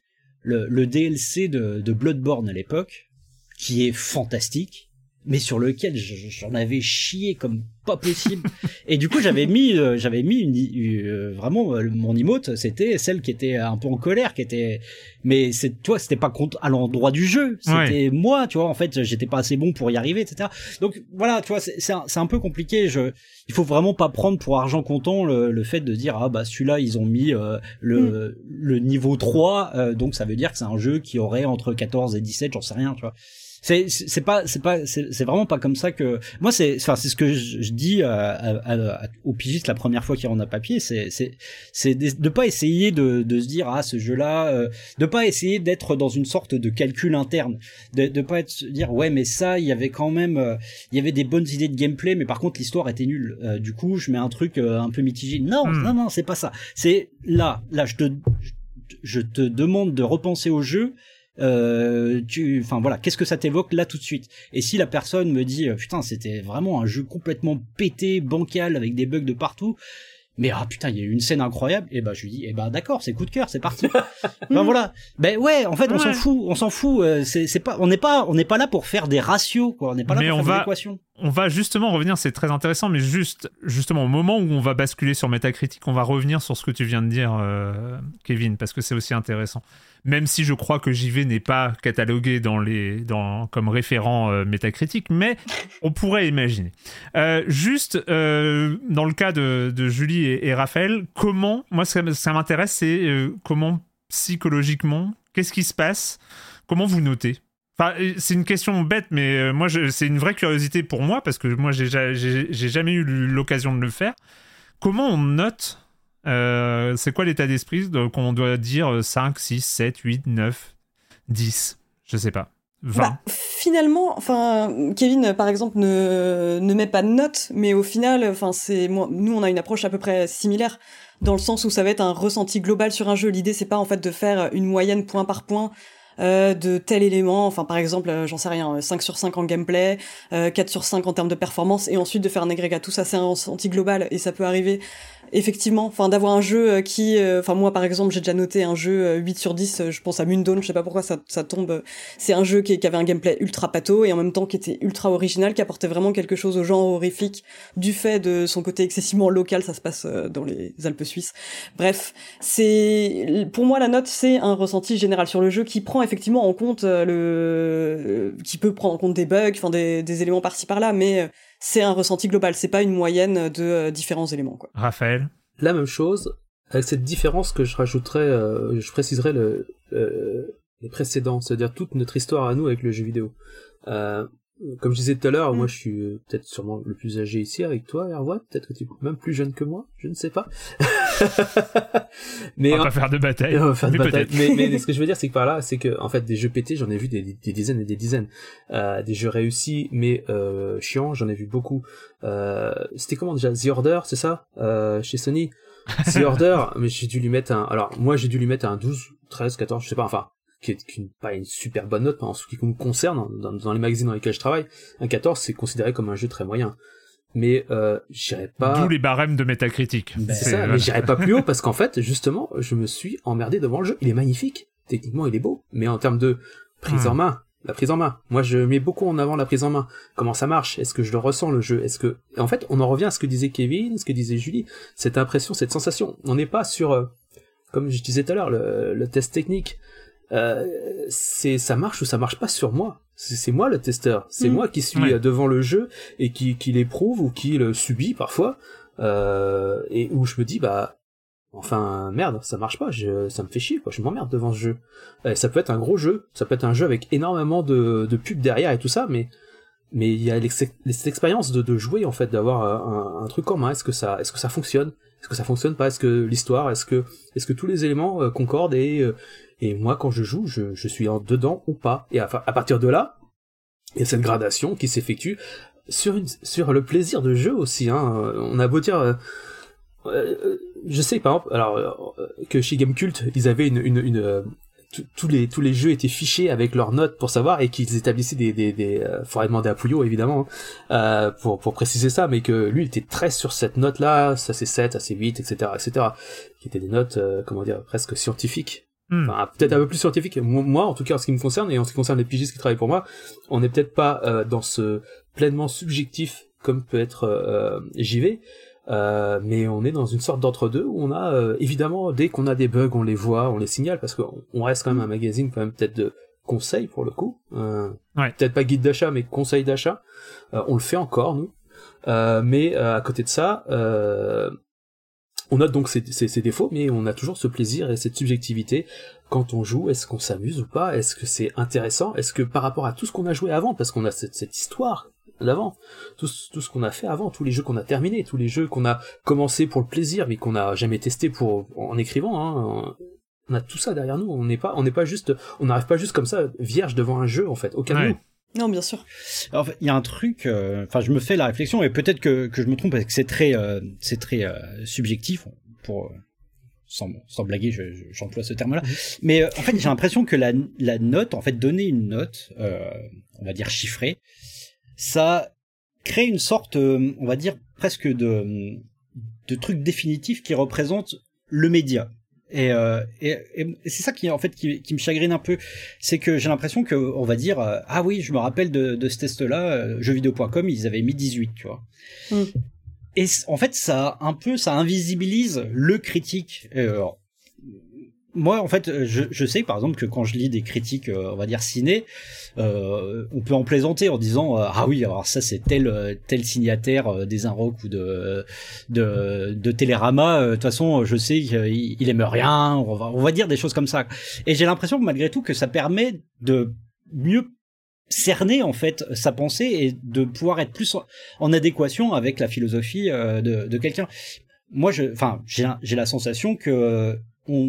Speaker 6: le, le D L C de, de Bloodborne à l'époque, qui est fantastique, mais sur lequel j'en avais chié comme pas possible. Et du coup, j'avais mis, euh, j'avais mis une, euh, vraiment euh, mon emote, c'était celle qui était un peu en colère, qui était, mais c'est, toi, c'était pas contre à l'endroit du jeu, c'était ouais. moi, tu vois. En fait, j'étais pas assez bon pour y arriver, et cetera. Donc voilà, tu vois, c'est, c'est, un, c'est un peu compliqué. Je, il faut vraiment pas prendre pour argent comptant le, le fait de dire ah bah celui-là ils ont mis euh, le, mm. le niveau trois, euh, donc ça veut dire que c'est un jeu qui aurait entre quatorze et dix-sept, j'en sais rien, tu vois. C'est c'est pas c'est pas c'est c'est vraiment pas comme ça que moi c'est enfin c'est ce que je, je dis à, à, à, aux pigistes la première fois qu'ils rentrent à papier, c'est c'est c'est de, de pas essayer de de se dire ah ce jeu-là euh, de pas essayer d'être dans une sorte de calcul interne, de de pas être se dire ouais mais ça il y avait quand même euh, il y avait des bonnes idées de gameplay mais par contre l'histoire était nulle, euh, du coup je mets un truc euh, un peu mitigé. Non mm. non non c'est pas ça, c'est là là je te je te demande de repenser au jeu. Euh, tu, enfin voilà, qu'est-ce que ça t'évoque là tout de suite? Et si la personne me dit putain c'était vraiment un jeu complètement pété, bancal avec des bugs de partout, mais ah putain il y a eu une scène incroyable, et ben je lui dis et ben d'accord c'est coup de cœur c'est parti. Ben voilà, ben ouais en fait on ouais. s'en fout, on s'en fout, euh, c'est c'est pas on n'est pas on n'est pas là pour faire des ratios quoi, on n'est pas là
Speaker 1: mais
Speaker 4: pour
Speaker 1: on
Speaker 4: faire
Speaker 1: va,
Speaker 4: des équations.
Speaker 1: on va justement revenir, c'est très intéressant, mais juste justement au moment où on va basculer sur Metacritic, on va revenir sur ce que tu viens de dire, euh, Kevin, parce que c'est aussi intéressant. Même si je crois que J V n'est pas catalogué dans les, dans, comme référent euh, Metacritic, mais on pourrait imaginer. Euh, juste, euh, dans le cas de, de Julie et, et Raphaël, comment, moi ça, ça m'intéresse, c'est euh, comment psychologiquement, qu'est-ce qui se passe, comment vous notez ? Enfin, c'est une question bête, mais euh, moi, je, c'est une vraie curiosité pour moi, parce que moi, j'ai, j'ai, j'ai jamais eu l'occasion de le faire. Comment on note ? Euh, c'est quoi l'état d'esprit qu'on doit dire cinq, six, sept, huit, neuf, dix, je sais pas, vingt.
Speaker 4: Bah, finalement, enfin, Kevin, par exemple, ne, ne met pas de notes, mais au final, enfin, c'est, moi, nous, on a une approche à peu près similaire, dans le sens où ça va être un ressenti global sur un jeu. L'idée, c'est pas, en fait, de faire une moyenne point par point, Euh, de tel élément, enfin par exemple, euh, j'en sais rien, cinq sur cinq en gameplay, euh, quatre sur cinq en termes de performance, et ensuite de faire un agrégat. Tout ça, c'est un ressenti global, et ça peut arriver, effectivement, enfin d'avoir un jeu qui, enfin euh, moi par exemple, j'ai déjà noté un jeu euh, huit sur dix, euh, je pense à Moondawn, je sais pas pourquoi ça, ça tombe, euh, c'est un jeu qui, qui avait un gameplay ultra pato, et en même temps qui était ultra original, qui apportait vraiment quelque chose au genre horrifique, du fait de son côté excessivement local, ça se passe euh, dans les Alpes suisses. Bref, c'est, pour moi la note, c'est un ressenti général sur le jeu qui prend effectivement en compte euh, le, qui peut prendre en compte des bugs, enfin des, des éléments par-ci par-là, mais euh, c'est un ressenti global, c'est pas une moyenne de euh, différents éléments, quoi.
Speaker 1: Raphaël ?
Speaker 5: La même chose, avec cette différence que je rajouterais, euh, je préciserais le, euh, les précédents, c'est-à-dire toute notre histoire à nous avec le jeu vidéo. Euh, Comme je disais tout à l'heure, mmh. moi je suis peut-être sûrement le plus âgé ici avec toi, Erwan, peut-être que tu es même plus jeune que moi, je ne sais pas. mais
Speaker 1: on va
Speaker 5: en...
Speaker 1: pas faire de bataille.
Speaker 5: On va faire de
Speaker 1: mais
Speaker 5: bataille. Mais, mais ce que je veux dire, c'est que par là, c'est que en fait, des jeux pétés, j'en ai vu des, des dizaines et des dizaines. Euh, des jeux réussis, mais euh, chiants, j'en ai vu beaucoup. Euh, c'était comment déjà, The Order, c'est ça, euh, chez Sony. The Order, mais j'ai dû lui mettre un. Alors moi, j'ai dû lui mettre un douze, treize, quatorze, je sais pas. Enfin. Qui est qui, pas une super bonne note en ce qui nous concerne dans, dans les magazines dans lesquels je travaille. Un quatorze, c'est considéré comme un jeu très moyen, mais euh, j'irais pas.
Speaker 1: D'où les barèmes de Metacritic.
Speaker 5: C'est, c'est ça, voilà. Mais j'irais pas plus haut parce qu'en fait, justement, je me suis emmerdé devant le jeu. Il est magnifique, techniquement, il est beau, mais en termes de prise mmh. en main, la prise en main. Moi, je mets beaucoup en avant la prise en main. Comment ça marche ? Est-ce que je le ressens le jeu ? Est-ce que, et en fait, on en revient à ce que disait Kevin, ce que disait Julie, cette impression, cette sensation. On n'est pas sur, euh, comme je disais tout à l'heure, le, le test technique. Euh, c'est ça marche ou ça marche pas sur moi. C'est, c'est moi le testeur. C'est mmh. moi qui suis ouais. devant le jeu et qui, qui l'éprouve ou qui le subit parfois. Euh, et où je me dis bah enfin merde, ça marche pas. Je, ça me fait chier quoi. Je m'emmerde devant ce jeu. Euh, ça peut être un gros jeu. Ça peut être un jeu avec énormément de, de pubs derrière et tout ça, mais mais il y a l'ex- l'expérience de, de jouer en fait, d'avoir un, un truc en main. Est-ce que ça, est-ce que ça fonctionne ? Est-ce que ça fonctionne pas ? Est-ce que l'histoire, est-ce que, est-ce que tous les éléments euh, concordent et euh, et moi quand je joue, je, je suis en dedans ou pas ? Et à, à partir de là, il y a cette gradation qui s'effectue sur une, sur le plaisir de jeu aussi. Hein. On a beau dire, euh, euh, je sais par exemple, alors euh, que chez Gamecult, ils avaient une, une, une euh, tous les tous les jeux étaient fichés avec leurs notes pour savoir et qu'ils établissaient des des des euh, faudrait demander à Pouillot évidemment hein, euh, pour pour préciser ça, mais que lui il était très sur cette note là, ça c'est sept, ça c'est huit, etc etc qui étaient des notes euh, comment dire presque scientifiques. Hmm. Enfin, peut-être un peu plus scientifique. Moi, en tout cas, en ce qui me concerne, et en ce qui concerne les pigistes qui travaillent pour moi, on n'est peut-être pas euh, dans ce pleinement subjectif comme peut être euh, J V, euh, mais on est dans une sorte d'entre-deux où on a, euh, évidemment, dès qu'on a des bugs, on les voit, on les signale, parce qu'on on reste quand même un magazine, quand même peut-être de conseils pour le coup. Euh, ouais. Peut-être pas guide d'achat, mais conseil d'achat. Euh, on le fait encore, nous. Euh, mais euh, à côté de ça... Euh, on note donc ces, ces, ces défauts, mais on a toujours ce plaisir et cette subjectivité quand on joue. Est-ce qu'on s'amuse ou pas ? Est-ce que c'est intéressant ? Est-ce que par rapport à tout ce qu'on a joué avant, parce qu'on a cette, cette histoire d'avant, tout, tout ce qu'on a fait avant, tous les jeux qu'on a terminés, tous les jeux qu'on a commencé pour le plaisir, mais qu'on n'a jamais testé pour en écrivant, hein, on a tout ça derrière nous. On n'est pas, on n'est pas juste, on n'arrive pas juste comme ça vierge devant un jeu en fait. Aucun de nous.
Speaker 4: Non, bien sûr.
Speaker 6: Alors, il y a un truc, enfin, euh, je me fais la réflexion, et peut-être que, que je me trompe, parce que c'est très, euh, c'est très euh, subjectif, pour, euh, sans, sans blaguer, je, je, j'emploie ce terme-là. Mm-hmm. Mais euh, en fait, j'ai l'impression que la, la note, en fait, donner une note, euh, on va dire chiffrée, ça crée une sorte, euh, on va dire, presque de, de truc définitif qui représente le média. Et, euh, et, et c'est ça qui en fait qui, qui me chagrine un peu, c'est que j'ai l'impression que on va dire euh, ah oui, je me rappelle de, de ce test-là, euh, jeuxvideo point com, ils avaient mis dix-huit, tu vois. Mm. Et en fait, ça un peu, ça invisibilise le critique. Euh, moi, en fait, je, je sais par exemple que quand je lis des critiques, euh, on va dire ciné, euh, on peut en plaisanter en disant euh, ah oui, alors ça c'est tel tel signataire euh, des Inrock ou de de de Télérama. De toute façon, je sais qu'il il aime rien. On va on va dire des choses comme ça. Et j'ai l'impression que malgré tout que ça permet de mieux cerner en fait sa pensée et de pouvoir être plus en, en adéquation avec la philosophie euh, de, de quelqu'un. Moi, je, enfin, j'ai j'ai la sensation que euh, on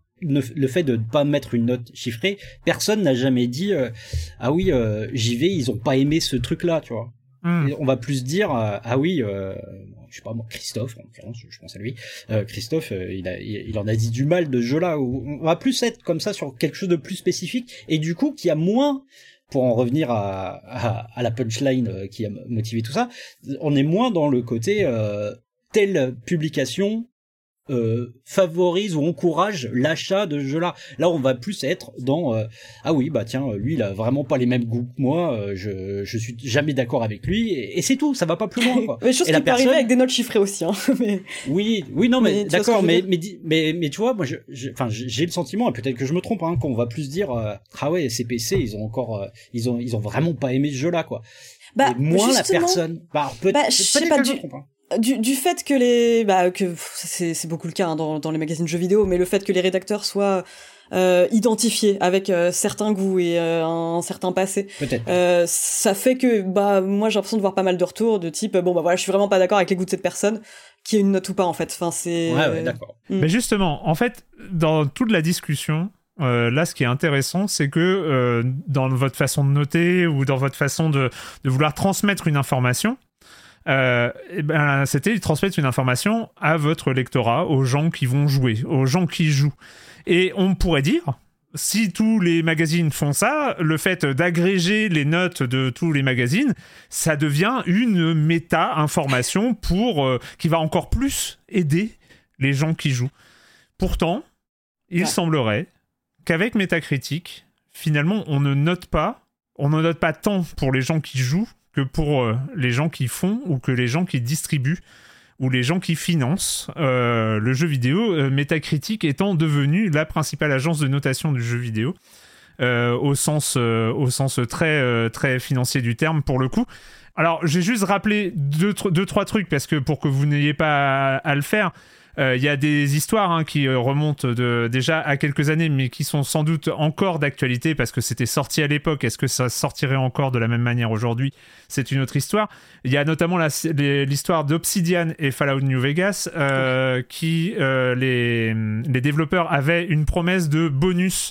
Speaker 6: le fait de ne pas mettre une note chiffrée, personne n'a jamais dit euh, ah oui, euh, j'y vais, ils ont pas aimé ce truc-là, tu vois. Mm. On va plus dire euh, ah oui, euh, je sais pas moi, Christophe, en l'occurrence, je pense à lui. Euh, Christophe, euh, il, a, il, il en a dit du mal de ce jeu-là. On va plus être comme ça sur quelque chose de plus spécifique et du coup qui a moins, pour en revenir à, à, à la punchline euh, qui a motivé tout ça, on est moins dans le côté euh, telle publication Euh, favorise ou encourage l'achat de ce jeu-là. Là, on va plus être dans euh, ah oui, bah tiens, lui, il a vraiment pas les mêmes goûts que moi. Euh, je je suis jamais d'accord avec lui et, et c'est tout. Ça va pas plus loin, quoi.
Speaker 4: Mais chose
Speaker 6: et
Speaker 4: qui
Speaker 6: la
Speaker 4: peut
Speaker 6: personne...
Speaker 4: arriver avec des notes chiffrées aussi. Hein. mais...
Speaker 6: Oui, oui, non, mais, mais d'accord, mais,
Speaker 4: mais
Speaker 6: mais mais tu vois, moi, je, enfin, j'ai le sentiment, et peut-être que je me trompe, hein, qu'on va plus dire euh, ah ouais, ces P C, ils ont encore, euh, ils ont ils ont vraiment pas aimé ce jeu-là, quoi.
Speaker 4: Bah,
Speaker 6: et moins
Speaker 4: justement...
Speaker 6: la personne. Bah, peut-
Speaker 4: bah,
Speaker 6: peut-être
Speaker 4: pas,
Speaker 6: que
Speaker 4: du...
Speaker 6: je me trompe. Hein.
Speaker 4: Du, du fait que les, bah, que c'est, c'est beaucoup le cas hein, dans, dans les magazines jeux vidéo, mais le fait que les rédacteurs soient euh, identifiés avec euh, certains goûts et euh, un certain passé, euh, ça fait que, bah, moi j'ai l'impression de voir pas mal de retours de type, bon bah voilà, je suis vraiment pas d'accord avec les goûts de cette personne, qui ait une note ou pas en fait. Enfin c'est.
Speaker 6: Ouais, ouais, d'accord.
Speaker 1: Mm. Mais justement, en fait, dans toute la discussion. Euh, là, ce qui est intéressant, c'est que euh, dans votre façon de noter ou dans votre façon de, de vouloir transmettre une information, euh, et ben, c'était de transmettre une information à votre lectorat, aux gens qui vont jouer, aux gens qui jouent. Et on pourrait dire, si tous les magazines font ça, le fait d'agréger les notes de tous les magazines, ça devient une méta-information pour, euh, qui va encore plus aider les gens qui jouent. Pourtant, il ouais. semblerait qu'avec Metacritic, finalement, on ne note pas, on ne note pas tant pour les gens qui jouent que pour euh, les gens qui font ou que les gens qui distribuent ou les gens qui financent euh, le jeu vidéo, euh, Metacritic étant devenu la principale agence de notation du jeu vidéo, euh, au sens, euh, au sens très, euh, très financier du terme, pour le coup. Alors, j'ai juste rappelé deux, tr- deux trois trucs, parce que pour que vous n'ayez pas à, à le faire, il euh, y a des histoires hein, qui euh, remontent de, déjà à quelques années, mais qui sont sans doute encore d'actualité parce que c'était sorti à l'époque. Est-ce que ça sortirait encore de la même manière aujourd'hui ? C'est une autre histoire. Il y a notamment la, les, l'histoire d'Obsidian et Fallout New Vegas, euh, oui. qui euh, les, les développeurs avaient une promesse de bonus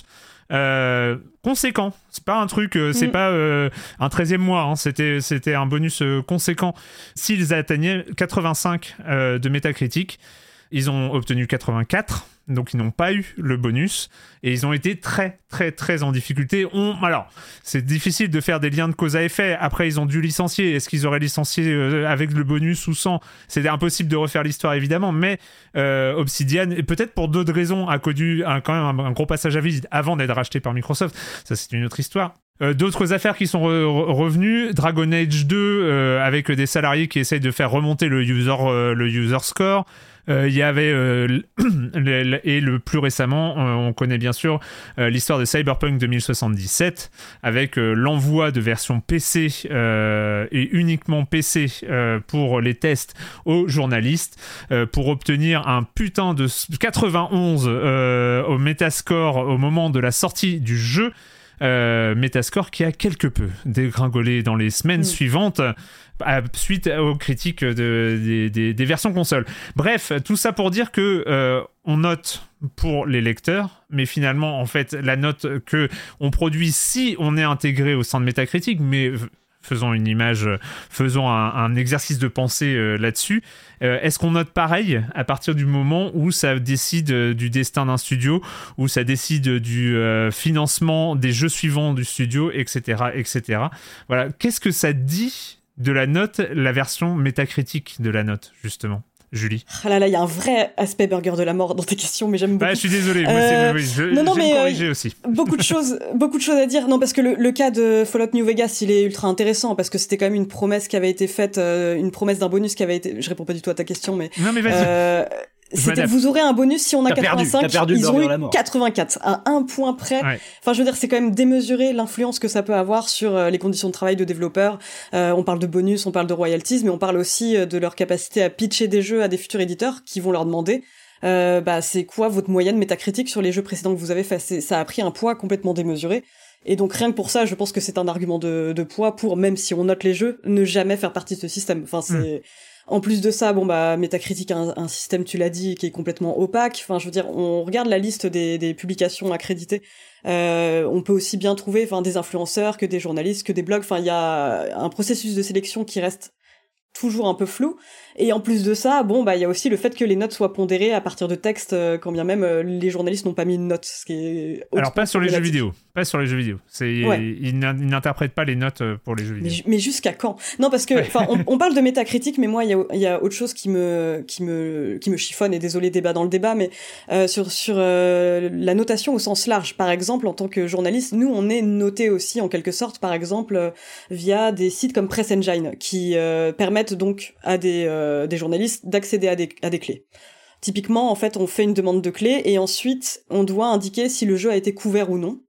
Speaker 1: Euh, conséquent. C'est pas un truc, euh, c'est mmh. pas euh, un treizième mois, hein. c'était, c'était un bonus euh, conséquent. S'ils atteignaient quatre-vingt-cinq euh, de Metacritic, ils ont obtenu quatre-vingt-quatre, donc ils n'ont pas eu le bonus, et ils ont été très, très, très en difficulté. On... Alors, c'est difficile de faire des liens de cause à effet. Après, ils ont dû licencier. Est-ce qu'ils auraient licencié euh, avec le bonus ou sans ? C'était impossible de refaire l'histoire, évidemment, mais euh, Obsidian, et peut-être pour d'autres raisons, a connu un, quand même un, un gros passage à vide avant d'être racheté par Microsoft. Ça, c'est une autre histoire. Euh, d'autres affaires qui sont re- re- revenues, Dragon Age deux, euh, avec des salariés qui essayent de faire remonter le user, euh, le user score. Il euh, y avait euh, le, et le plus récemment euh, on connaît bien sûr euh, l'histoire de Cyberpunk deux mille soixante-dix-sept avec euh, l'envoi de versions P C euh, et uniquement P C euh, pour les tests aux journalistes euh, pour obtenir un putain de quatre-vingt-onze euh, au Metascore au moment de la sortie du jeu. Euh, Metascore qui a quelque peu dégringolé dans les semaines mmh. suivantes euh, suite aux critiques de, de, de, des versions consoles. Bref, tout ça pour dire que euh, on note pour les lecteurs, mais finalement en fait la note que on produit si on est intégré au sein de Metacritic, mais faisons une image, faisons un, un exercice de pensée euh, là-dessus. Euh, est-ce qu'on note pareil à partir du moment où ça décide euh, du destin d'un studio, où ça décide du euh, financement des jeux suivants du studio, et cetera, et cetera. Voilà. Qu'est-ce que ça dit de la note, la version métacritique de la note, justement ? Julie.
Speaker 4: Ah là là, il y a un vrai aspect burger de la mort dans tes questions, mais j'aime beaucoup.
Speaker 1: Bah, je suis désolé, moi,
Speaker 4: Euh,
Speaker 1: c'est, oui, je,
Speaker 4: non, non,
Speaker 1: je vais
Speaker 4: mais,
Speaker 1: me corriger
Speaker 4: euh,
Speaker 1: aussi.
Speaker 4: Beaucoup de choses, beaucoup de choses à dire. Non, parce que le, le cas de Fallout New Vegas, il est ultra intéressant parce que c'était quand même une promesse qui avait été faite, euh, une promesse d'un bonus qui avait été. Je réponds pas du tout à ta question, mais.
Speaker 1: Non, mais vas-y.
Speaker 4: Euh, C'était,
Speaker 1: m'adapte.
Speaker 4: vous aurez un bonus si on a
Speaker 6: T'as perdu,
Speaker 4: quatre-vingt-cinq.
Speaker 6: t'as perdu le
Speaker 4: ils ont
Speaker 6: burger
Speaker 4: eu
Speaker 6: à la mort.
Speaker 4: quatre-vingt-quatre à un point près.
Speaker 1: Ouais.
Speaker 4: Enfin, je veux dire, c'est quand même démesuré l'influence que ça peut avoir sur euh, les conditions de travail de développeurs. Euh, on parle de bonus, on parle de royalties, mais on parle aussi euh, de leur capacité à pitcher des jeux à des futurs éditeurs qui vont leur demander euh, bah c'est quoi votre moyenne métacritique sur les jeux précédents que vous avez fait. C'est, ça a pris un poids complètement démesuré. Et donc rien que pour ça, je pense que c'est un argument de, de poids pour, même si on note les jeux, ne jamais faire partie de ce système. Enfin, c'est... Mm. En plus de ça, bon bah Metacritic a un, un système, tu l'as dit, qui est complètement opaque. Enfin, je veux dire, on regarde la liste des, des publications accréditées. Euh, on peut aussi bien trouver, enfin, des influenceurs que des journalistes, que des blogs. Enfin, il y a un processus de sélection qui reste toujours un peu flou. Et en plus de ça, bon bah il y a aussi le fait que les notes soient pondérées à partir de textes, euh, quand bien même euh, les journalistes n'ont pas mis de notes, ce qui est
Speaker 1: alors pas sur les jeux vidéo, pas sur les jeux vidéo. C'est
Speaker 4: ouais.
Speaker 1: ils, n'in- ils n'interprètent pas les notes pour les jeux vidéo.
Speaker 4: Mais, mais jusqu'à quand? Non parce que enfin on, on parle de métacritique, mais moi il y a il y a autre chose qui me qui me qui me chiffonne, et désolé débat dans le débat, mais euh, sur sur euh, la notation au sens large. Par exemple, en tant que journaliste, nous on est noté aussi en quelque sorte, par exemple euh, via des sites comme Press Engine qui euh, permettent donc à des euh, des journalistes d'accéder à des, à des clés. Typiquement, en fait, on fait une demande de clés et ensuite, on doit indiquer si le jeu a été couvert ou non.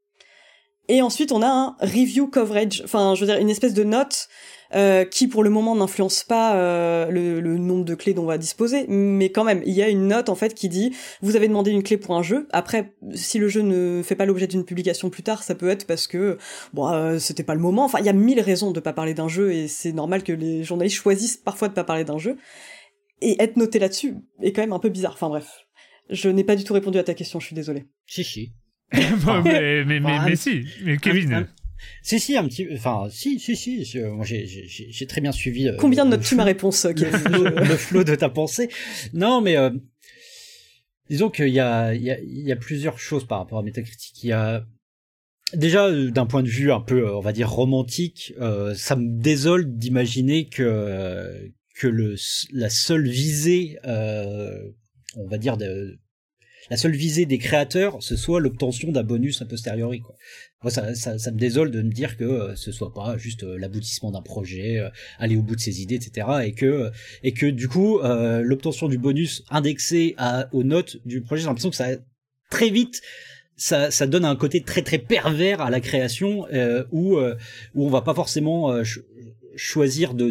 Speaker 4: Et ensuite, on a un review coverage, enfin, je veux dire, une espèce de note euh, qui, pour le moment, n'influence pas euh, le, le nombre de clés dont on va disposer, mais quand même, il y a une note, en fait, qui dit « Vous avez demandé une clé pour un jeu. Après, si le jeu ne fait pas l'objet d'une publication plus tard, ça peut être parce que, bon, euh, c'était pas le moment. » Enfin, il y a mille raisons de pas parler d'un jeu, et c'est normal que les journalistes choisissent parfois de pas parler d'un jeu. Et être noté là-dessus est quand même un peu bizarre. Enfin bref, je n'ai pas du tout répondu à ta question, je suis désolé.
Speaker 6: Si, si.
Speaker 1: bon, mais, mais, mais,
Speaker 6: Enfin,
Speaker 1: mais
Speaker 6: un-
Speaker 1: si, mais Kevin.
Speaker 6: un- un- Si, si, un petit... Enfin, si, si, si. je- Moi, j'ai, j'ai, j'ai j'ai très bien suivi... euh,
Speaker 4: Combien
Speaker 6: le-
Speaker 4: notes-tu
Speaker 6: le
Speaker 4: ma
Speaker 6: flou-
Speaker 4: réponse, Kevin?
Speaker 6: le, le flot de ta pensée. Non, mais... Euh, disons qu'il y a, il y, a, il y a plusieurs choses par rapport à Metacritic. Il y a... Déjà, euh, d'un point de vue un peu, euh, on va dire, romantique, euh, ça me désole d'imaginer que... euh, que le la seule visée euh, on va dire de la seule visée des créateurs ce soit l'obtention d'un bonus a posteriori quoi. Moi ça, ça ça me désole de me dire que euh, ce soit pas juste euh, l'aboutissement d'un projet, euh, aller au bout de ses idées, etc., et que et que du coup euh, l'obtention du bonus indexé à aux notes du projet, j'ai l'impression que ça très vite ça ça donne un côté très très pervers à la création, euh, où euh, où on va pas forcément euh, ch- choisir de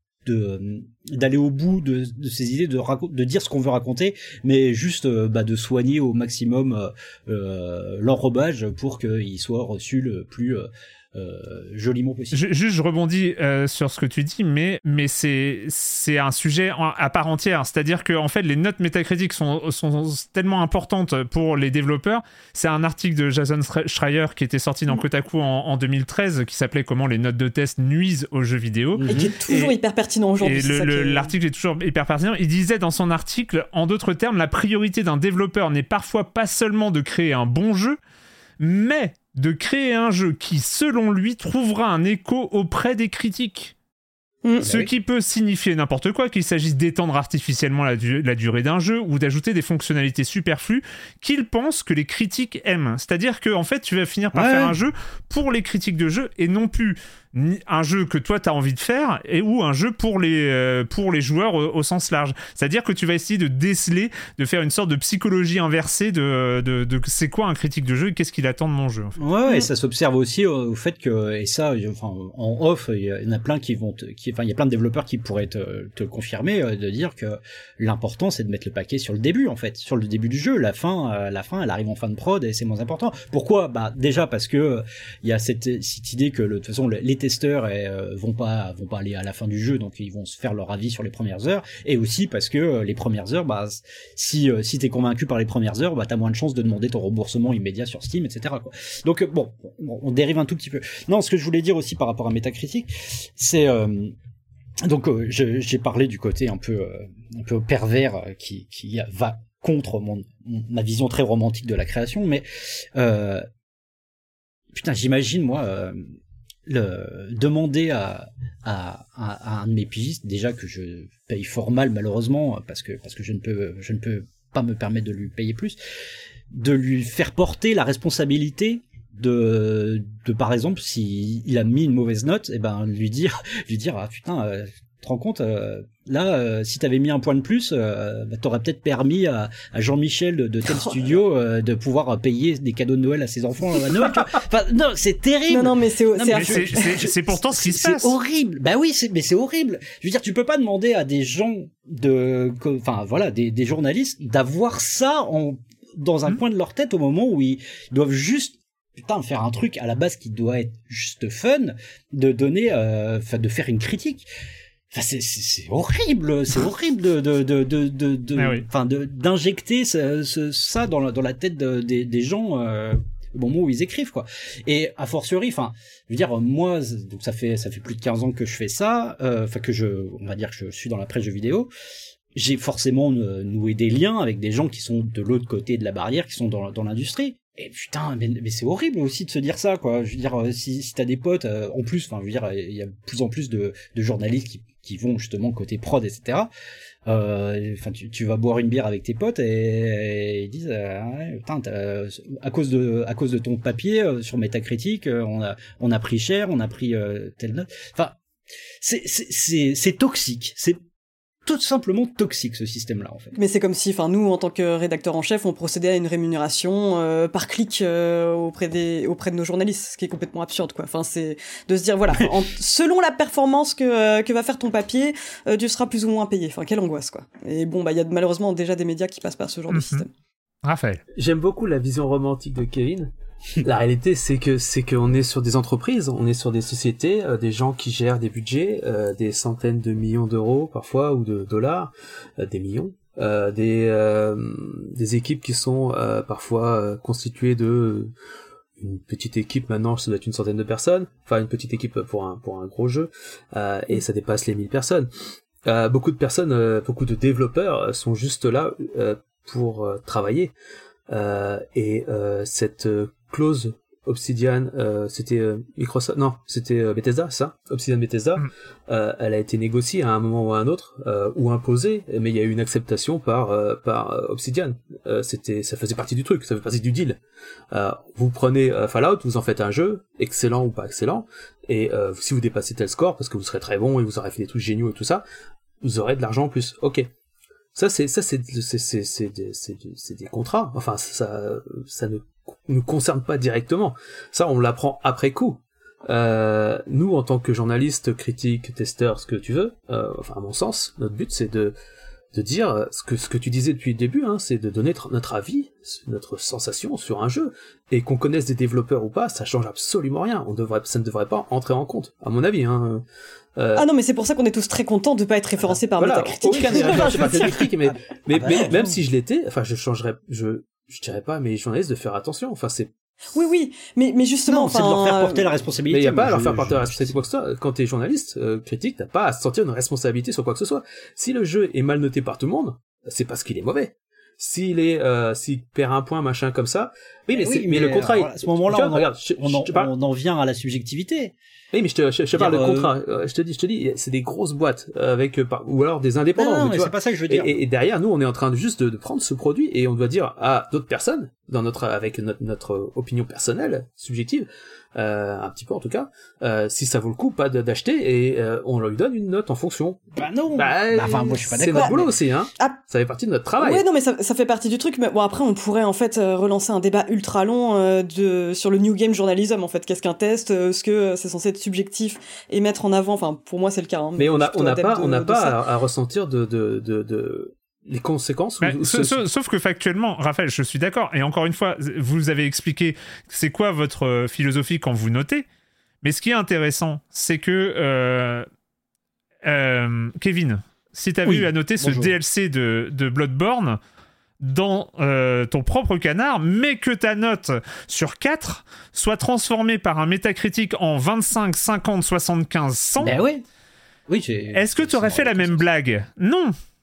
Speaker 6: de d'aller au bout de, de ses idées, de raco- de dire ce qu'on veut raconter, mais juste euh, bah, de soigner au maximum euh, euh, l'enrobage pour qu'il soit reçu le plus euh, euh, joliment possible.
Speaker 1: Je, juste, je rebondis euh, sur ce que tu dis, mais, mais c'est, c'est un sujet en- à part entière. C'est-à-dire que en fait, les notes métacritiques sont, sont tellement importantes pour les développeurs. C'est un article de Jason Schreier qui était sorti dans Kotaku en, en deux mille treize qui s'appelait « Comment les notes de test nuisent aux jeux vidéo ».
Speaker 4: Et qui est toujours
Speaker 1: Et-
Speaker 4: hyper pertinent aujourd'hui.
Speaker 1: Et
Speaker 4: c'est
Speaker 1: le-
Speaker 4: ça
Speaker 1: le-
Speaker 4: qui est-
Speaker 1: l'article est toujours hyper pertinent. Il disait dans son article, en d'autres termes, la priorité d'un développeur n'est parfois pas seulement de créer un bon jeu, mais de créer un jeu qui, selon lui, trouvera un écho auprès des critiques.
Speaker 4: Mm.
Speaker 1: Ce
Speaker 6: oui.
Speaker 1: qui peut signifier n'importe quoi, qu'il s'agisse d'étendre artificiellement la, du- la durée d'un jeu ou d'ajouter des fonctionnalités superflues qu'il pense que les critiques aiment. C'est-à-dire que en fait, tu vas finir par
Speaker 6: Ouais.
Speaker 1: faire un jeu pour les critiques de jeu et non plus ni- un jeu que toi t'as envie de faire et ou un jeu pour les euh, pour les joueurs au, au sens large. C'est-à-dire que tu vas essayer de déceler, de faire une sorte de psychologie inversée de de, de c'est quoi un critique de jeu et qu'est-ce qu'il attend de mon jeu. En fait.
Speaker 6: Ouais, ouais,
Speaker 4: Mm.
Speaker 6: et ça s'observe aussi au, au fait que, et ça, enfin, en off, il y en a plein qui vont, te, qui, enfin, il y a plein de développeurs qui pourraient te, te le confirmer, euh, de dire que l'important c'est de mettre le paquet sur le début, en fait, sur le début du jeu. La fin, euh, la fin, elle arrive en fin de prod et c'est moins important. Pourquoi? Bah, déjà parce que euh, il y a cette, cette idée que, de toute façon, les testeurs euh, vont pas, vont pas aller à la fin du jeu, donc ils vont se faire leur avis sur les premières heures, et aussi parce que euh, les premières heures, bah, si, euh, si t'es convaincu par les premières heures, bah, t'as moins de chances de demander ton remboursement immédiat sur Steam, et cetera, quoi. Donc, euh, bon, on, on dérive un tout petit peu. Non, ce que je voulais dire aussi par rapport à Metacritic, c'est, euh, donc, euh, je- j'ai parlé du côté un peu, euh, un peu pervers euh, qui, qui va contre mon, mon- ma vision très romantique de la création, mais, euh, putain, j'imagine, moi, euh, le, demander à, à, à, à un de mes pigistes, déjà que je paye fort mal malheureusement, parce que, parce que je ne peux, je ne peux pas me permettre de lui payer plus, de lui faire porter la responsabilité de, de par exemple, si il a mis une mauvaise note, et ben lui dire, lui dire ah putain, euh, tu te rends compte, euh, là, euh, si t'avais mis un point de plus, euh, bah, t'aurais peut-être permis à, à Jean-Michel de, de tel studio euh, de pouvoir payer des cadeaux de Noël à ses enfants à Noël. Enfin, non, c'est terrible.
Speaker 4: Non, non, mais c'est,
Speaker 6: Non,
Speaker 4: c'est,
Speaker 6: mais
Speaker 4: un-
Speaker 1: C'est, c'est, c'est pourtant ce qui se passe.
Speaker 6: C'est horrible. Bah oui, c'est, mais c'est horrible. Je veux dire, tu peux pas demander à des gens de, que- enfin voilà, des, des journalistes d'avoir ça en, dans un
Speaker 1: Mhm.
Speaker 6: coin de leur tête au moment où ils doivent juste putain faire un truc à la base qui doit être juste fun, de donner, euh, enfin de faire une critique. Enfin, c'est, c'est, c'est horrible, c'est horrible de, de, de, de, de, de-
Speaker 1: Ah oui.
Speaker 6: enfin, de, d'injecter ce, ce- ça dans la, dans la tête de- des, des gens, euh, au moment où ils écrivent, quoi. Et, a fortiori, enfin, je veux dire, moi, donc ça fait, ça fait plus de quinze ans que je fais ça, euh, enfin, que je, on va dire que je suis dans la presse jeux vidéo. J'ai forcément euh, noué des liens avec des gens qui sont de l'autre côté de la barrière, qui sont dans, dans l'industrie. Et putain, mais, mais c'est horrible aussi de se dire ça, quoi. Je veux dire, euh, si, si t'as des potes, euh, en plus, enfin, je veux dire, il y a de plus en plus de, de journalistes qui, qui vont justement côté prod, et cetera. Euh, Enfin, tu, tu vas boire une bière avec tes potes et, et ils disent, euh, ouais, putain, t'as- à cause de, à cause de ton papier euh, sur Metacritic, euh, on a, on a pris cher, on a pris euh, telle note. Enfin, c'est, c'est, c'est, c'est toxique. C'est tout simplement toxique ce système-là, en fait.
Speaker 4: Mais c'est comme si, enfin, nous, en tant que rédacteur en chef, on procédait à une rémunération euh, par clic euh, auprès des, auprès de nos journalistes, ce qui est complètement absurde, quoi. Enfin, c'est de se dire, voilà, en, selon la performance que euh, que va faire ton papier, euh, tu seras plus ou moins payé. Enfin, quelle angoisse, quoi. Et bon, bah, il y a malheureusement déjà des médias qui passent par ce genre
Speaker 1: Mhm.
Speaker 4: de système.
Speaker 1: Raphaël.
Speaker 5: J'aime beaucoup la vision romantique de Kevin. La réalité, c'est que c'est qu'on est sur des entreprises, on est sur des sociétés, euh, des gens qui gèrent des budgets, euh, des centaines de millions d'euros parfois ou de dollars, euh, des millions, euh, des euh, des équipes qui sont euh, parfois euh, constituées de une petite équipe. Maintenant, ça doit être une centaine de personnes, enfin une petite équipe pour un pour un gros jeu, euh, et ça dépasse les mille personnes. Euh, beaucoup de personnes, euh, beaucoup de développeurs euh, sont juste là euh, pour euh, travailler. Euh, et euh, cette euh, clause Obsidian, euh, c'était euh, Microsoft, non, c'était euh, Bethesda, ça, Obsidian Bethesda,
Speaker 1: Mm.
Speaker 5: euh, elle a été négociée à un moment ou à un autre, euh, ou imposée, mais il y a eu une acceptation par euh, par euh, Obsidian. Euh, c'était, ça faisait partie du truc, ça fait partie du deal. Euh, vous prenez euh, Fallout, vous en faites un jeu, excellent ou pas excellent, et euh, si vous dépassez tel score, parce que vous serez très bon et vous aurez fait des trucs géniaux et tout ça, vous aurez de l'argent en plus. Ok. Ça c'est ça c'est c'est c'est c'est des, c'est des, c'est des contrats. Enfin ça ça ne nous concerne pas directement. Ça on l'apprend après coup. Euh, nous en tant que journalistes, critiques, testeurs, ce que tu veux, euh, enfin à mon sens, notre but c'est de de dire ce que ce que tu disais depuis le début, hein, c'est de donner tr- notre avis, notre sensation sur un jeu, et qu'on connaisse des développeurs ou pas, ça change absolument rien. On devrait, ça ne devrait pas entrer en compte, à mon avis. Hein. Euh,
Speaker 4: Ah non, mais c'est pour ça qu'on est tous très contents de pas être référencés par
Speaker 5: voilà,
Speaker 4: Metacritic.
Speaker 5: aucun n'est référencé par Metacritic, mais, mais,
Speaker 6: Ah bah
Speaker 5: mais
Speaker 6: non,
Speaker 5: même
Speaker 6: non.
Speaker 5: si je l'étais, enfin, je changerais, je, je dirais pas à mes journalistes de faire attention. Enfin, c'est,
Speaker 4: Oui, oui, mais, mais justement,
Speaker 6: Non, c'est de leur
Speaker 4: enfin,
Speaker 6: faire porter la
Speaker 5: mais
Speaker 6: responsabilité.
Speaker 5: il y a pas à
Speaker 6: Moi,
Speaker 5: leur
Speaker 6: je-
Speaker 5: faire porter la
Speaker 6: je-
Speaker 5: responsabilité quoi que ce soit. Quand t'es journaliste, euh, critique, t'as pas à se sentir une responsabilité sur quoi que ce soit. Si le jeu est mal noté par tout le monde, c'est parce qu'il est mauvais. S'il est, euh, s'il perd un point, machin comme ça. Oui, mais,
Speaker 6: Oui,
Speaker 5: c'est, mais, le contrat,
Speaker 6: alors,
Speaker 5: il-
Speaker 6: à ce moment-là,
Speaker 5: tu vois,
Speaker 6: on en-
Speaker 5: regarde, je,
Speaker 6: On en,
Speaker 5: je te parle.
Speaker 6: on en vient à la subjectivité.
Speaker 5: Oui, mais je te, je, je te parle de
Speaker 6: Dire, euh,
Speaker 5: contrat. Euh, Je te dis, je te dis, c'est des grosses boîtes euh, avec, euh, par- ou alors des indépendants.
Speaker 6: Non, non,
Speaker 5: mais
Speaker 6: mais
Speaker 5: tu
Speaker 6: c'est
Speaker 5: vois.
Speaker 6: pas ça que je veux
Speaker 5: Et,
Speaker 6: dire.
Speaker 5: et- et derrière, nous, on est en train de juste de, de prendre ce produit et on doit dire à d'autres personnes, dans notre, avec notre, notre opinion personnelle, subjective, euh, un petit peu en tout cas, euh, si ça vaut le coup, pas de- d'acheter, et euh, on lui donne une note en fonction.
Speaker 6: Bah non.
Speaker 5: Bah,
Speaker 6: Bah, enfin, moi, je suis pas
Speaker 5: c'est
Speaker 6: d'accord.
Speaker 5: notre boulot
Speaker 6: mais-
Speaker 5: aussi, hein.
Speaker 4: Ah.
Speaker 5: Ça fait partie de notre travail.
Speaker 4: Ouais, non, mais ça, ça fait partie du truc. Mais bon, après, on pourrait en fait euh, relancer un débat ultra long euh, de sur le new game journalism. En fait, qu'est-ce qu'un test euh, Est-ce que euh, c'est censé être subjectif et mettre en avant Enfin, pour moi, c'est le cas. Hein,
Speaker 5: mais on
Speaker 4: je
Speaker 5: a,
Speaker 4: suis
Speaker 5: on n'a
Speaker 4: plutôt
Speaker 5: pas,
Speaker 4: adepte
Speaker 5: on n'a
Speaker 4: de- de
Speaker 5: pas
Speaker 4: ça.
Speaker 5: à, à ressentir de, de, de, de, les conséquences.
Speaker 1: Bah,
Speaker 5: ou- ou
Speaker 1: sa-
Speaker 5: ce-
Speaker 1: sa- sauf que factuellement, Raphaël, je suis d'accord. Et encore une fois, vous avez expliqué c'est quoi votre euh, philosophie quand vous notez. Mais ce qui est intéressant, c'est que euh, euh, Kevin, si tu avais
Speaker 6: Oui,
Speaker 1: eu à noter ce
Speaker 6: bonjour.
Speaker 1: D L C de, de Bloodborne dans euh, ton propre canard, mais que ta note sur quatre soit transformée par un métacritique en vingt-cinq, cinquante, soixante-quinze, cent,
Speaker 6: Bah oui. Oui, j'ai-
Speaker 1: est-ce que tu aurais
Speaker 6: c'est
Speaker 1: fait la
Speaker 6: vrai,
Speaker 1: même
Speaker 6: c'est-
Speaker 1: blague ? Non.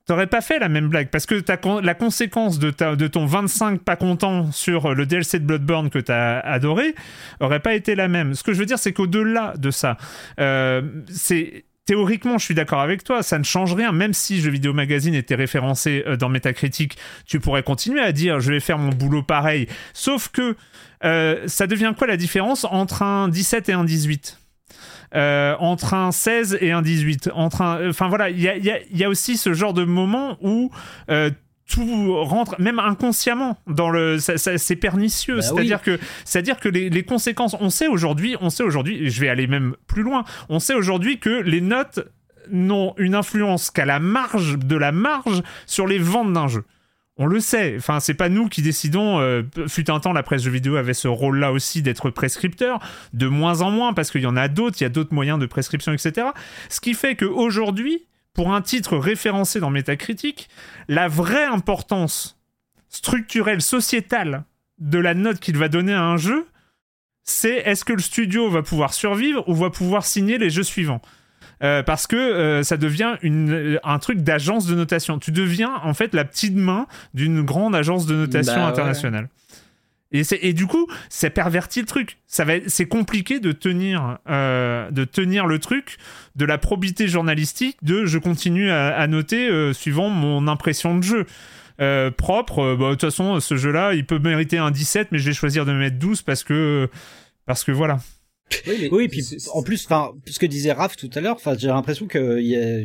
Speaker 1: t'aurais pas fait la même blague parce que ta con- la conséquence de, ta, de ton vingt-cinq pas content sur le D L C de Bloodborne que t'as adoré aurait pas été la même. Ce que je veux dire, c'est qu'au-delà de ça, euh, c'est... Théoriquement, je suis d'accord avec toi, ça ne change rien, même si Jeux Vidéo Magazine était référencé euh, dans Metacritic, tu pourrais continuer à dire je vais faire mon boulot pareil, sauf que euh, ça devient quoi la différence entre un dix-sept et un dix-huit ? Euh, entre un seize et un dix-huit, entre un... Enfin voilà, il y a, y, a, y a aussi ce genre de moment où... Euh, tout rentre, même inconsciemment, dans le, ça, ça, c'est pernicieux. Bah c'est-à-dire oui. que, c'est-à-dire que les, les conséquences, on sait aujourd'hui, on sait aujourd'hui, je vais aller même plus loin, on sait aujourd'hui que les notes n'ont une influence qu'à la marge de la marge sur les ventes d'un jeu. On le sait, enfin c'est pas nous qui décidons, euh, fut un temps la presse jeux vidéo avait ce rôle-là aussi d'être prescripteur, de moins en moins parce qu'il y en a d'autres, il y a d'autres moyens de prescription, et cetera. Ce qui fait qu'aujourd'hui, pour un titre référencé dans Metacritic, la vraie importance structurelle, sociétale de la note qu'il va donner à un jeu, c'est est-ce que le studio va pouvoir survivre ou va pouvoir signer les jeux suivants. Euh, parce que euh, ça devient une, un truc d'agence de notation. Tu deviens en fait la petite main d'une grande agence de notation bah, internationale. Ouais. Et, c'est, et du coup, ça pervertit le truc. Ça va être, c'est compliqué de tenir, euh, de tenir le truc de la probité journalistique de je continue à, à noter euh, suivant mon impression de jeu. Euh, propre, euh, bah, de toute façon, ce jeu-là, il peut mériter un dix-sept, mais je vais choisir de mettre douze parce que, parce que voilà.
Speaker 6: Oui, mais oui, puis en plus, enfin, ce que disait Raph tout à l'heure, enfin, j'ai l'impression que y a...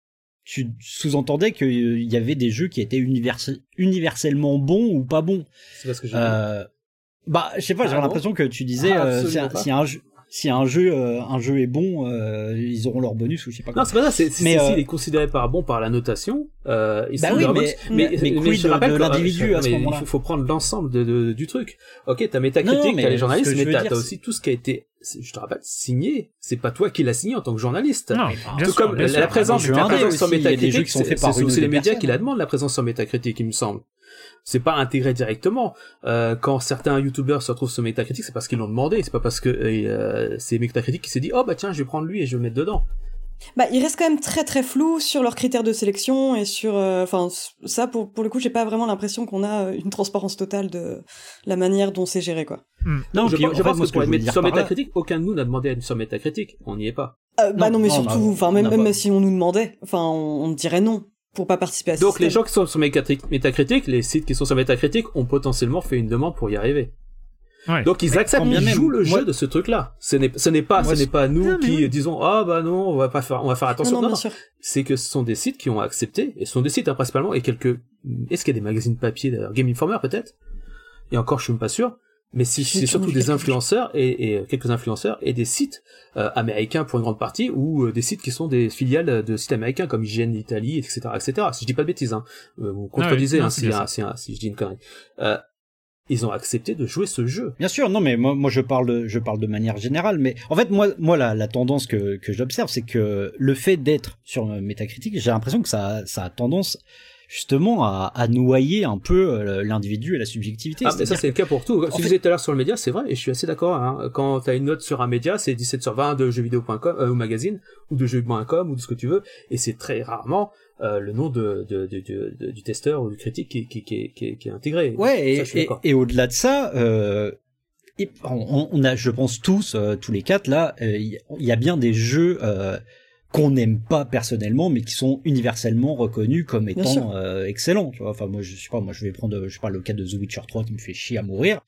Speaker 6: tu sous-entendais qu'il y avait des jeux qui étaient universel... universellement bons ou pas bons.
Speaker 5: C'est parce que j'ai
Speaker 6: euh... Bah, je sais pas, ah, j'ai l'impression que tu disais, ah, euh, si, un, si un jeu, si un jeu, euh, un jeu est bon, euh, ils auront leur bonus ou je sais pas quoi.
Speaker 5: Non, c'est pas ça, c'est, c'est, mais, c'est, euh... s'il est considéré par bon par la notation, euh,
Speaker 6: bah oui, mais, mais, mais, mais, mais je rappelle de l'individu à ce moment-là.
Speaker 5: Il faut prendre l'ensemble de, de, du truc. Ok, t'as Metacritic, t'as les journalistes, mais t'as, t'as aussi tout ce qui a été, je te rappelle, signé. C'est pas toi qui l'as signé en tant que journaliste.
Speaker 1: Non,
Speaker 5: tout comme la présence, la présence sur Metacritic, c'est aussi les médias qui la demandent, la présence sur Metacritic, il me semble. C'est pas intégré directement. Euh, quand certains youtubeurs se retrouvent sur Metacritic, c'est parce qu'ils l'ont demandé. C'est pas parce que euh, c'est Metacritic qui s'est dit oh bah tiens je vais prendre lui et je vais le mettre dedans.
Speaker 4: Bah il reste quand même très très flou sur leurs critères de sélection et sur enfin euh, ça pour pour le coup j'ai pas vraiment l'impression qu'on a une transparence totale de la manière dont c'est géré quoi.
Speaker 5: Mm. Non, je, puis, je pense que pour être sur Metacritic, aucun de nous n'a demandé à être sur Metacritic. On n'y est pas.
Speaker 4: Euh, bah non, non mais non, surtout enfin même même si on nous demandait, enfin on, on dirait non. Pour pas participer à ce
Speaker 5: Donc
Speaker 4: système.
Speaker 5: Les gens qui sont sur Metacritic, les sites qui sont sur Metacritic ont potentiellement fait une demande pour y arriver. Ouais. Donc ils acceptent, ils jouent le jeu moi... de ce truc-là. Ce n'est, ce n'est pas, moi, ce n'est pas nous non, qui oui. disons ah bah non, on va pas faire, on va faire attention.
Speaker 4: Non, non,
Speaker 5: non, non. C'est que ce sont des sites qui ont accepté, et ce sont des sites hein, principalement et quelques. Est-ce qu'il y a des magazines papier d'ailleurs, Game Informer peut-être. Et encore, je suis même pas sûr. Mais c'est, c'est surtout des influenceurs et, et quelques influenceurs et des sites euh, américains pour une grande partie ou euh, des sites qui sont des filiales de sites américains comme I G N Italie, et cetera, et cetera. Si je dis pas de bêtises, hein, euh, vous contredisez ah oui, hein, si, hein, si, hein, si je dis une connerie. Euh, ils ont accepté de jouer ce jeu.
Speaker 6: Bien sûr, non, mais moi, moi, je parle, de, je parle de manière générale. Mais en fait, moi, moi, la, la tendance que que j'observe, c'est que le fait d'être sur Metacritic, j'ai l'impression que ça, ça a tendance justement à, à noyer un peu euh, l'individu et la subjectivité.
Speaker 5: Ah, mais ça c'est que... le cas pour tout. Si vous fait... êtes tout à l'heure sur le média, c'est vrai, et je suis assez d'accord. Hein. Quand t'as une note sur un média, c'est dix-sept sur vingt de jeuxvideo point com euh, ou magazine, ou de jeux point com ou de ce que tu veux, et c'est très rarement euh, le nom de, de, de, de, de du testeur ou du critique qui, qui, qui, qui, qui est intégré.
Speaker 6: Ouais, ça, et, et, et au-delà de ça, euh, et on, on a, je pense tous, euh, tous les quatre là, il euh, y, y a bien des jeux. Euh, qu'on n'aime pas personnellement mais qui sont universellement reconnus comme étant euh, excellents, tu vois. Enfin moi je sais pas, moi je vais prendre je sais pas le cas de The Witcher trois qui me fait chier à mourir.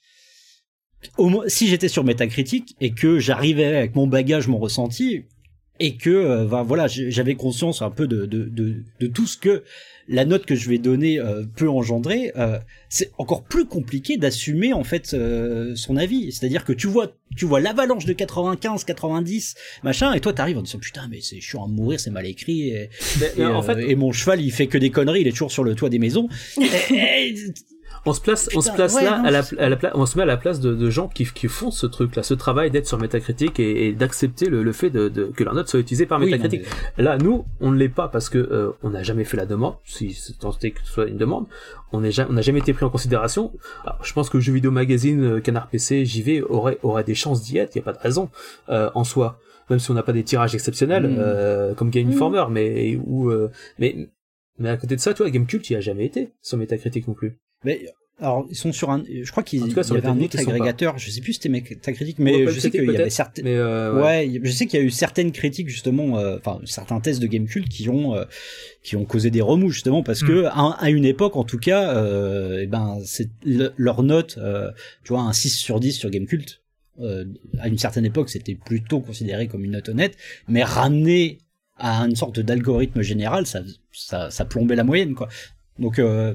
Speaker 6: Au moins si j'étais sur Metacritic et que j'arrivais avec mon bagage, mon ressenti et que euh, ben, voilà, j'avais conscience un peu de de de de tout ce que la note que je vais donner euh, peut engendrer, euh, c'est encore plus compliqué d'assumer en fait euh, son avis. C'est-à-dire que tu vois, tu vois l'avalanche de quatre-vingt-quinze, quatre-vingt-dix, machin, et toi t'arrives en disant putain mais c'est chiant à mourir, c'est mal écrit, et, mais, et, en euh, fait... et mon cheval il fait que des conneries, il est toujours sur le toit des maisons. et, et,
Speaker 5: on se place, putain, on se place ouais, là, non, à la, à la pla- on se met à la place de, de gens qui, qui font ce truc-là, ce travail d'être sur Metacritic et, et d'accepter le, le fait de, de, que leur note soit utilisée par Metacritic. Oui, mais... Là, nous, on ne l'est pas parce que euh, on n'a jamais fait la demande, si c'est tenté que ce soit une demande. On n'est jamais, on n'a jamais été pris en considération. Alors, je pense que Jeux Vidéo Magazine, Canard P C, J V aurait, aurait des chances d'y être. Il y a pas de raison euh, en soi, même si on n'a pas des tirages exceptionnels mmh. euh, comme Game Informer, mmh. mais ou euh, mais Mais à côté de ça, tu vois, Gamecult, il a jamais été sur Metacritic non plus.
Speaker 6: Mais alors ils sont sur un, je crois qu'il y
Speaker 5: cas,
Speaker 6: avait un autre agrégateur, je sais plus si c'était Metacritic, mais
Speaker 5: ouais,
Speaker 6: je sais qu'il y avait certaines,
Speaker 5: mais euh, ouais.
Speaker 6: ouais, je sais qu'il y a eu certaines critiques justement, enfin euh, certains tests de Gamecult qui ont euh, qui ont causé des remous justement parce mm. que à, à une époque en tout cas, euh, et ben c'est le, leur note, euh, tu vois, un six sur dix sur Gamecult, euh, à une certaine époque c'était plutôt considéré comme une note honnête, mais ramené à une sorte d'algorithme général, ça ça ça plombait la moyenne quoi. Donc euh,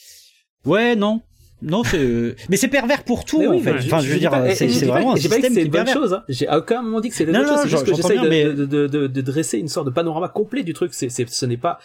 Speaker 6: ouais non. Non, c'est mais c'est pervers pour tout. Mais oui, en fait. Enfin, je, je veux dire, pas, c'est, c'est vraiment un système qui est
Speaker 5: une bonne chose. Hein. J'ai à aucun moment dit que c'est une bonne chose. C'est juste que j'essaye de, mais... de, de, de, de dresser une sorte de panorama complet du truc. C'est, c'est, ce n'est pas.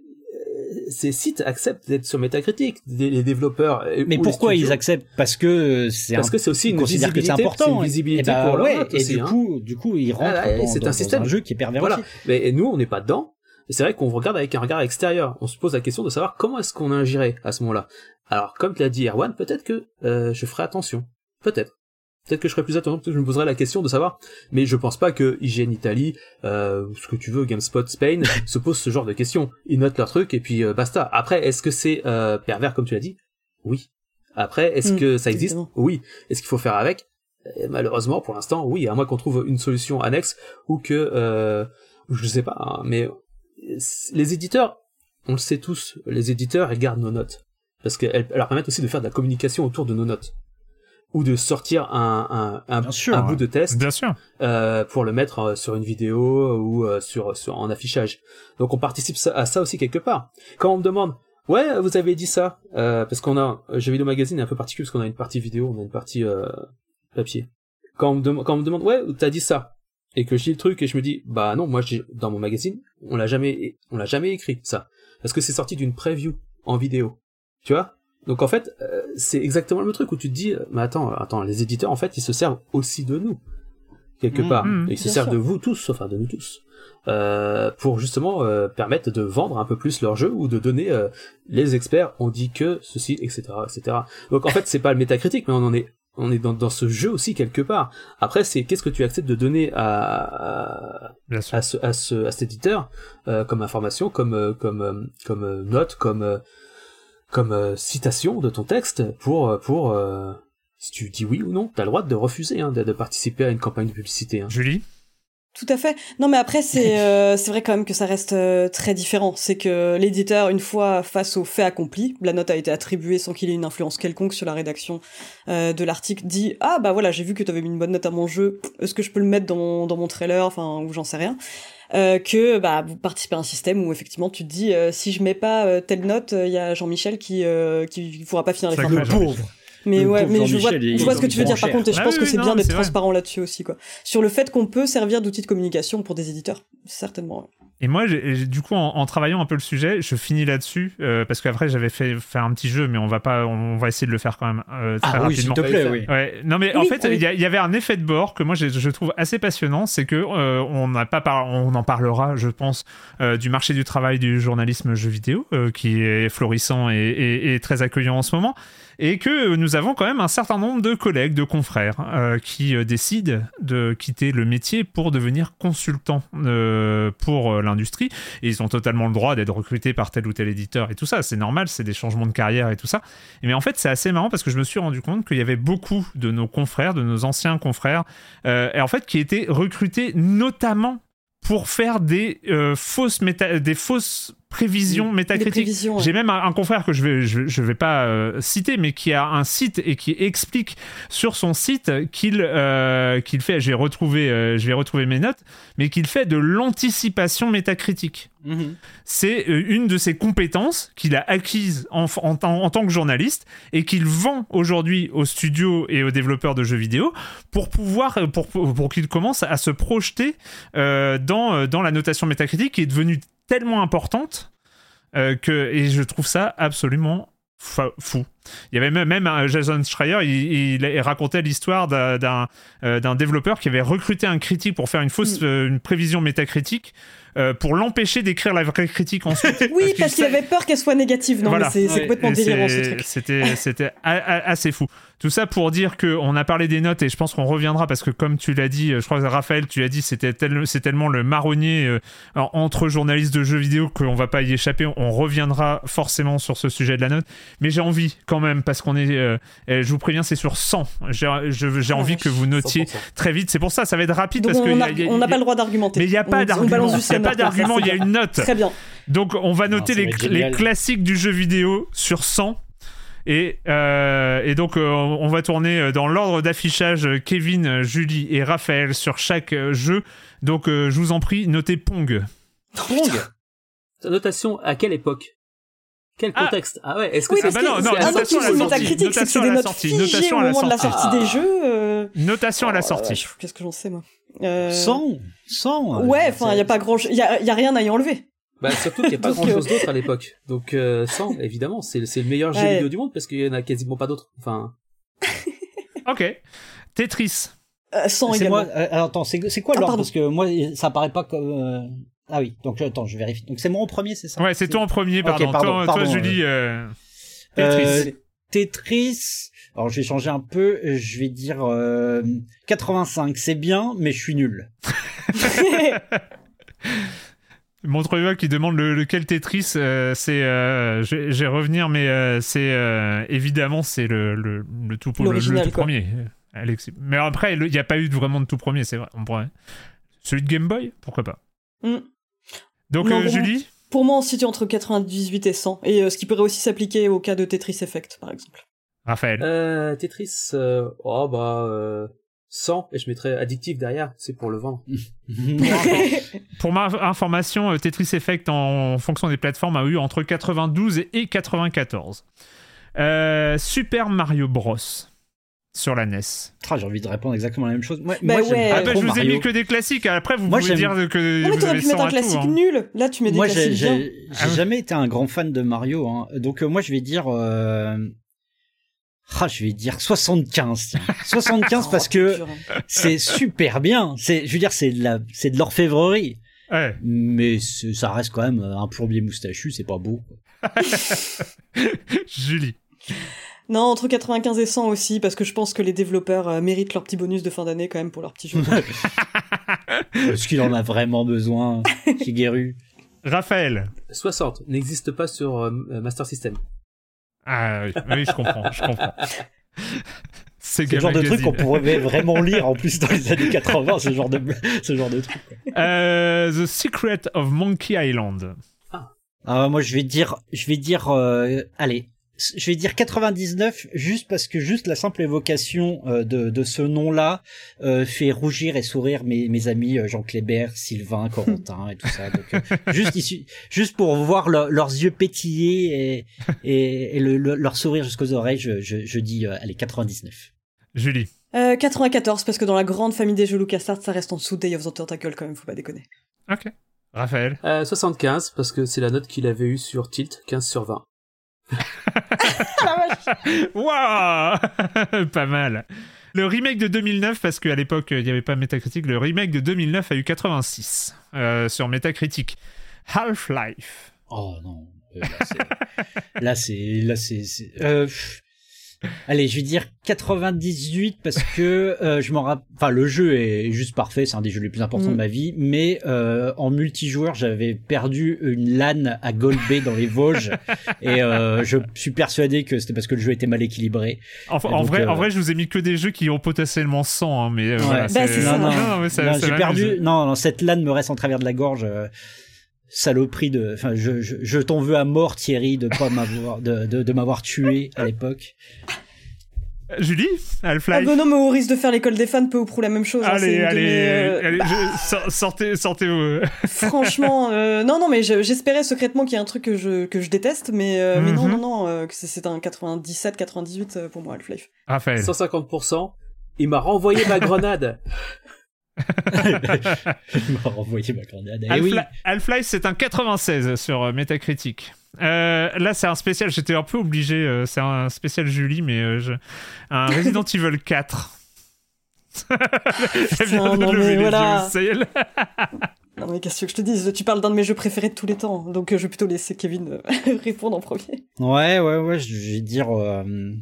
Speaker 5: Ces sites acceptent d'être sur Metacritic, les développeurs.
Speaker 6: Mais pourquoi ils acceptent ? Parce que c'est
Speaker 5: parce
Speaker 6: un...
Speaker 5: que c'est aussi une visibilité, c'est
Speaker 6: important,
Speaker 5: c'est une visibilité
Speaker 6: et bah,
Speaker 5: pour leur
Speaker 6: ouais,
Speaker 5: note
Speaker 6: et
Speaker 5: aussi.
Speaker 6: du
Speaker 5: hein.
Speaker 6: coup, du coup, ils rentrent ah, dans, c'est dans, un, système. dans un jeu qui est pervers
Speaker 5: voilà.
Speaker 6: aussi.
Speaker 5: Mais nous, on n'est pas dedans. C'est vrai qu'on regarde avec un regard extérieur. On se pose la question de savoir comment est-ce qu'on a ingéré à ce moment-là. Alors, comme tu l'as dit, Erwan, peut-être que euh, je ferai attention. Peut-être. Peut-être que je ferai plus attention, peut-être que je me poserai la question de savoir. Mais je pense pas que I G N Italie, euh, ce que tu veux, GameSpot Spain, se pose ce genre de questions. Ils notent leur truc et puis euh, basta. Après, est-ce que c'est euh, pervers comme tu l'as dit ? Oui. Après, est-ce mmh, que ça existe ? Exactement. Oui. Est-ce qu'il faut faire avec ? Et malheureusement, pour l'instant, oui. À moins qu'on trouve une solution annexe ou que, euh, je sais pas, hein, mais les éditeurs, on le sait tous, les éditeurs, ils gardent nos notes. Parce qu'elles leur permettent aussi de faire de la communication autour de nos notes. Ou de sortir un, un, un,
Speaker 1: sûr,
Speaker 5: un
Speaker 1: ouais.
Speaker 5: bout de test
Speaker 1: Bien sûr.
Speaker 5: Euh, pour le mettre sur une vidéo ou euh, sur, sur en affichage. Donc on participe à ça aussi quelque part. Quand on me demande, ouais, vous avez dit ça, euh, parce qu'on a, Jeux Vidéo Magazine est un peu particulier parce qu'on a une partie vidéo, on a une partie euh, papier. Quand on, me dem- quand on me demande, ouais, t'as dit ça, et que je lis le truc et je me dis, bah non, moi j'ai dans mon magazine, on l'a jamais, on l'a jamais écrit ça, parce que c'est sorti d'une preview en vidéo. Tu vois ? Donc en fait, euh, c'est exactement le même truc où tu te dis, mais attends, attends, les éditeurs en fait, ils se servent aussi de nous quelque mmh, part. Mmh, ils se servent sûr. de vous tous, enfin de nous tous, euh, pour justement euh, permettre de vendre un peu plus leur jeu ou de donner euh, les experts ont dit que ceci, et cetera, et cetera. Donc en fait, c'est pas le métacritique, mais on en est, on est dans, dans ce jeu aussi quelque part. Après, c'est qu'est-ce que tu acceptes de donner à à, à ce à ce à cet éditeur euh, comme information, comme euh, comme euh, comme euh, note, comme euh, comme euh, citation de ton texte pour pour euh, si tu dis oui ou non, t'as le droit de refuser hein, de, de participer à une campagne de publicité. Hein.
Speaker 1: Julie ?
Speaker 4: Tout à fait. Non, mais après, c'est euh, c'est vrai quand même que ça reste euh, très différent. C'est que l'éditeur, une fois face au fait accompli, la note a été attribuée sans qu'il ait une influence quelconque sur la rédaction euh, de l'article, dit « Ah, bah voilà, j'ai vu que t'avais mis une bonne note à mon jeu, est-ce que je peux le mettre dans mon, dans mon trailer ?» Enfin, ou j'en sais rien. Euh, que bah vous participez à un système où effectivement tu te dis euh, si je mets pas euh, telle note, il euh, y a Jean-Michel qui euh, qui pourra pas finir les fins de
Speaker 6: pauvre.
Speaker 4: Mais
Speaker 6: le
Speaker 4: ouais, mais je vois, je vois ce que tu veux dire par contre, et je
Speaker 1: ah
Speaker 4: pense
Speaker 1: oui,
Speaker 4: que c'est
Speaker 1: non,
Speaker 4: bien d'être
Speaker 1: c'est
Speaker 4: transparent là-dessus aussi, quoi. Sur le fait qu'on peut servir d'outil de communication pour des éditeurs, certainement. Ouais.
Speaker 1: Et moi, j'ai, j'ai, du coup, en, en travaillant un peu le sujet, je finis là-dessus euh, parce qu'après j'avais fait faire un petit jeu, mais on va pas, on va essayer de le faire quand même euh, très
Speaker 6: ah,
Speaker 1: rapidement.
Speaker 6: Oui, s'il te plaît, oui.
Speaker 1: Ouais. Non, mais
Speaker 4: oui,
Speaker 1: en fait, il
Speaker 4: oui.
Speaker 1: y, y avait un effet de bord que moi je, je trouve assez passionnant, c'est que euh, on n'a pas, par... on en parlera, je pense, euh, du marché du travail du journalisme jeu vidéo euh, qui est florissant et, et, et très accueillant en ce moment. Et que nous avons quand même un certain nombre de collègues, de confrères euh, qui euh, décident de quitter le métier pour devenir consultants euh, pour euh, l'industrie. Et ils ont totalement le droit d'être recrutés par tel ou tel éditeur et tout ça. C'est normal, c'est des changements de carrière et tout ça. Mais en fait, c'est assez marrant parce que je me suis rendu compte qu'il y avait beaucoup de nos confrères, de nos anciens confrères, euh, et en fait, qui étaient recrutés notamment pour faire des euh, fausses méta- des fausses prévisions métacritiques. Ouais. J'ai même un, un confrère que je vais je, je vais pas euh, citer, mais qui a un site et qui explique sur son site qu'il euh, qu'il fait. Je vais retrouver euh, je vais retrouver mes notes, mais qu'il fait de l'anticipation métacritique. Mmh. C'est euh, une de ses compétences qu'il a acquise en, en, en, en tant que journaliste et qu'il vend aujourd'hui aux studios et aux développeurs de jeux vidéo pour pouvoir pour pour, pour qu'ils commencent à se projeter euh, dans dans la notation métacritique qui est devenue tellement importante euh, que et je trouve ça absolument fa- fou. Il y avait même, même un Jason Schreier, il, il, il racontait l'histoire d'un, d'un, euh, d'un développeur qui avait recruté un critique pour faire une fausse mm. euh, une prévision métacritique. Euh, pour l'empêcher d'écrire la vraie critique ensuite.
Speaker 4: Oui, parce, parce qu'il avait peur qu'elle soit négative. Non, voilà. mais c'est, c'est ouais, complètement délirant ce truc.
Speaker 1: C'était, c'était a, a, assez fou. Tout ça pour dire qu'on a parlé des notes et je pense qu'on reviendra parce que comme tu l'as dit, je crois que Raphaël, tu l'as dit, c'était tel, c'est tellement le marronnier euh, entre journalistes de jeux vidéo qu'on va pas y échapper. On reviendra forcément sur ce sujet de la note. Mais j'ai envie quand même, parce qu'on est, euh, je vous préviens, c'est sur cent. J'ai, je, j'ai envie que vous notiez cent pour cent très vite. C'est pour ça, ça va être rapide.
Speaker 4: Donc
Speaker 1: parce
Speaker 4: on n'a pas le droit d'argumenter.
Speaker 1: Mais il n'y a pas
Speaker 4: on,
Speaker 1: d'argument.
Speaker 4: On
Speaker 1: il n'y a pas d'argument, il y a une note.
Speaker 4: Très bien.
Speaker 1: Donc on va noter
Speaker 6: non,
Speaker 1: les, les classiques du jeu vidéo sur cent. Et, euh, et donc, euh, on va tourner dans l'ordre d'affichage Kevin, Julie et Raphaël sur chaque jeu. Donc, euh, je vous en prie, notez Pong.
Speaker 5: Pong. Notation à quelle époque? Quel contexte? Ah, ah ouais, est-ce que
Speaker 4: oui,
Speaker 5: c'est...
Speaker 4: Ah bah non, non, notation à la sortie. Notation à la sortie. Notation à la sortie. Au moment de la sortie des jeux. Euh...
Speaker 1: Notation à la sortie.
Speaker 4: Euh, qu'est-ce que j'en sais, moi? Euh...
Speaker 6: cent cent
Speaker 4: Ouais, enfin, il y a pas grand... Il y a, y a rien à y enlever.
Speaker 5: Bah, surtout qu'il n'y a pas grand chose d'autre à l'époque. Donc, euh, cent, évidemment, c'est, c'est le meilleur jeu ouais. vidéo du monde parce qu'il n'y en a quasiment pas d'autres. Enfin.
Speaker 1: Ok. Tetris.
Speaker 4: Euh, cent
Speaker 6: c'est
Speaker 4: également.
Speaker 6: Moi, euh, alors, attends, c'est, c'est quoi
Speaker 4: ah,
Speaker 6: l'ordre? Parce que moi, ça apparaît pas comme, euh... ah oui, donc, attends, je vérifie. Donc, c'est moi en premier, c'est ça?
Speaker 1: Ouais, c'est toi en premier, pardon. Okay, pardon, toi, pardon, toi, Julie, euh... Tetris. Euh,
Speaker 6: Tetris. Alors, je vais changer un peu. Je vais dire, euh, quatre-vingt-cinq. C'est bien, mais je suis nul.
Speaker 1: Montreux qui demande le, lequel Tetris, euh, c'est, euh, je, je vais revenir, mais euh, c'est euh, évidemment c'est le le, le tout le, le tout premier. Alex. Mais après il n'y a pas eu vraiment de tout premier, c'est vrai. On pourrait. Celui de Game Boy, pourquoi pas. Mm. Donc non, euh, Julie.
Speaker 4: Pour moi, on se situe entre quatre-vingt-dix-huit et cent, et euh, ce qui pourrait aussi s'appliquer au cas de Tetris Effect, par exemple.
Speaker 1: Raphaël.
Speaker 5: Euh, Tetris, euh, oh bah. Euh... cent, et je mettrais addictif derrière, c'est pour le vendre.
Speaker 1: Pour ma information, Tetris Effect en fonction des plateformes a eu entre quatre-vingt-douze et quatre-vingt-quatorze. Euh, Super Mario Bros sur la N E S.
Speaker 6: Ah, j'ai envie de répondre exactement la même chose. Moi,
Speaker 4: bah
Speaker 6: moi
Speaker 4: ouais.
Speaker 1: ah bah, je vous
Speaker 6: Mario.
Speaker 1: ai mis que des classiques. Après, vous
Speaker 6: moi,
Speaker 1: pouvez
Speaker 6: j'aime...
Speaker 1: dire que
Speaker 4: non, mais
Speaker 1: vous avez
Speaker 4: pu mettre un classique
Speaker 1: tout, hein.
Speaker 4: nul. Là, tu mets des
Speaker 6: moi,
Speaker 4: classiques
Speaker 6: j'ai,
Speaker 4: bien.
Speaker 6: J'ai, j'ai
Speaker 1: ah,
Speaker 6: jamais été un grand fan de Mario, hein. Donc euh, moi, je vais dire. Euh... Ah, je vais dire soixante-quinze. Tiens. soixante-quinze parce que c'est super bien. C'est, je veux dire, c'est de la, c'est de l'orfèvrerie.
Speaker 1: Ouais.
Speaker 6: Mais c'est, ça reste quand même un plombier moustachu, c'est pas beau.
Speaker 1: Julie.
Speaker 4: Non, entre quatre-vingt-quinze et cent aussi, parce que je pense que les développeurs euh, méritent leur petit bonus de fin d'année quand même pour leur petit jeu.
Speaker 6: Est-ce qu'il en a vraiment besoin, Shigeru?
Speaker 1: Raphaël.
Speaker 5: soixante. N'existe pas sur euh, Master System.
Speaker 1: Ah oui, oui, je comprends, je comprends.
Speaker 6: C'est le genre de truc qu'on pourrait vraiment lire en plus dans les années quatre-vingts, ce genre de, ce genre de truc.
Speaker 1: Euh, The Secret of Monkey Island.
Speaker 6: Ah. Ah, moi je vais dire, je vais dire, euh, allez, je vais dire quatre-vingt-dix-neuf juste parce que juste la simple évocation euh, de, de ce nom-là euh, fait rougir et sourire mes, mes amis euh, Jean Kléber, Sylvain, Corentin et tout ça. Donc euh, juste ici, juste pour voir le, leurs yeux pétiller et, et, et le, le, leur sourire jusqu'aux oreilles, je, je, je dis euh, allez quatre-vingt-dix-neuf.
Speaker 1: Julie.
Speaker 4: Euh, quatre-vingt-quatorze parce que dans la grande famille des jeux LucasArts, ça reste en dessous de Day of the Tentacle quand même, faut pas déconner.
Speaker 1: Ok. Raphaël.
Speaker 5: Euh, soixante-quinze parce que c'est la note qu'il avait eue sur Tilt, quinze sur vingt.
Speaker 1: Waouh. Pas mal. Le remake de deux mille neuf, parce qu'à l'époque il n'y avait pas Metacritic, le remake de deux mille neuf a eu quatre-vingt-six euh, sur Metacritic. Half-Life.
Speaker 6: Oh non. Euh, là c'est là c'est là c'est, c'est... Euh, allez, je vais dire quatre-vingt-dix-huit parce que euh, je m'en rappelle. Enfin, le jeu est juste parfait, c'est un des jeux les plus importants mmh. de ma vie. Mais euh, en multijoueur, j'avais perdu une LAN à Golbet dans les Vosges et euh, je suis persuadé que c'était parce que le jeu était mal équilibré.
Speaker 1: Enfin, en
Speaker 6: donc,
Speaker 1: vrai,
Speaker 6: euh...
Speaker 1: en vrai, je vous ai mis que des jeux qui ont potentiellement cent, hein, mais euh,
Speaker 4: ouais.
Speaker 1: voilà.
Speaker 4: Bah, c'est, c'est ça.
Speaker 6: Non, non,
Speaker 1: non, non, mais ça,
Speaker 6: non
Speaker 1: ça
Speaker 6: j'ai perdu.
Speaker 1: m'amuse.
Speaker 6: Non, non, cette LAN me reste en travers de la gorge. Euh... Saloperie de, enfin, je, je, je t'en veux à mort, Thierry, de pas m'avoir, de, de, de m'avoir tué à l'époque.
Speaker 1: Julie, Half-Life.
Speaker 4: Ah bah non, mais au risque de faire l'école des fans, peu ou prou la même chose.
Speaker 1: Allez,
Speaker 4: hein,
Speaker 1: allez,
Speaker 4: mes, euh,
Speaker 1: allez,
Speaker 4: bah...
Speaker 1: je, sortez, sortez. Euh...
Speaker 4: Franchement, euh, non, non, mais je, j'espérais secrètement qu'il y a un truc que je que je déteste, mais euh, mm-hmm. mais non, non, non, euh, c'est, c'est un quatre-vingt-dix-sept, quatre-vingt-dix-huit pour moi, Half-Life.
Speaker 1: Raphaël.
Speaker 5: cent cinquante pour cent. Il m'a renvoyé ma grenade.
Speaker 6: Il m'a renvoyé ma grenade. Eh
Speaker 1: Half-Life,
Speaker 6: oui.
Speaker 1: Half-Life, c'est un quatre-vingt-seize sur Metacritic. Euh, là, c'est un spécial. J'étais un peu obligé. Euh, c'est un spécial Julie, mais euh, je... un Resident Evil quatre. Elle vient de
Speaker 4: non,
Speaker 1: lever
Speaker 4: mais
Speaker 1: les
Speaker 4: voilà.
Speaker 1: yeux, ça y est, là.
Speaker 4: Non mais qu'est-ce que je te dise, tu parles d'un de mes jeux préférés de tous les temps, donc euh, je vais plutôt laisser Kevin euh, répondre en premier.
Speaker 6: Ouais, ouais, ouais, je vais dire... Euh...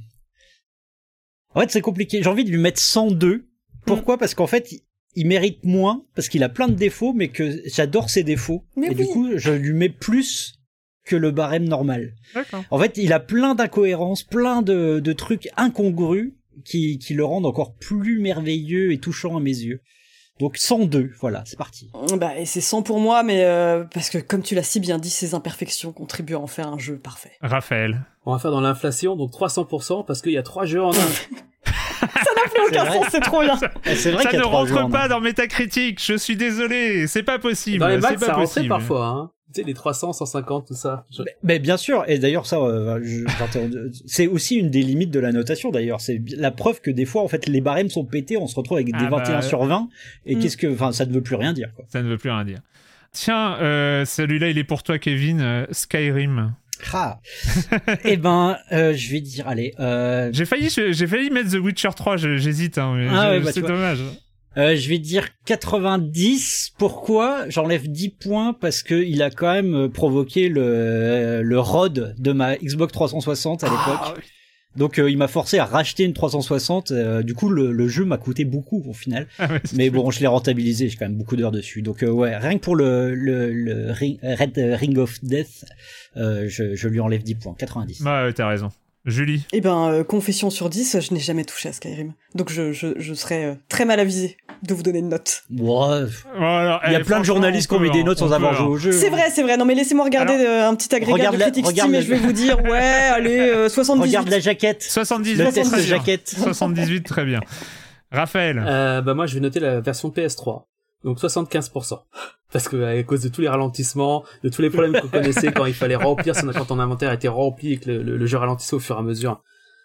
Speaker 6: En fait, c'est compliqué. J'ai envie de lui mettre cent deux. Pourquoi ? Parce qu'en fait, il, il mérite moins, parce qu'il a plein de défauts, mais que j'adore ses défauts.
Speaker 4: Mais
Speaker 6: Et
Speaker 4: oui.
Speaker 6: du coup, je lui mets plus que le barème normal.
Speaker 1: D'accord.
Speaker 6: En fait, il a plein d'incohérences, plein de, de trucs incongrus qui, qui le rendent encore plus merveilleux et touchant à mes yeux. Donc cent deux, voilà, c'est parti.
Speaker 4: Bah, et c'est cent pour moi, mais euh, parce que comme tu l'as si bien dit, ces imperfections contribuent à en faire un jeu parfait.
Speaker 1: Raphaël.
Speaker 5: On va faire dans l'inflation, donc trois cents pour cent, parce qu'il y a trois jeux en un.
Speaker 4: Ça n'a plus aucun
Speaker 6: vrai.
Speaker 4: sens, c'est trop bien.
Speaker 6: C'est vrai
Speaker 1: Ça
Speaker 6: qu'il y
Speaker 1: ne
Speaker 6: a trois jeux
Speaker 1: rentre
Speaker 6: en
Speaker 1: pas
Speaker 6: un.
Speaker 1: dans Metacritic, je suis désolé, c'est pas possible.
Speaker 5: Dans les
Speaker 1: c'est
Speaker 5: maths,
Speaker 1: pas
Speaker 5: ça rentrait
Speaker 1: possible.
Speaker 5: parfois, hein. Tu sais, les trois cents, cent cinquante, tout ça. Je-
Speaker 6: Mais, mais bien sûr, et d'ailleurs ça, euh, je- j'interromps- c'est aussi une des limites de la notation d'ailleurs. C'est la preuve que des fois, en fait, les barèmes sont pétés, on se retrouve avec des
Speaker 1: Ah bah,
Speaker 6: vingt et un sur vingt, et
Speaker 4: Mm.
Speaker 6: qu'est-ce que, enfin, ça ne veut plus rien dire, quoi.
Speaker 1: Ça ne veut plus rien dire. Tiens, euh, celui-là, il est pour toi, Kevin. euh, Skyrim.
Speaker 6: Ah. Eh ben, euh, je vais dire, allez, euh,
Speaker 1: J'ai failli, j'ai failli mettre The Witcher trois, je- j'hésite, hein, mais
Speaker 6: Ah
Speaker 1: je-
Speaker 6: ouais, bah,
Speaker 1: c'est
Speaker 6: tu vois.
Speaker 1: dommage.
Speaker 6: euh, je vais dire quatre-vingt-dix. Pourquoi ? J'enlève dix points parce que il a quand même euh, provoqué le le R O D de ma Xbox trois cent soixante à l'époque.
Speaker 1: Ah, oui.
Speaker 6: Donc euh, il m'a forcé à racheter une trois cent soixante. Euh, du coup, le, le jeu m'a coûté beaucoup au final.
Speaker 1: Ah ouais, c'est
Speaker 6: Mais
Speaker 1: sûr.
Speaker 6: bon, je l'ai rentabilisé. J'ai quand même beaucoup d'heures dessus. Donc euh, ouais, rien que pour le le, le ring, Red Ring of Death, euh, je, je lui enlève dix points. quatre-vingt-dix.
Speaker 1: Ouais, ouais, t'as raison. Julie.
Speaker 4: Eh ben, euh, confession sur dix, je n'ai jamais touché à Skyrim. Donc je, je, je serais euh, très mal avisé de vous donner une note.
Speaker 6: Ouais.
Speaker 1: Voilà,
Speaker 6: Il y a
Speaker 1: eh,
Speaker 6: plein de
Speaker 1: franchement,
Speaker 6: journalistes qui
Speaker 1: on
Speaker 6: ont mis
Speaker 1: peut,
Speaker 6: des notes
Speaker 1: on
Speaker 6: sans
Speaker 1: peut,
Speaker 6: avoir
Speaker 1: hein.
Speaker 6: joué au jeu.
Speaker 4: C'est vrai, c'est vrai. Non mais laissez-moi regarder
Speaker 1: Alors,
Speaker 4: euh, un petit agrégat
Speaker 6: regarde
Speaker 4: de
Speaker 6: la-
Speaker 4: Critic
Speaker 6: regarde
Speaker 4: Steam et
Speaker 6: la-
Speaker 4: je vais vous dire, ouais, allez, euh, soixante-dix-huit.
Speaker 6: Regarde la jaquette.
Speaker 1: soixante-dix-huit,
Speaker 6: Le test
Speaker 1: très
Speaker 6: de
Speaker 1: bien.
Speaker 6: jaquette.
Speaker 1: soixante-dix-huit, très bien. Raphaël.
Speaker 5: Euh, bah moi, je vais noter la version P S trois. Donc soixante-quinze pour cent. Parce que à cause de tous les ralentissements, de tous les problèmes qu'on connaissait quand il fallait remplir, son- quand ton inventaire était rempli et que le, le, le jeu ralentissait au fur et à mesure.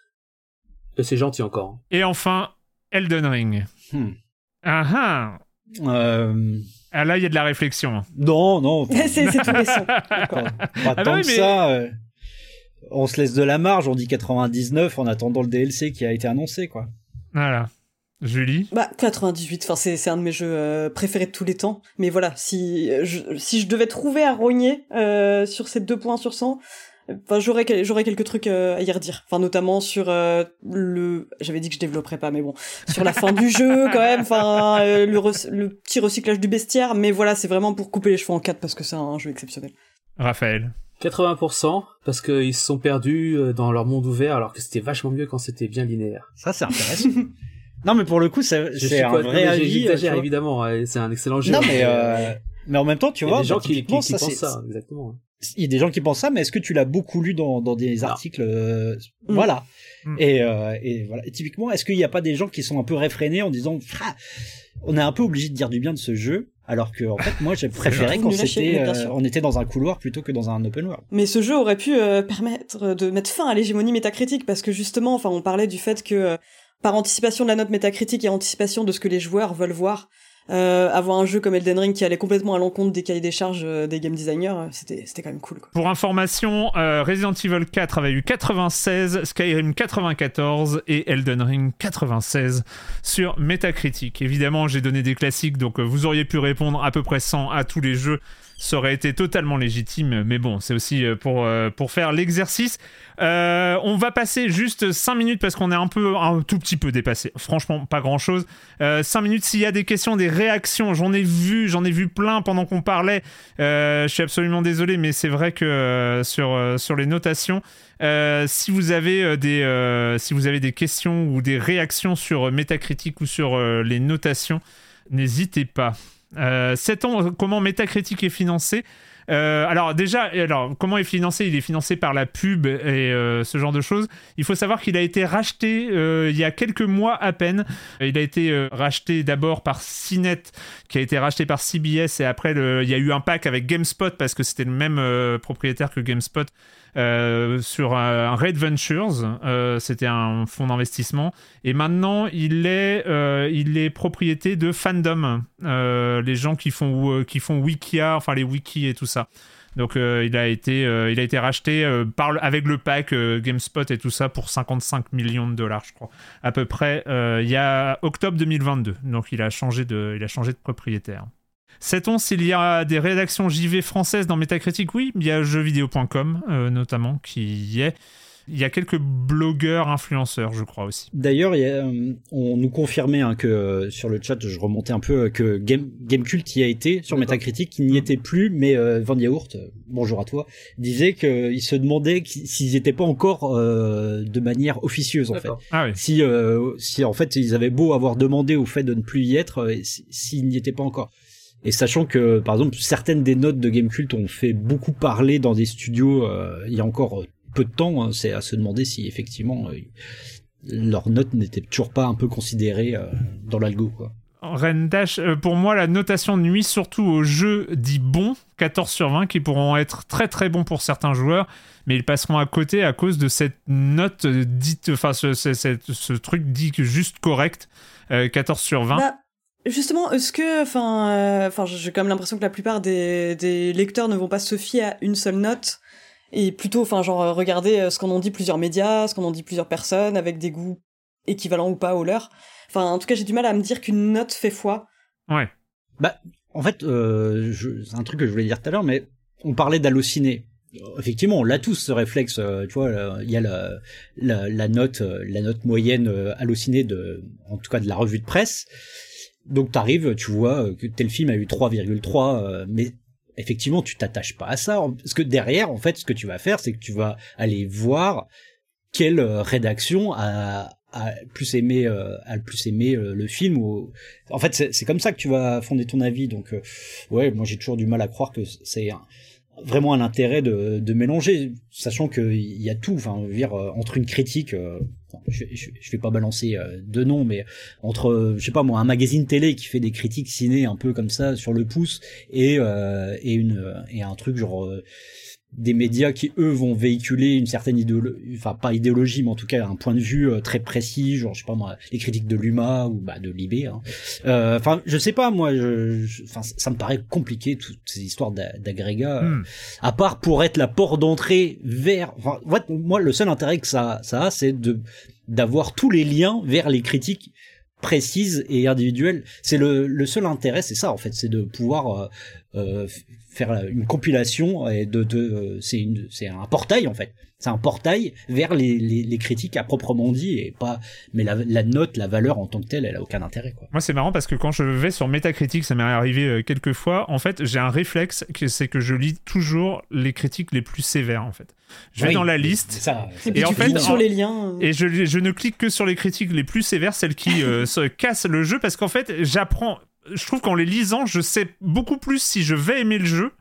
Speaker 5: Et c'est gentil encore. hein.
Speaker 1: Et enfin, Elden Ring.
Speaker 6: Hmm.
Speaker 1: Ah ah.
Speaker 6: Euh...
Speaker 1: Ah, là, il y a de la réflexion.
Speaker 6: Non, non.
Speaker 4: c'est, c'est tout récent. D'accord.
Speaker 6: Pas
Speaker 1: bah
Speaker 6: tant
Speaker 1: oui,
Speaker 6: que
Speaker 1: mais-
Speaker 6: ça. euh, On se laisse de la marge, on dit quatre-vingt-dix-neuf en attendant le D L C qui a été annoncé, quoi.
Speaker 1: Voilà. Julie.
Speaker 4: Bah, quatre-vingt-dix-huit, enfin, c'est, c'est un de mes jeux euh, préférés de tous les temps. Mais voilà, si je, si je devais trouver à rogner euh, sur ces deux points sur cent, enfin, j'aurais, quel- j'aurais quelques trucs euh, à y redire. Enfin, notamment sur euh, le... J'avais dit que je développerais pas, mais bon. Sur la fin du jeu, quand même. Enfin, euh, le, rec- le petit recyclage du bestiaire. Mais voilà, c'est vraiment pour couper les cheveux en quatre parce que c'est un jeu exceptionnel.
Speaker 1: Raphaël.
Speaker 5: quatre-vingts pour cent parce qu'ils se sont perdus euh, dans leur monde ouvert alors que c'était vachement mieux quand c'était bien linéaire.
Speaker 6: Ça, c'est intéressant. Non, mais pour le coup, c'est,
Speaker 5: Je
Speaker 6: c'est
Speaker 5: suis
Speaker 6: un
Speaker 5: pas-
Speaker 6: vrai
Speaker 5: non, mais
Speaker 6: avis.
Speaker 5: J'exagère
Speaker 6: euh, tu vois.
Speaker 5: évidemment, ouais, c'est un excellent jeu.
Speaker 6: Non, mais, euh, mais en même temps, tu
Speaker 5: il y a
Speaker 6: vois,
Speaker 5: des gens
Speaker 6: bah,
Speaker 5: qui, qui,
Speaker 6: typiquement,
Speaker 5: qui
Speaker 6: ça,
Speaker 5: pensent
Speaker 6: c'est-
Speaker 5: ça, exactement.
Speaker 6: il y a des gens qui pensent ça, mais est-ce que tu l'as beaucoup lu dans, dans des
Speaker 5: Non.
Speaker 6: articles, euh,
Speaker 4: Mm.
Speaker 6: voilà.
Speaker 1: Mm.
Speaker 6: Et, euh, et voilà. Et typiquement, est-ce qu'il n'y a pas des gens qui sont un peu réfrénés en disant, ah, on est un peu obligé de dire du bien de ce jeu, alors que, en fait, moi, j'ai préféré
Speaker 4: vrai.
Speaker 6: quand
Speaker 4: Nul à chier,
Speaker 6: c'était,
Speaker 4: mais bien
Speaker 6: euh,
Speaker 4: sûr.
Speaker 6: on était dans un couloir plutôt que dans un open world.
Speaker 4: Mais ce jeu aurait pu euh, permettre de mettre fin à l'hégémonie métacritique parce que justement, enfin, on parlait du fait que euh, par anticipation de la note métacritique et anticipation de ce que les joueurs veulent voir, euh, avoir un jeu comme Elden Ring qui allait complètement à l'encontre des cahiers des charges euh, des game designers, euh, c'était c'était quand même cool, quoi.
Speaker 1: Pour information, euh, Resident Evil quatre avait eu quatre-vingt-seize, Skyrim quatre-vingt-quatorze et Elden Ring quatre-vingt-seize sur Metacritic. Évidemment, j'ai donné des classiques, donc euh, vous auriez pu répondre à peu près cent à tous les jeux. Ça aurait été totalement légitime, mais bon, c'est aussi euh, pour, euh, pour faire l'exercice. Euh, on va passer juste cinq minutes parce qu'on est un peu, un tout petit peu dépassé. Franchement, pas grand-chose. Euh, cinq minutes, s'il y a des questions, des réactions, j'en ai vu, j'en ai vu plein pendant qu'on parlait. Euh, je suis absolument désolé, mais c'est vrai que euh, sur, euh, sur les notations, euh, si vous avez euh, des, euh, si vous avez des questions ou des réactions sur Metacritic ou sur euh, les notations, n'hésitez pas. Euh, sept ans, comment Metacritic est financé? Euh, alors déjà, alors comment est financé? Il est financé par la pub et euh, ce genre de choses. Il faut savoir qu'il a été racheté euh, il y a quelques mois à peine. Il a été euh, racheté d'abord par C net, qui a été racheté par C B S, et après le, il y a eu un pack avec GameSpot parce que c'était le même euh, propriétaire que GameSpot. Euh, sur un, un Red Ventures, euh, c'était un fonds d'investissement, et maintenant il est, euh, il est propriété de Fandom, euh, les gens qui font, euh, qui font Wikia, enfin les wikis et tout ça. Donc euh, il a été euh, il a été racheté euh, par le, avec le pack euh, GameSpot et tout ça pour cinquante-cinq millions de dollars, je crois, à peu près. Euh, il y a octobre deux mille vingt-deux. Donc il a changé de il a changé de propriétaire. Sait-on s'il y a des rédactions J V françaises dans Metacritic ? Oui, il y a jeuxvideo point com euh, notamment qui y est. Il y a quelques blogueurs, influenceurs, je crois aussi.
Speaker 6: D'ailleurs, il y a, euh, on nous confirmait hein, que euh, sur le chat, je remontais un peu, euh, que Game, Gamecult y a été sur Metacritic, il n'y était plus, mais euh, Van Yaourt, euh, bonjour à toi, disait qu'il se demandait s'ils n'étaient pas encore euh, de manière officieuse en
Speaker 5: D'accord.
Speaker 6: fait.
Speaker 1: Ah oui.
Speaker 6: Si, euh, si en fait ils avaient beau avoir demandé au fait de ne plus y être, euh, s'ils n'y étaient pas encore. Et sachant que, par exemple, certaines des notes de Gamecult ont fait beaucoup parler dans des studios euh, il y a encore peu de temps, hein, c'est à se demander si effectivement euh, leurs notes n'étaient toujours pas un peu considérées euh, dans l'algo, quoi.
Speaker 1: Rendash, euh, pour moi, la notation nuit surtout aux jeux dits bons, quatorze sur vingt, qui pourront être très très bons pour certains joueurs, mais ils passeront à côté à cause de cette note dite, enfin ce, ce, ce, ce truc dit que juste correct, euh, quatorze sur vingt.
Speaker 4: Bah, justement, est-ce que, enfin, enfin, euh, j'ai quand même l'impression que la plupart des, des lecteurs ne vont pas se fier à une seule note, et plutôt, enfin, genre, regarder ce qu'en ont dit plusieurs médias, ce qu'en ont dit plusieurs personnes, avec des goûts équivalents ou pas aux leurs. Enfin, en tout cas, j'ai du mal à me dire qu'une note fait foi.
Speaker 1: Ouais.
Speaker 6: Bah, en fait, euh, je, c'est un truc que je voulais dire tout à l'heure, mais on parlait d'halluciner. Effectivement, on l'a tous ce réflexe. Euh, tu vois, il y a la, la, la note, la note moyenne euh, hallucinée de, en tout cas, de la revue de presse. Donc, t'arrives, tu vois que tel film a eu trois virgule trois, euh, mais effectivement, tu t'attaches pas à ça, parce que derrière, en fait, ce que tu vas faire, c'est que tu vas aller voir quelle rédaction a, a plus aimé, euh, a le plus aimé euh, le film. Ou... En fait, c'est, c'est comme ça que tu vas fonder ton avis. Donc, euh, ouais, moi j'ai toujours du mal à croire que c'est un, vraiment un intérêt de, de mélanger, sachant qu'il y a tout. Enfin, je veux dire, entre une critique. Euh, Je, je, je vais pas balancer euh, de noms, mais entre, euh, je sais pas moi, un magazine télé qui fait des critiques ciné un peu comme ça sur le pouce et euh, et une euh, et un truc genre euh, des médias qui eux vont véhiculer une certaine idéologie, enfin pas idéologie, mais en tout cas un point de vue euh, très précis, genre je sais pas moi, les critiques de l'U M A ou bah de Libé. Hein. Euh, enfin, je sais pas moi, je, je, enfin ça me paraît compliqué toutes ces histoires d'agrégats, mm. euh, à part pour être la porte d'entrée vers. Enfin, moi le seul intérêt que ça ça a, c'est de d'avoir tous les liens vers les critiques précises et individuelles. C'est le le seul intérêt, c'est ça en fait, c'est de pouvoir euh, euh, faire une compilation et de, de euh, c'est une c'est un portail en fait. C'est un portail vers les, les, les critiques à proprement dit et pas, mais la, la note, la valeur en tant que telle, elle a aucun intérêt, quoi.
Speaker 1: Moi, c'est marrant parce que quand je vais sur Metacritic, ça m'est arrivé euh, quelques fois. En fait, j'ai un réflexe, que c'est que je lis toujours les critiques les plus sévères, en fait. Je vais
Speaker 6: oui,
Speaker 1: dans la liste.
Speaker 6: Ça,
Speaker 4: et, et en fait, sur les liens.
Speaker 1: Et je, je ne clique que sur les critiques les plus sévères, celles qui euh, se cassent le jeu, parce qu'en fait, j'apprends. Je trouve qu'en les lisant, je sais beaucoup plus si je vais aimer le jeu.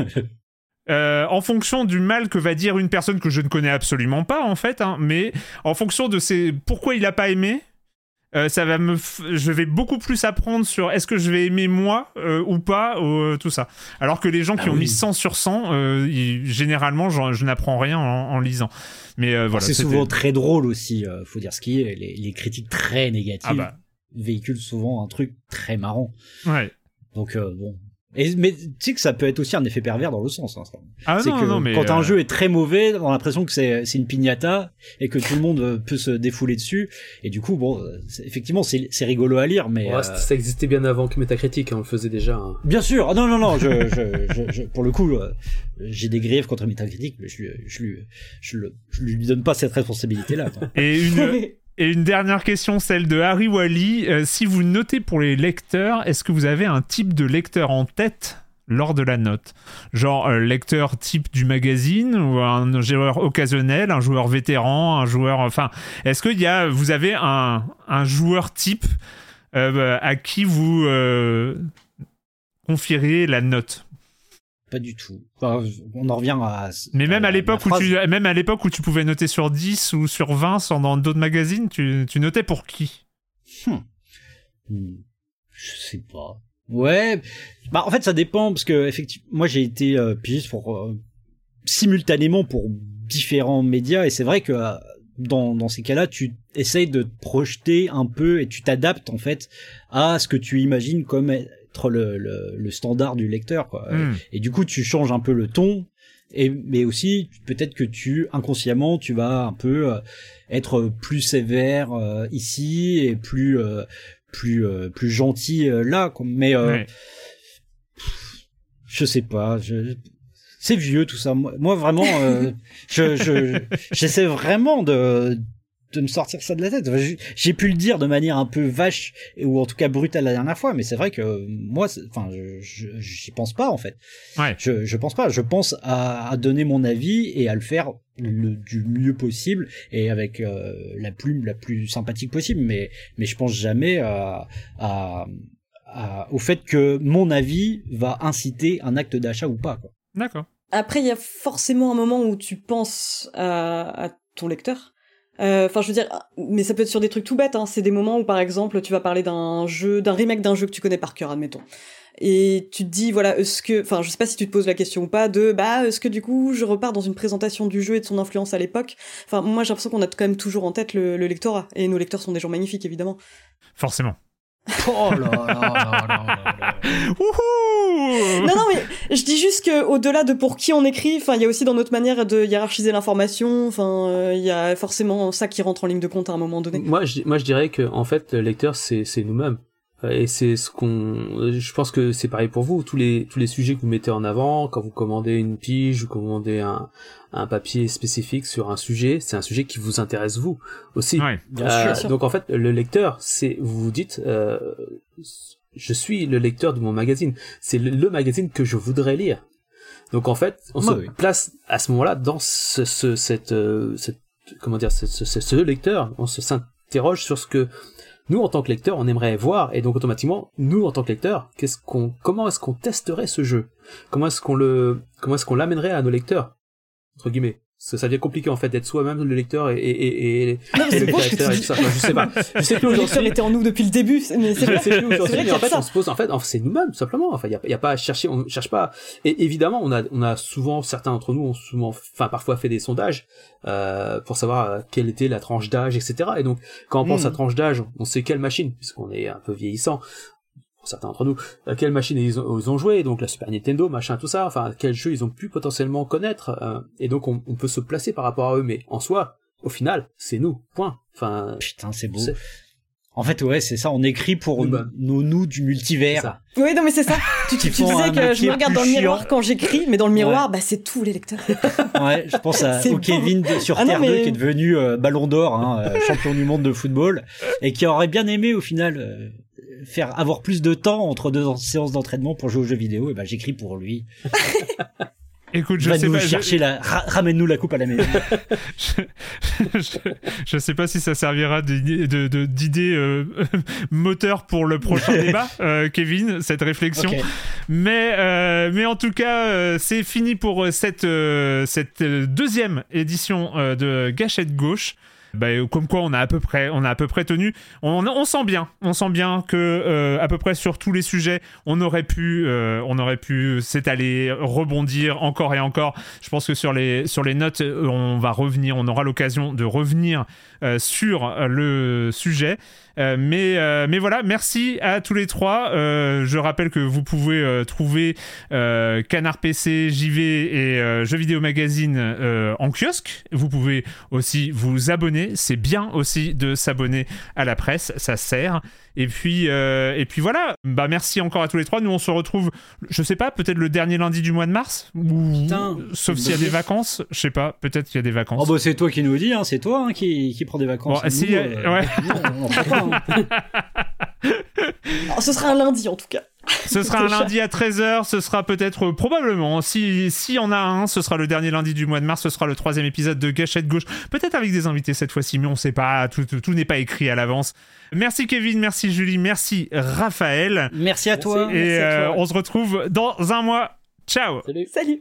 Speaker 1: Euh, en fonction du mal que va dire une personne que je ne connais absolument pas en fait, hein, mais en fonction de ses pourquoi il a pas aimé, euh, ça va me, f... je vais beaucoup plus apprendre sur est-ce que je vais aimer moi euh, ou pas, euh, tout ça. Alors que les gens qui ah, ont oui. mis cent sur cent, euh, ils... généralement, je, je n'apprends rien en, en lisant. Mais euh, voilà.
Speaker 6: C'est souvent très drôle aussi, euh, faut dire ce qui est. Les, les critiques très négatives ah bah. véhiculent souvent un truc très marrant.
Speaker 1: Ouais.
Speaker 6: Donc euh, bon. Et, mais tu sais que ça peut être aussi un effet pervers dans le sens. Hein,
Speaker 1: ah
Speaker 6: c'est
Speaker 1: non,
Speaker 6: que
Speaker 1: non, mais
Speaker 6: quand
Speaker 1: euh...
Speaker 6: un jeu est très mauvais, on a l'impression que c'est, c'est une piñata et que tout le monde peut se défouler dessus. Et du coup, bon, c'est, effectivement, c'est, c'est rigolo à lire, mais
Speaker 5: ouais, euh... ça existait bien avant que Metacritic, hein, on le faisait déjà. Hein.
Speaker 6: Bien sûr. Non, non, non. Je, je, je, je, pour le coup, euh, j'ai des griefs contre Metacritic, mais je, je, je, je, je, je lui donne pas cette responsabilité-là.
Speaker 1: Et une. Et une dernière question, celle de Harry Wally. Euh, si vous notez pour les lecteurs, est-ce que vous avez un type de lecteur en tête lors de la note ? Genre euh, lecteur type du magazine ou un joueur occasionnel, un joueur vétéran, un joueur... Enfin, est-ce qu'il y a... Vous avez un, un joueur type euh, à qui vous euh, confieriez la note ?
Speaker 6: Pas du tout. Enfin, on en revient à.
Speaker 1: Mais même à,
Speaker 6: à
Speaker 1: l'époque où tu, même à l'époque où tu pouvais noter sur dix ou sur vingt dans d'autres magazines, tu, tu notais pour qui ?
Speaker 6: hmm. Je sais pas. Ouais. Bah, en fait, ça dépend parce que, effectivement, moi, j'ai été euh, pigiste pour, euh, simultanément pour différents médias et c'est vrai que, euh, dans, dans ces cas-là, tu essayes de te projeter un peu et tu t'adaptes, en fait, à ce que tu imagines comme être le, le, le standard du lecteur, quoi.
Speaker 1: Mm.
Speaker 6: Et, et du coup, tu changes un peu le ton. Et mais aussi peut-être que tu inconsciemment tu vas un peu euh, être plus sévère euh, ici et plus euh, plus euh, plus gentil euh, là, quoi. Mais euh,
Speaker 1: Ouais.
Speaker 6: je sais pas, je c'est vieux tout ça. Moi, moi vraiment, euh, je, je, j'essaie vraiment de, de me sortir ça de la tête. J'ai pu le dire de manière un peu vache ou en tout cas brutale la dernière fois, mais c'est vrai que moi, enfin, je, je, j'y pense pas en fait.
Speaker 1: Ouais.
Speaker 6: Je, je pense pas. Je pense à, à donner mon avis et à le faire le, du mieux possible et avec euh, la plume la plus sympathique possible. Mais, mais je pense jamais à, à, à au fait que mon avis va inciter un acte d'achat ou pas, quoi.
Speaker 1: D'accord.
Speaker 4: Après, il y a forcément un moment où tu penses à, à ton lecteur. Enfin, euh, je veux dire, mais ça peut être sur des trucs tout bêtes, hein. C'est des moments où, par exemple, tu vas parler d'un jeu, d'un remake d'un jeu que tu connais par cœur, admettons. Et tu te dis, voilà, est-ce que, enfin, je sais pas si tu te poses la question ou pas, de, bah, est-ce que du coup, je repars dans une présentation du jeu et de son influence à l'époque. Enfin, moi, j'ai l'impression qu'on a quand même toujours en tête le, le lectorat. Et nos lecteurs sont des gens magnifiques, évidemment.
Speaker 1: Forcément.
Speaker 6: Oh là là là là là.
Speaker 1: Wouhou.
Speaker 4: Non, non, mais je dis juste que au-delà de pour qui on écrit, enfin, il y a aussi dans notre manière de hiérarchiser l'information. Enfin, il euh, y a forcément ça qui rentre en ligne de compte à un moment donné.
Speaker 5: Moi, je, moi, je dirais que en fait, le lecteur, c'est, c'est nous-mêmes. Et c'est ce qu'on, je pense que c'est pareil pour vous. Tous les, tous les sujets que vous mettez en avant, quand vous commandez une pige ou commandez un, un papier spécifique sur un sujet, c'est un sujet qui vous intéresse vous aussi.
Speaker 1: Ouais,
Speaker 6: bien
Speaker 5: Euh,
Speaker 6: sûr.
Speaker 5: donc en fait, le lecteur, c'est, vous vous dites, euh, je suis le lecteur de mon magazine. C'est le, le magazine que je voudrais lire. Donc en fait, on
Speaker 6: Ouais,
Speaker 5: se
Speaker 6: oui.
Speaker 5: place à ce moment-là dans ce, ce cette, euh, cette, comment dire, ce, ce, ce, ce lecteur. On se s'interroge sur ce que nous, en tant que lecteur, on aimerait voir, et donc automatiquement, nous, en tant que lecteur, qu'est-ce qu'on, comment est-ce qu'on testerait ce jeu? Comment est-ce qu'on le, comment est-ce qu'on l'amènerait à nos lecteurs? Entre guillemets. Parce que ça devient compliqué, en fait, d'être soi-même le lecteur et, et, et, et,
Speaker 4: Non, mais
Speaker 5: et
Speaker 4: c'est
Speaker 5: le
Speaker 4: beau ce que
Speaker 5: créateur
Speaker 4: tu
Speaker 5: et tout ça. Enfin, je sais pas. Je sais plus où
Speaker 4: Le
Speaker 5: j'en
Speaker 4: lecteur
Speaker 5: suis.
Speaker 4: était en nous depuis le début, mais c'est
Speaker 5: Je
Speaker 4: vrai.
Speaker 5: sais plus où j'en
Speaker 4: C'est
Speaker 5: suis,
Speaker 4: vrai
Speaker 5: mais en
Speaker 4: qu'il y a
Speaker 5: fait,
Speaker 4: ça.
Speaker 5: on se pose, en fait, en- c'est nous-mêmes, tout simplement. Enfin, il y a, il y a pas à chercher, on cherche pas. Et évidemment, on a, on a souvent, certains d'entre nous ont souvent, enfin, parfois fait des sondages, euh, pour savoir euh, quelle était la tranche d'âge, et cetera. Et donc, quand on pense
Speaker 6: Mhm.
Speaker 5: à tranche d'âge, on sait quelle machine, puisqu'on est un peu vieillissant, pour certains d'entre nous, à quelle machine ils ont, ils ont joué, donc la Super Nintendo, machin, tout ça, enfin, quel jeu ils ont pu potentiellement connaître, euh, et donc on, on peut se placer par rapport à eux, mais en soi, au final, c'est nous, point. Enfin,
Speaker 6: Putain, c'est beau.
Speaker 5: c'est-
Speaker 6: En fait, ouais, c'est ça. On écrit pour
Speaker 5: Oui, bah.
Speaker 6: nos nous du
Speaker 5: c'est
Speaker 6: multivers.
Speaker 5: ça.
Speaker 4: Oui, non, mais c'est ça. Tu, tu,
Speaker 6: Qui
Speaker 4: tu
Speaker 6: font
Speaker 4: disais
Speaker 6: un
Speaker 4: que je
Speaker 6: métier
Speaker 4: me regarde dans le
Speaker 6: plus
Speaker 4: miroir
Speaker 6: chiant.
Speaker 4: quand j'écris, mais dans le miroir, bah, c'est tous les lecteurs.
Speaker 6: Ouais, je pense à,
Speaker 4: C'est
Speaker 6: au
Speaker 4: beau.
Speaker 6: Kevin de- sur
Speaker 4: Ah non,
Speaker 6: Terre
Speaker 4: mais-
Speaker 6: deux qui est devenu euh, Ballon d'Or, hein, euh, champion du monde de football, et qui aurait bien aimé au final euh, faire avoir plus de temps entre deux en- séances d'entraînement pour jouer aux jeux vidéo. Et ben j'écris pour lui.
Speaker 1: Écoute, je
Speaker 6: Va
Speaker 1: sais
Speaker 6: nous
Speaker 1: pas. je-
Speaker 6: chercher la, ra- ramène-nous la coupe à la maison.
Speaker 1: je, je, je sais pas si ça servira d'idée de, de, d'idée, euh, moteur pour le prochain débat, euh, Kevin, cette réflexion.
Speaker 6: Ok.
Speaker 1: Mais, euh, mais en tout cas, euh, c'est fini pour cette, euh, cette euh, deuxième édition euh, de Gâchette Gauche. Bah, comme quoi on a à peu près on a à peu près tenu, on, on sent bien on sent bien que euh, à peu près sur tous les sujets on aurait pu euh, on aurait pu s'étaler, rebondir encore et encore. Je pense que sur les sur les notes on va revenir, on aura l'occasion de revenir euh, sur le sujet. Euh, mais, euh, mais voilà, merci à tous les trois. Euh, je rappelle que vous pouvez euh, trouver euh, Canard P C, J V et euh, Jeux Vidéo Magazine euh, en kiosque. Vous pouvez aussi vous abonner. C'est bien aussi de s'abonner à la presse, ça sert. Et puis, euh, et puis voilà, bah merci encore à tous les trois. Nous on se retrouve, je sais pas, peut-être le dernier lundi du mois de mars, ou
Speaker 6: Putain,
Speaker 1: sauf
Speaker 6: c'est
Speaker 1: s'il y a
Speaker 6: une
Speaker 1: des
Speaker 6: bonne
Speaker 1: vacances, je sais pas, peut-être qu'il y a des vacances.
Speaker 6: Oh bah c'est toi qui nous le dis, hein, c'est toi hein, qui, qui prend des vacances.
Speaker 1: Bon, si,
Speaker 6: Nous,
Speaker 1: euh, ouais.
Speaker 6: non, on en prend pas, hein.
Speaker 4: Alors, ce sera un lundi, en tout cas.
Speaker 1: Ce sera un lundi à treize heures, ce sera peut-être, euh, probablement, si s'il y en a un, ce sera le dernier lundi du mois de mars, ce sera le troisième épisode de Gâchette Gauche, peut-être avec des invités cette fois-ci, mais on sait pas, tout, tout, tout n'est pas écrit à l'avance. Merci Kevin, merci Julie, merci Raphaël,
Speaker 6: Merci à toi.
Speaker 1: et
Speaker 4: Merci à
Speaker 1: euh,
Speaker 4: toi.
Speaker 1: on se retrouve dans un mois. Ciao.
Speaker 5: Salut.
Speaker 4: Salut.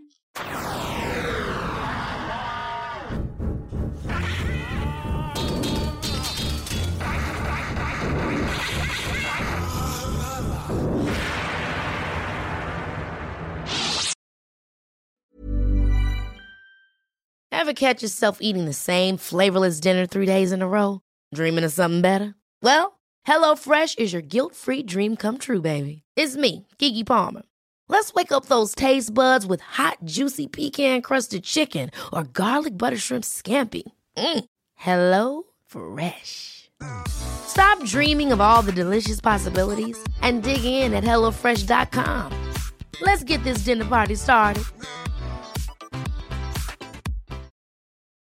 Speaker 7: Ever catch yourself eating the same flavorless dinner three days in a row? Dreaming of something better? Well, HelloFresh is your guilt-free dream come true, baby. It's me, Keke Palmer. Let's wake up those taste buds with hot, juicy pecan-crusted chicken or garlic butter shrimp scampi. Mm. Hello Fresh. Stop dreaming of all the delicious possibilities and dig in at hello fresh dot com. Let's get this dinner party started.